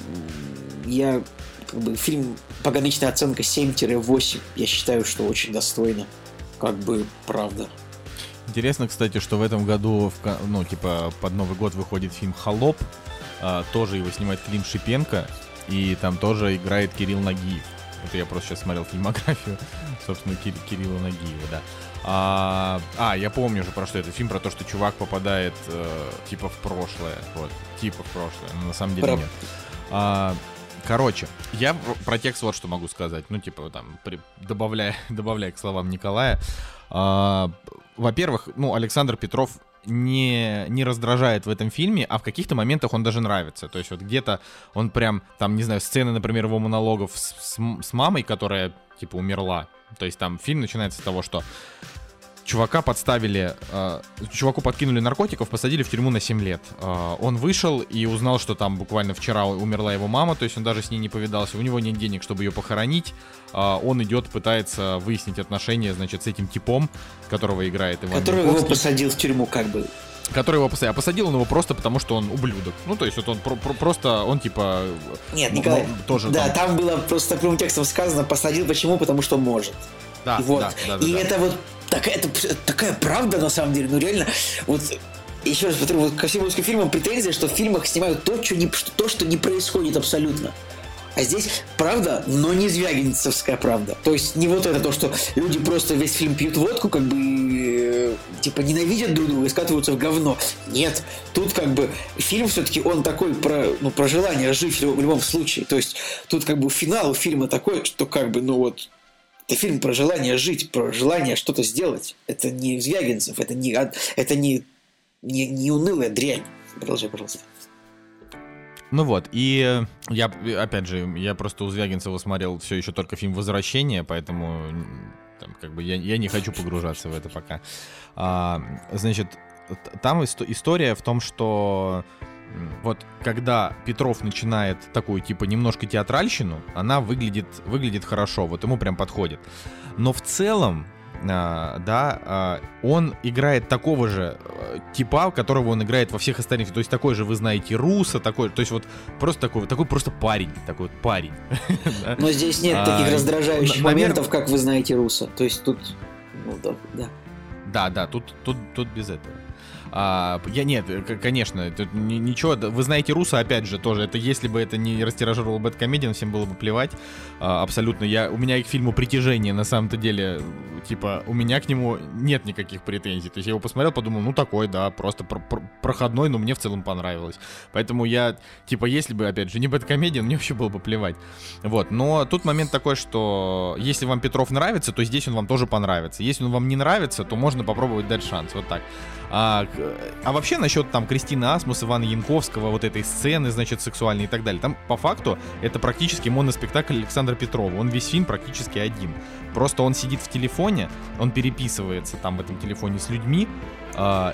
Я как бы фильм, пограничная оценка семь восемь. Я считаю, что очень достойно. Как бы правда. Интересно, кстати, что в этом году, в ко- ну, типа, под Новый год выходит фильм «Холоп». А, тоже его снимает Клим Шипенко. И там тоже играет Кирилл Нагиев. Это я просто сейчас смотрел фильмографию, собственно, Кир- Кирилла Нагиева, да. А, а, я помню уже про что это фильм, про то, что чувак попадает э, типа в прошлое. Вот, типа в прошлое, но на самом деле Про- нет. А, короче, я про- про текст вот что могу сказать. Ну, типа, там, при- добавляя, добавляя к словам Николая. А, во-первых, ну, Александр Петров не, не раздражает в этом фильме, а в каких-то моментах он даже нравится. То есть вот где-то он прям, там, не знаю, сцены, например, его монологов с, с, м- с мамой, которая, типа, умерла. То есть там фильм начинается с того, что чувака подставили, э, чуваку подкинули наркотиков, посадили в тюрьму на семь лет. Э, он вышел и узнал, что там буквально вчера умерла его мама, то есть он даже с ней не повидался, у него нет денег, чтобы ее похоронить. Э, он идет, пытается выяснить отношения, значит, с этим типом, которого играет Иван Который его Янковский. посадил в тюрьму, как бы. Который его посадил. А посадил он его просто потому, что он ублюдок. Ну, то есть вот он про- про- просто, он типа... Нет, м- Николай, м- тоже да, там- там было просто прямым текстом сказано, посадил почему? Потому что может. Да, И вот. да, да, да, И да. это вот такая, это, такая правда, на самом деле. Ну, реально, вот еще раз повторю, вот ко всем русским фильмам претензия, что в фильмах снимают то, что не, что, то, что не происходит абсолютно. А здесь правда, но не звягинцевская правда. То есть не вот это то, что люди просто весь фильм пьют водку, как бы э, типа ненавидят друг друга и скатываются в говно. Нет, тут как бы фильм все-таки он такой про, ну, про желание жить в любом случае. То есть тут как бы финал фильма такой, что как бы, ну вот, это фильм про желание жить, про желание что-то сделать. Это не Звягинцев, это не, это не, не, не унылая дрянь. Продолжай, пожалуйста. Ну вот, и я, опять же, я просто у Звягинцева смотрел все еще только фильм «Возвращение», поэтому там, как бы я, я не хочу погружаться в это пока. А, значит, там ист- история в том, что вот когда Петров начинает такую, типа, немножко театральщину, она выглядит, выглядит хорошо, вот ему прям подходит. Но в целом, а, да, а, он играет такого же типа, которого он играет во всех остальных. То есть такой же, вы знаете, Руссо, такой, то есть вот просто такой, такой просто парень, такой вот парень. Но здесь нет таких раздражающих моментов, как вы знаете Руссо. То есть тут, ну да, да. Да, да, тут, тут, тут без этого. А, я нет, конечно, тут ничего. Вы знаете Руссо, опять же, тоже. Это если бы это не растиражировал Бэдкомедиан, всем было бы плевать. А, абсолютно. Я, у меня и к фильму «Притяжение» на самом-то деле, типа, у меня к нему нет никаких претензий. То есть я его посмотрел, подумал, ну такой, да, просто про- про- проходной, но мне в целом понравилось. Поэтому я, типа, если бы, опять же, не Бэдкомедиан, мне вообще было бы плевать. Вот. Но тут момент такой, что если вам Петров нравится, то здесь он вам тоже понравится. Если он вам не нравится, то можно попробовать дать шанс. Вот так. А, а вообще насчет там Кристины Асмус, Ивана Янковского, вот этой сцены, значит, сексуальной и так далее. Там по факту это практически моноспектакль Александра Петрова. Он весь фильм практически один. Просто он сидит в телефоне, он переписывается там в этом телефоне с людьми, а,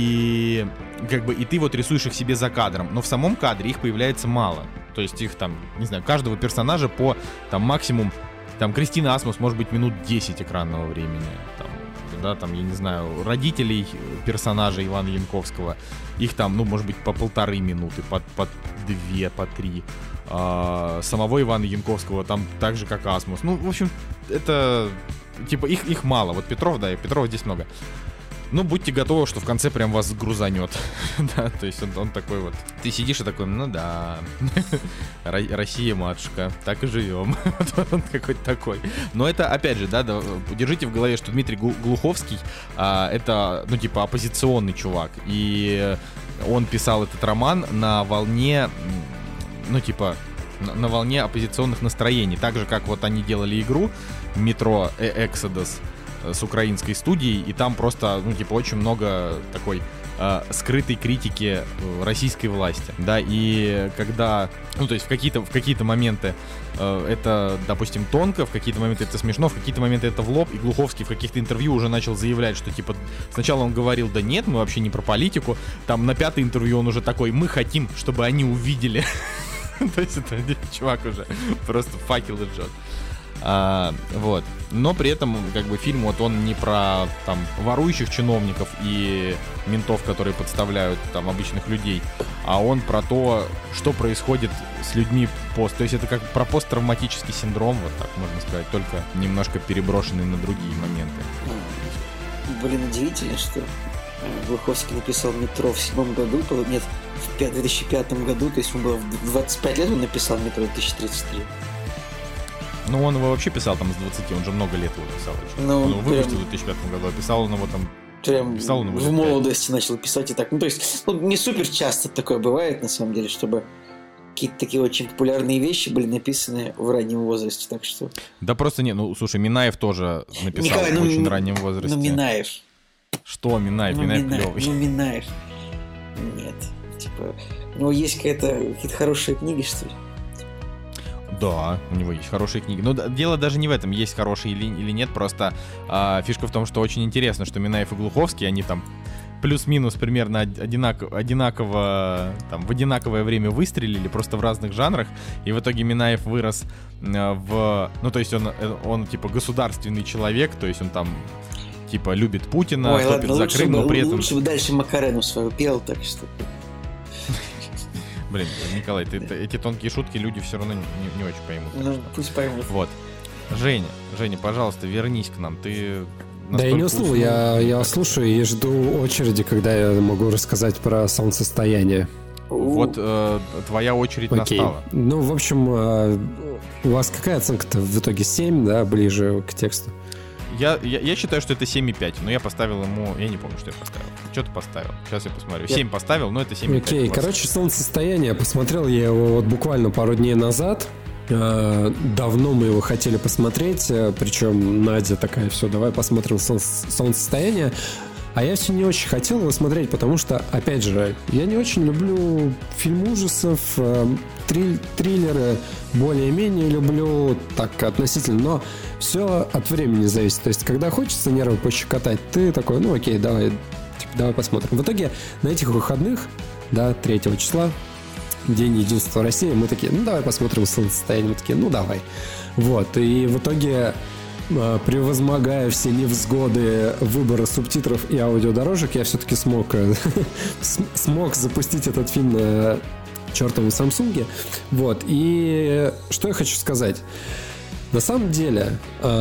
и как бы и ты вот рисуешь их себе за кадром. Но в самом кадре их появляется мало. То есть их там, не знаю, каждого персонажа по там максимум, там Кристина Асмус может быть минут десять экранного времени, там, да, там, я не знаю, родителей персонажа Ивана Янковского, их там, ну, может быть, по полторы минуты, по, по две, по три. А, самого Ивана Янковского там так же, как Асмус. Ну, в общем, это, типа, их, их мало. Вот Петров, да, и Петрова здесь много. Ну, будьте готовы, что в конце прям вас грузанет. Да, то есть он, он такой вот. Ты сидишь и такой, ну да, Россия, матушка, так и живем. Он какой-то такой. Но это, опять же, да, да, держите в голове, что Дмитрий Глуховский а, это, ну, типа, оппозиционный чувак. И он писал этот роман на волне, ну, типа, на, на волне оппозиционных настроений. Так же, как вот они делали игру «Метро Exodus» с украинской студией, и там просто, ну, типа, очень много такой э, скрытой критики российской власти, да, и когда, ну, то есть в какие-то, в какие-то моменты э, это, допустим, тонко, в какие-то моменты это смешно, в какие-то моменты это в лоб, и Глуховский в каких-то интервью уже начал заявлять, что, типа, сначала он говорил, да нет, мы вообще не про политику, там на пятое интервью он уже такой, мы хотим, чтобы они увидели, то есть это чувак уже просто факел жжет. А, вот. Но при этом, как бы, фильм вот он не про там ворующих чиновников и ментов, которые подставляют там обычных людей, а он про то, что происходит с людьми пост. То есть это как про посттравматический синдром, вот так можно сказать, только немножко переброшенный на другие моменты. Блин, удивительно, что Глуховский написал «Метро» в седьмом году, нет, в две тысячи пятом году, то есть ему было в двадцать пять лет, он написал «Метро» в две тысячи тридцать три. Ну, он его вообще писал там с двадцати, он же много лет его писал. Ну, он его выпустил прям... в две тысячи пятом году, а писал он его там... Прям писал он его в молодости начал писать и так. Ну, то есть, ну, не супер часто такое бывает, на самом деле, чтобы какие-то такие очень популярные вещи были написаны в раннем возрасте, так что... Да просто не, ну, слушай, Минаев тоже написал Николай, в ну, очень ну, раннем возрасте. Ну, Минаев. Что Минаев? Ну, Минаев клёвый. Ну, Минаев. Нет. Типа, у него есть какая-то, какие-то хорошие книги, что ли? Да, у него есть хорошие книги. Но дело даже не в этом, есть хорошие или, или нет. Просто а, фишка в том, что очень интересно, что Минаев и Глуховский, они там плюс-минус примерно одинаково, одинаково там, в одинаковое время выстрелили, просто в разных жанрах. И в итоге Минаев вырос в... Ну, то есть он, он типа государственный человек, то есть он там типа любит Путина, Ой, топит ладно, за Крым, бы, но при этом... Лучше бы дальше Макарену свою пел, так что... Блин, Николай, ты, ты, эти тонкие шутки люди все равно не, не очень поймут. Ну, что... пусть поймут. Вот. Женя, Женя, пожалуйста, вернись к нам. Ты Да я не усну, я, я слушаю и жду очереди, когда я могу рассказать про солнцестояние. Вот э, твоя очередь Окей. настала. Ну, в общем, э, у вас какая оценка-то в итоге? семь, да, ближе к тексту? Я, я, я считаю, что это семь и пять, но я поставил ему... Я не помню, что я поставил. Что ты поставил? Сейчас я посмотрю. семь я... поставил, но это семь и пять. Окей, короче, «Солнцестояние». Посмотрел я его вот буквально пару дней назад. Давно мы его хотели посмотреть. Причем Надя такая, все, давай посмотрим «Солнцестояние». А я все не очень хотел его смотреть, потому что, опять же, я не очень люблю фильм ужасов, триль, триллеры более-менее люблю, так, относительно, но все от времени зависит. То есть, когда хочется нервы пощекотать, ты такой, ну окей, давай, типа, давай посмотрим. В итоге на этих выходных, да, третьего числа, День единства России, мы такие, ну давай посмотрим «Солнцестояние», мы такие, ну давай. Вот, и в итоге превозмогая все невзгоды выбора субтитров и аудиодорожек, я все-таки смог, смог запустить этот фильм на чертовом Самсунге. Вот. И что я хочу сказать. На самом деле,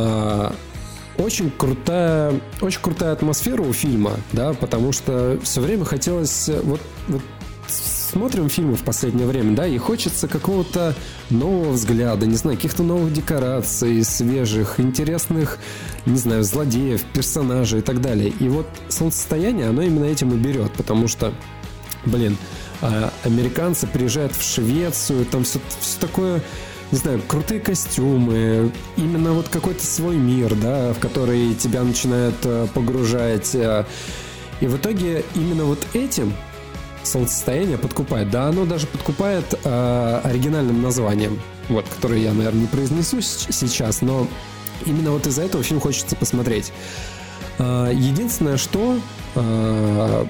очень крутая, очень крутая атмосфера у фильма, да, потому что все время хотелось... Вот, вот смотрим фильмы в последнее время, да, и хочется какого-то нового взгляда, не знаю, каких-то новых декораций, свежих, интересных, не знаю, злодеев, персонажей и так далее. И вот «Солнцестояние», оно именно этим и берет, потому что, блин, американцы приезжают в Швецию, там все, все такое, не знаю, крутые костюмы, именно вот какой-то свой мир, да, в который тебя начинают погружать. И в итоге именно вот этим «Солнцестояние» подкупает. Да, оно даже подкупает э, оригинальным названием, вот, которое я, наверное, не произнесу сейчас, но именно вот из-за этого фильм хочется посмотреть. Э, единственное, что э,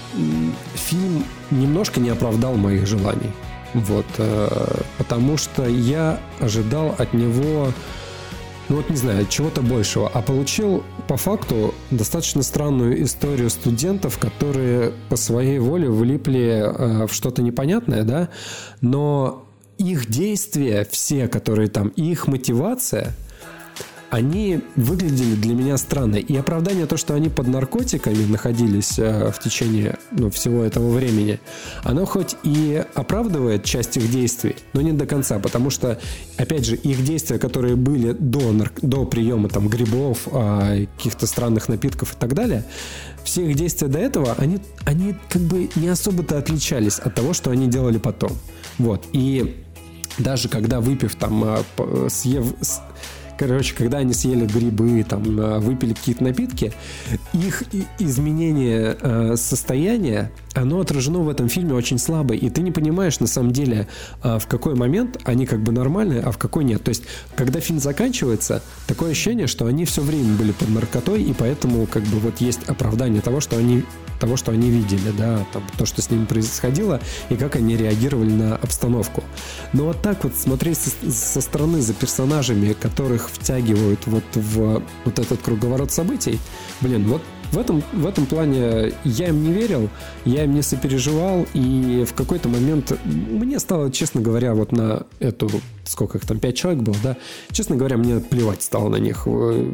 фильм немножко не оправдал моих желаний. Вот, э, потому что я ожидал от него, ну вот не знаю, чего-то большего, а получил по факту достаточно странную историю студентов, которые по своей воле влипли э, в что-то непонятное, да, но их действия, все, которые там, и их мотивация, они выглядели для меня странно. И оправдание то, что они под наркотиками находились э, в течение ну, всего этого времени, оно хоть и оправдывает часть их действий, но не до конца, потому что, опять же, их действия, которые были до, нарк... до приема там, грибов, э, каких-то странных напитков и так далее, все их действия до этого, они, они как бы не особо-то отличались от того, что они делали потом. Вот. И даже когда, выпив там, э, съев... Короче, когда они съели грибы, там, выпили какие-то напитки, их изменение э, состояния, оно отражено в этом фильме очень слабо, и ты не понимаешь, на самом деле, э, в какой момент они как бы нормальные, а в какой нет. То есть, когда фильм заканчивается, такое ощущение, что они все время были под наркотой, и поэтому как бы вот есть оправдание того, что они того, что они видели, да, там, то, что с ними происходило, и как они реагировали на обстановку. Но вот так вот смотреть со, со стороны за персонажами, которых втягивают вот в вот этот круговорот событий, блин, вот в этом, в этом плане я им не верил, я им не сопереживал, и в какой-то момент мне стало, честно говоря, вот на эту, сколько их там, пять человек было, да, честно говоря, мне плевать стало на них.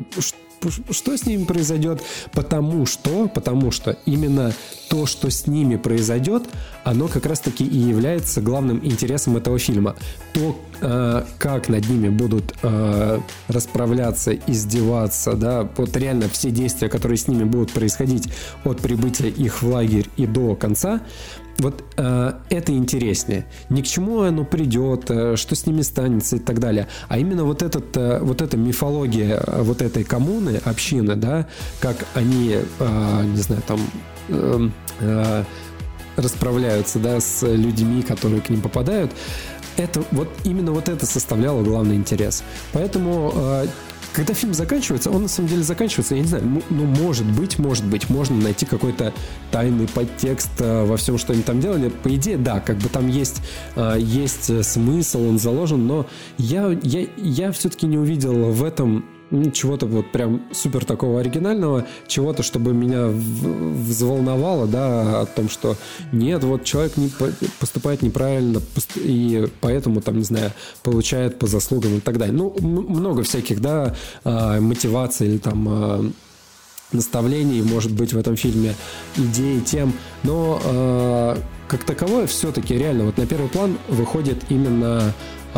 Что с ними произойдет? Потому что, потому что именно то, что с ними произойдет, оно как раз-таки и является главным интересом этого фильма. То, э, как над ними будут э, расправляться, издеваться, да, вот реально все действия, которые с ними будут происходить от прибытия их в лагерь и до конца, вот э, это интереснее. Ни к чему оно придет, э, что с ними станется и так далее. А именно вот, этот, э, вот эта мифология э, вот этой коммуны, общины, да, как они, э, не знаю, там э, э, расправляются, да, с людьми, которые к ним попадают, это, вот, именно вот это составляло главный интерес. Поэтому... Э, Когда фильм заканчивается, он на самом деле заканчивается, я не знаю, ну, может быть, может быть, можно найти какой-то тайный подтекст э, во всем, что они там делали. По идее, да, как бы там есть, э, есть смысл, он заложен, но я, я, я все-таки не увидел в этом чего-то вот прям супер такого оригинального, чего-то, чтобы меня взволновало, да, о том, что нет, вот человек не поступает неправильно, и поэтому, там, не знаю, получает по заслугам и так далее. Ну, много всяких, да, мотиваций или там наставлений может быть в этом фильме, идей, тем, но как таковое все-таки реально вот на первый план выходит именно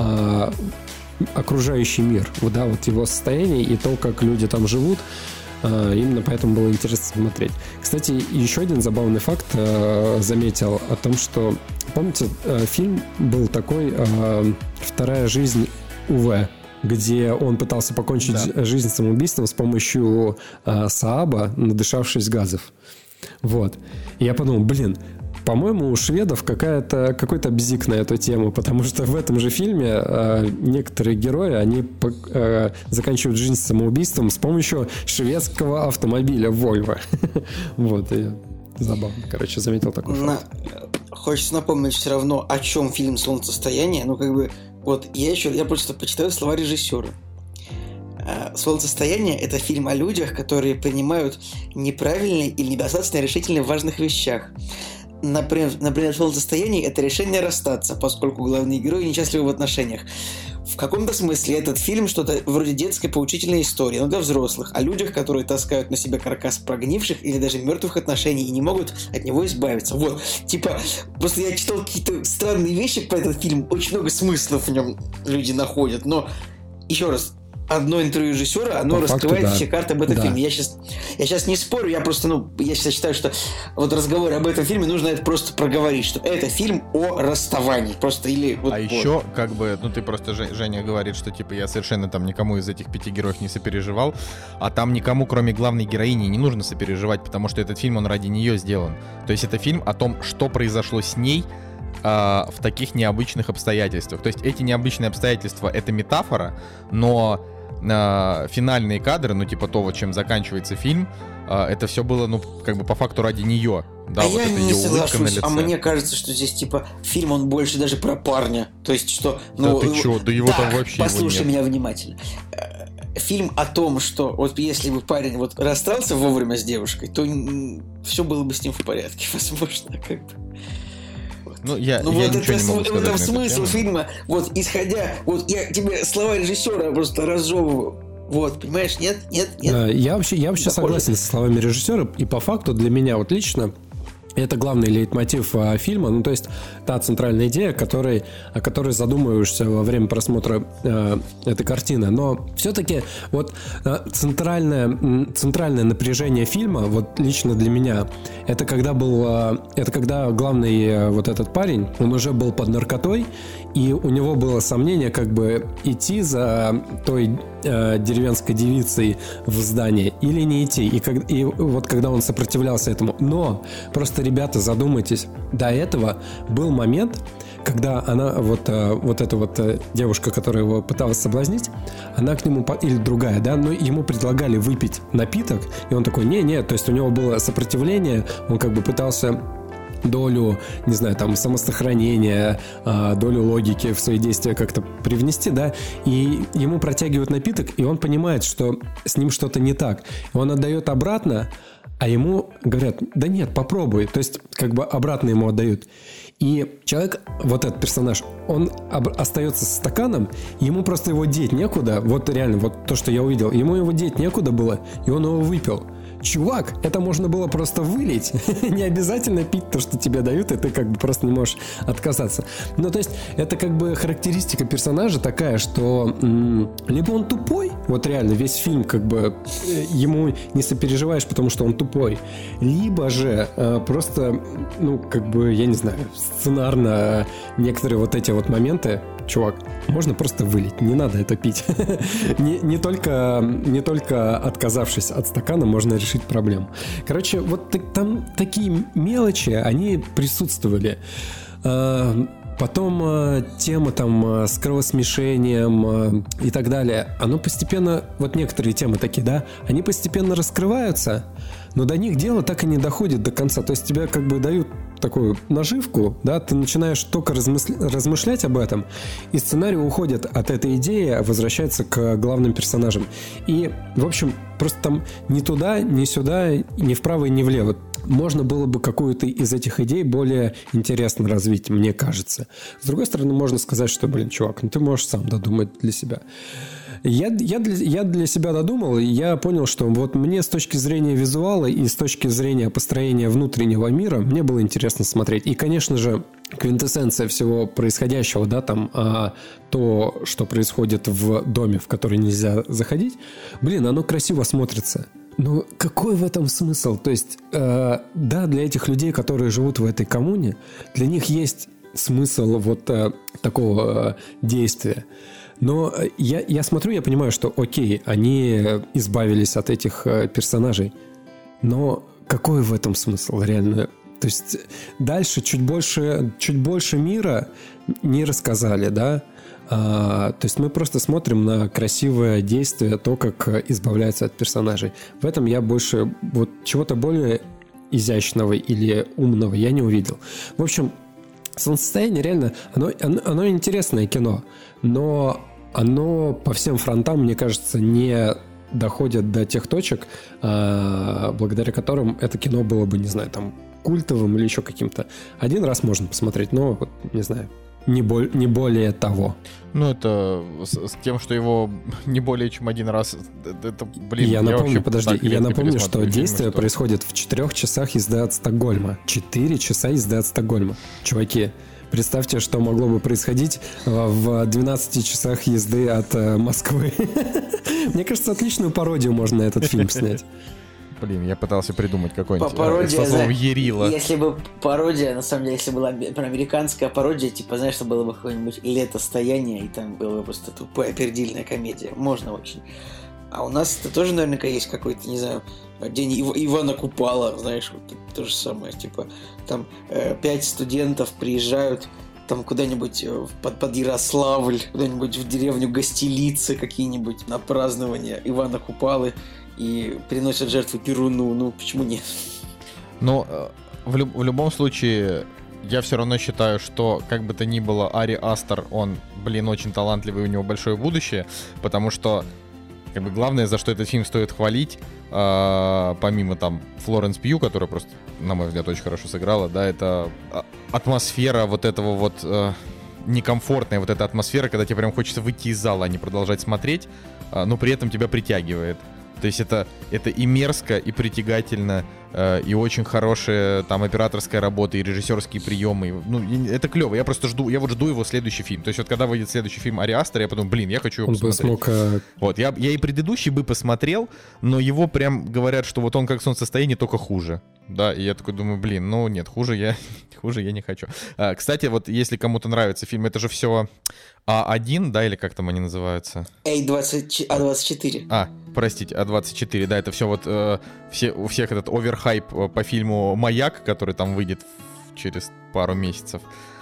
окружающий мир, вот, да, вот его состояние и то, как люди там живут. Именно поэтому было интересно смотреть. Кстати, еще один забавный факт заметил о том, что, помните, фильм был такой «Вторая жизнь Уве», где он пытался покончить да. жизнь самоубийством с помощью Сааба, надышавшись газов. Вот. И я подумал, блин, по-моему, у шведов какая-то, какой-то бзик на эту тему, потому что в этом же фильме э, некоторые герои, они э, заканчивают жизнь самоубийством с помощью шведского автомобиля Volvo. Вот, и забавно, короче, заметил такой факт. Хочется напомнить все равно, о чем фильм «Солнцестояние». Ну, как бы, вот, я еще, я просто почитаю слова режиссера. «Солнцестояние» — это фильм о людях, которые принимают неправильные или недостаточно решительные в важных вещах. Например, например, в «Солнцестоянии» это решение расстаться, поскольку главные герои несчастливы в отношениях. В каком-то смысле этот фильм что-то вроде детской поучительной истории, но для взрослых, о людях, которые таскают на себе каркас прогнивших или даже мертвых отношений и не могут от него избавиться. Вот, типа, просто я читал какие-то странные вещи по этому фильму, очень много смыслов в нем люди находят, но, еще раз, одно интервью режиссера, оно По раскрывает факту, все да. карты об этом Да. фильме. Я сейчас, я сейчас не спорю, я просто, ну, я сейчас считаю, что вот разговор об этом фильме нужно это просто проговорить, что это фильм о расставании. Просто или вот. А вот. еще, как бы, ну ты просто, Жень- Женя говорит, что типа я совершенно там никому из этих пяти героев не сопереживал, а там никому, кроме главной героини, не нужно сопереживать, потому что этот фильм, он ради нее сделан. То есть это фильм о том, что произошло с ней а, в таких необычных обстоятельствах. То есть эти необычные обстоятельства — это метафора, но а, финальные кадры, ну типа то, вот чем заканчивается фильм, а, это все было, ну, как бы по факту ради нее. Да, а вот я эта не ее улыбка на соглашусь, лице. а мне кажется, что здесь типа фильм, он больше даже про парня. То есть что... Да Ну, ты чё, да его так, там вообще его послушай нет. меня внимательно. Э, Фильм о том, что вот если бы парень вот расстался вовремя с девушкой, то все было бы с ним в порядке, возможно, как бы. Ну, я, Ну я вот ничего это не могу см- сказать это на эту смысл тему. фильма. Вот исходя, вот я тебе слова режиссера просто разжевываю. Вот, понимаешь, нет, нет, нет. Э, Я вообще, я вообще Да, согласен со словами режиссера, и по факту для меня вот лично это главный лейтмотив а, фильма, ну то есть та центральная идея, которой, о которой задумываешься во время просмотра э, этой картины. Но все-таки вот э, центральное, м, центральное напряжение фильма, вот лично для меня, это когда был, э, это когда главный э, вот этот парень, он уже был под наркотой, и у него было сомнение, как бы идти за той э, деревенской девицей в здание или не идти. И, как, и вот когда он сопротивлялся этому. Но просто, ребята, задумайтесь, до этого был момент, когда она, вот, э, вот эта вот э, девушка, которая его пыталась соблазнить, она к нему, по- или другая, да, но ему предлагали выпить напиток, и он такой, не-не, то есть у него было сопротивление, он как бы пытался долю, не знаю, там, самосохранения, э, долю логики в свои действия как-то привнести, да, и ему протягивают напиток, и он понимает, что с ним что-то не так. И он отдает обратно, а ему говорят, да нет, попробуй. То есть, как бы обратно ему отдают. И человек, вот этот персонаж, он об- остается с стаканом, ему просто его деть некуда. Вот реально, вот то, что я увидел. Ему его деть некуда было, и он его выпил. Чувак, это можно было просто вылить. Не обязательно пить то, что тебе дают, и ты как бы просто не можешь отказаться. Ну, то есть, это как бы характеристика персонажа такая, что м- либо он тупой, вот реально, весь фильм как бы э, ему не сопереживаешь, потому что он тупой, либо же э, просто, ну, как бы, я не знаю, сценарно некоторые вот эти вот моменты, чувак, можно просто вылить, не надо это пить. не, не, только, не только отказавшись от стакана можно решить проблему. Короче, вот так- там такие мелочи, они присутствовали. А, Потом э, тема там э, с кровосмешением э, и так далее, оно постепенно, вот некоторые темы такие, да, они постепенно раскрываются, но до них дело так и не доходит до конца. То есть тебе как бы дают такую наживку, да, ты начинаешь только размысля- размышлять об этом, и сценарий уходит от этой идеи, а возвращается к главным персонажам. И, в общем, просто там ни туда, ни сюда, ни вправо, ни влево. Можно было бы какую-то из этих идей более интересно развить, мне кажется. С другой стороны, можно сказать, что, блин, чувак, ну ты можешь сам додумать для себя. Я, я, для, я для себя додумал, и я понял, что вот мне с точки зрения визуала и с точки зрения построения внутреннего мира мне было интересно смотреть. И, конечно же, квинтэссенция всего происходящего, да, там а, то, что происходит в доме, в который нельзя заходить, блин, оно красиво смотрится. Ну, какой в этом смысл? То есть, э, да, для этих людей, которые живут в этой коммуне, для них есть смысл вот э, такого э, действия. Но я, я смотрю, я понимаю, что окей, они избавились от этих э, персонажей. Но какой в этом смысл реально? То есть дальше чуть больше, чуть больше мира не рассказали, да? А, то есть мы просто смотрим на красивое действие, то, как избавляются от персонажей. В этом я больше вот чего-то более изящного или умного я не увидел. В общем, «Солнцестояние» реально, оно, оно, оно интересное кино, но оно по всем фронтам, мне кажется, не доходит до тех точек, благодаря которым это кино было бы, не знаю, там, культовым или еще каким-то. Один раз можно посмотреть, но, вот, не знаю, не, бол- не более того. Ну, это с, с тем, что его не более чем один раз... Это, это блин, я, я напомню, вообще подожди, я напомню, что фильмы, действие что... происходит в четырех часах езды от Стокгольма. Четыре часа езды от Стокгольма. Чуваки, представьте, что могло бы происходить в двенадцати часах езды от Москвы. Мне кажется, отличную пародию можно на этот фильм снять. Блин, я пытался придумать какой-нибудь пародия, со словом Ерила. Если бы пародия, на самом деле, если была американская пародия, типа, знаешь, что было бы какое-нибудь «Летостояние», и там была бы просто тупая пердильная комедия. Можно очень. А у нас это тоже наверняка есть какой-то, не знаю, день Ив- Ивана Купала, знаешь, вот то же самое. Типа, там э, пять студентов приезжают там куда-нибудь под, под Ярославль, куда-нибудь в деревню Гостилицы какие-нибудь на празднование Ивана Купалы и приносят жертву Перуну. Ну, почему нет? Ну, в, люб- в любом случае, я все равно считаю, что, как бы то ни было, Ари Астер, он, блин, очень талантливый, у него большое будущее, потому что, как бы, главное, за что этот фильм стоит хвалить, э, помимо, там, Флоренс Пью, которая просто, на мой взгляд, очень хорошо сыграла, да, это атмосфера вот этого вот... Э, некомфортная вот эта атмосфера, когда тебе прям хочется выйти из зала, а не продолжать смотреть, э, но при этом тебя притягивает. То есть это, это и мерзко, и притягательно, э, и очень хорошая там операторская работа, и режиссерские приемы. Ну, и, это клево. Я просто жду, я вот жду его следующий фильм. То есть вот когда выйдет следующий фильм Ари Астер, я подумаю, блин, я хочу его он посмотреть. бы смог... Э... Вот, я, я и предыдущий бы посмотрел, но его прям говорят, что вот он как солнцестояние, только хуже. Да, и я такой думаю, блин, ну нет, хуже я, хуже я не хочу. А, кстати, вот если кому-то нравится фильм, это же все А один, да, или как там они называются? А двадцать, А двадцать четыре. А, простите, А двадцать четыре, да, это все вот, э, все, у всех этот оверхайп по фильму «Маяк», который там выйдет через пару месяцев.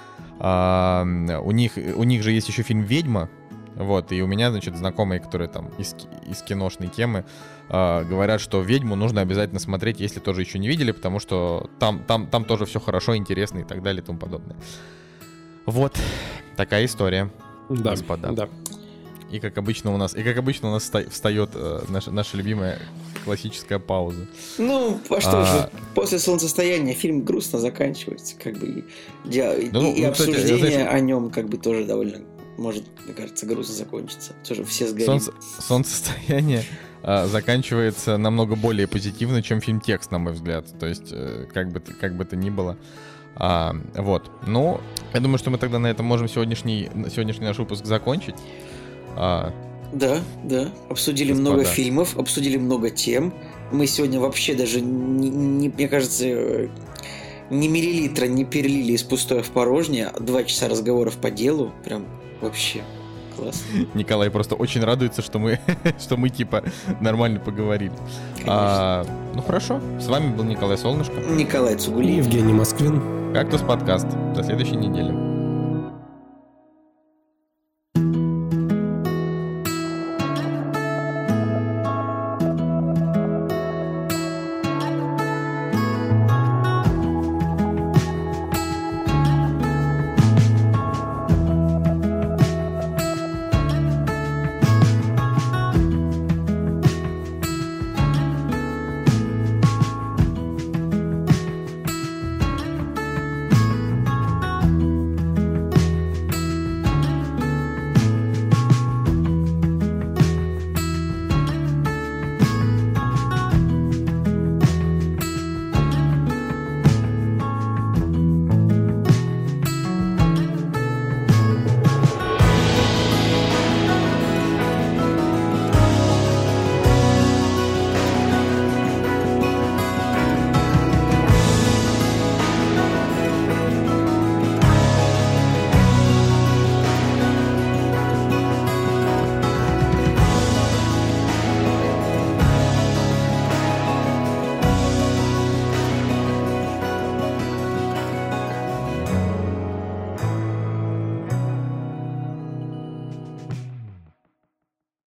А, у них, у них же есть еще фильм «Ведьма», вот, и у меня, значит, знакомые, которые там из, из киношной темы, э, говорят, что «Ведьму» нужно обязательно смотреть, если тоже еще не видели, потому что там, там, там тоже все хорошо, интересно и так далее и тому подобное. Вот, такая история, да, господа. Да. И как обычно у нас, и как обычно у нас встает э, наша, наша любимая классическая пауза. Ну, а что а... же, после солнцестояния фильм грустно заканчивается, как бы, и, и, ну, и ну, обсуждение кстати, знаешь, о нем как бы тоже довольно, может, мне кажется, грустно закончится. Тоже все сгорим. Солнце, солнцестояние э, заканчивается намного более позитивно, чем фильм «Текст», на мой взгляд. То есть, э, как бы, как бы то ни было. А, вот. Ну, я думаю, что мы тогда на этом можем сегодняшний, сегодняшний наш выпуск закончить. А... Да, да. Обсудили Господа. много фильмов, обсудили много тем. Мы сегодня вообще даже, не, не, мне кажется, ни миллилитра не перелили из пустое в порожнее. Два часа разговоров по делу. Прям вообще классно. Николай просто очень радуется, что мы, что мы типа нормально поговорили. А, ну хорошо. С вами был Николай Солнышко. Николай Цугулиев. Евгений Москвин. «Кактус» подкаст. До следующей недели.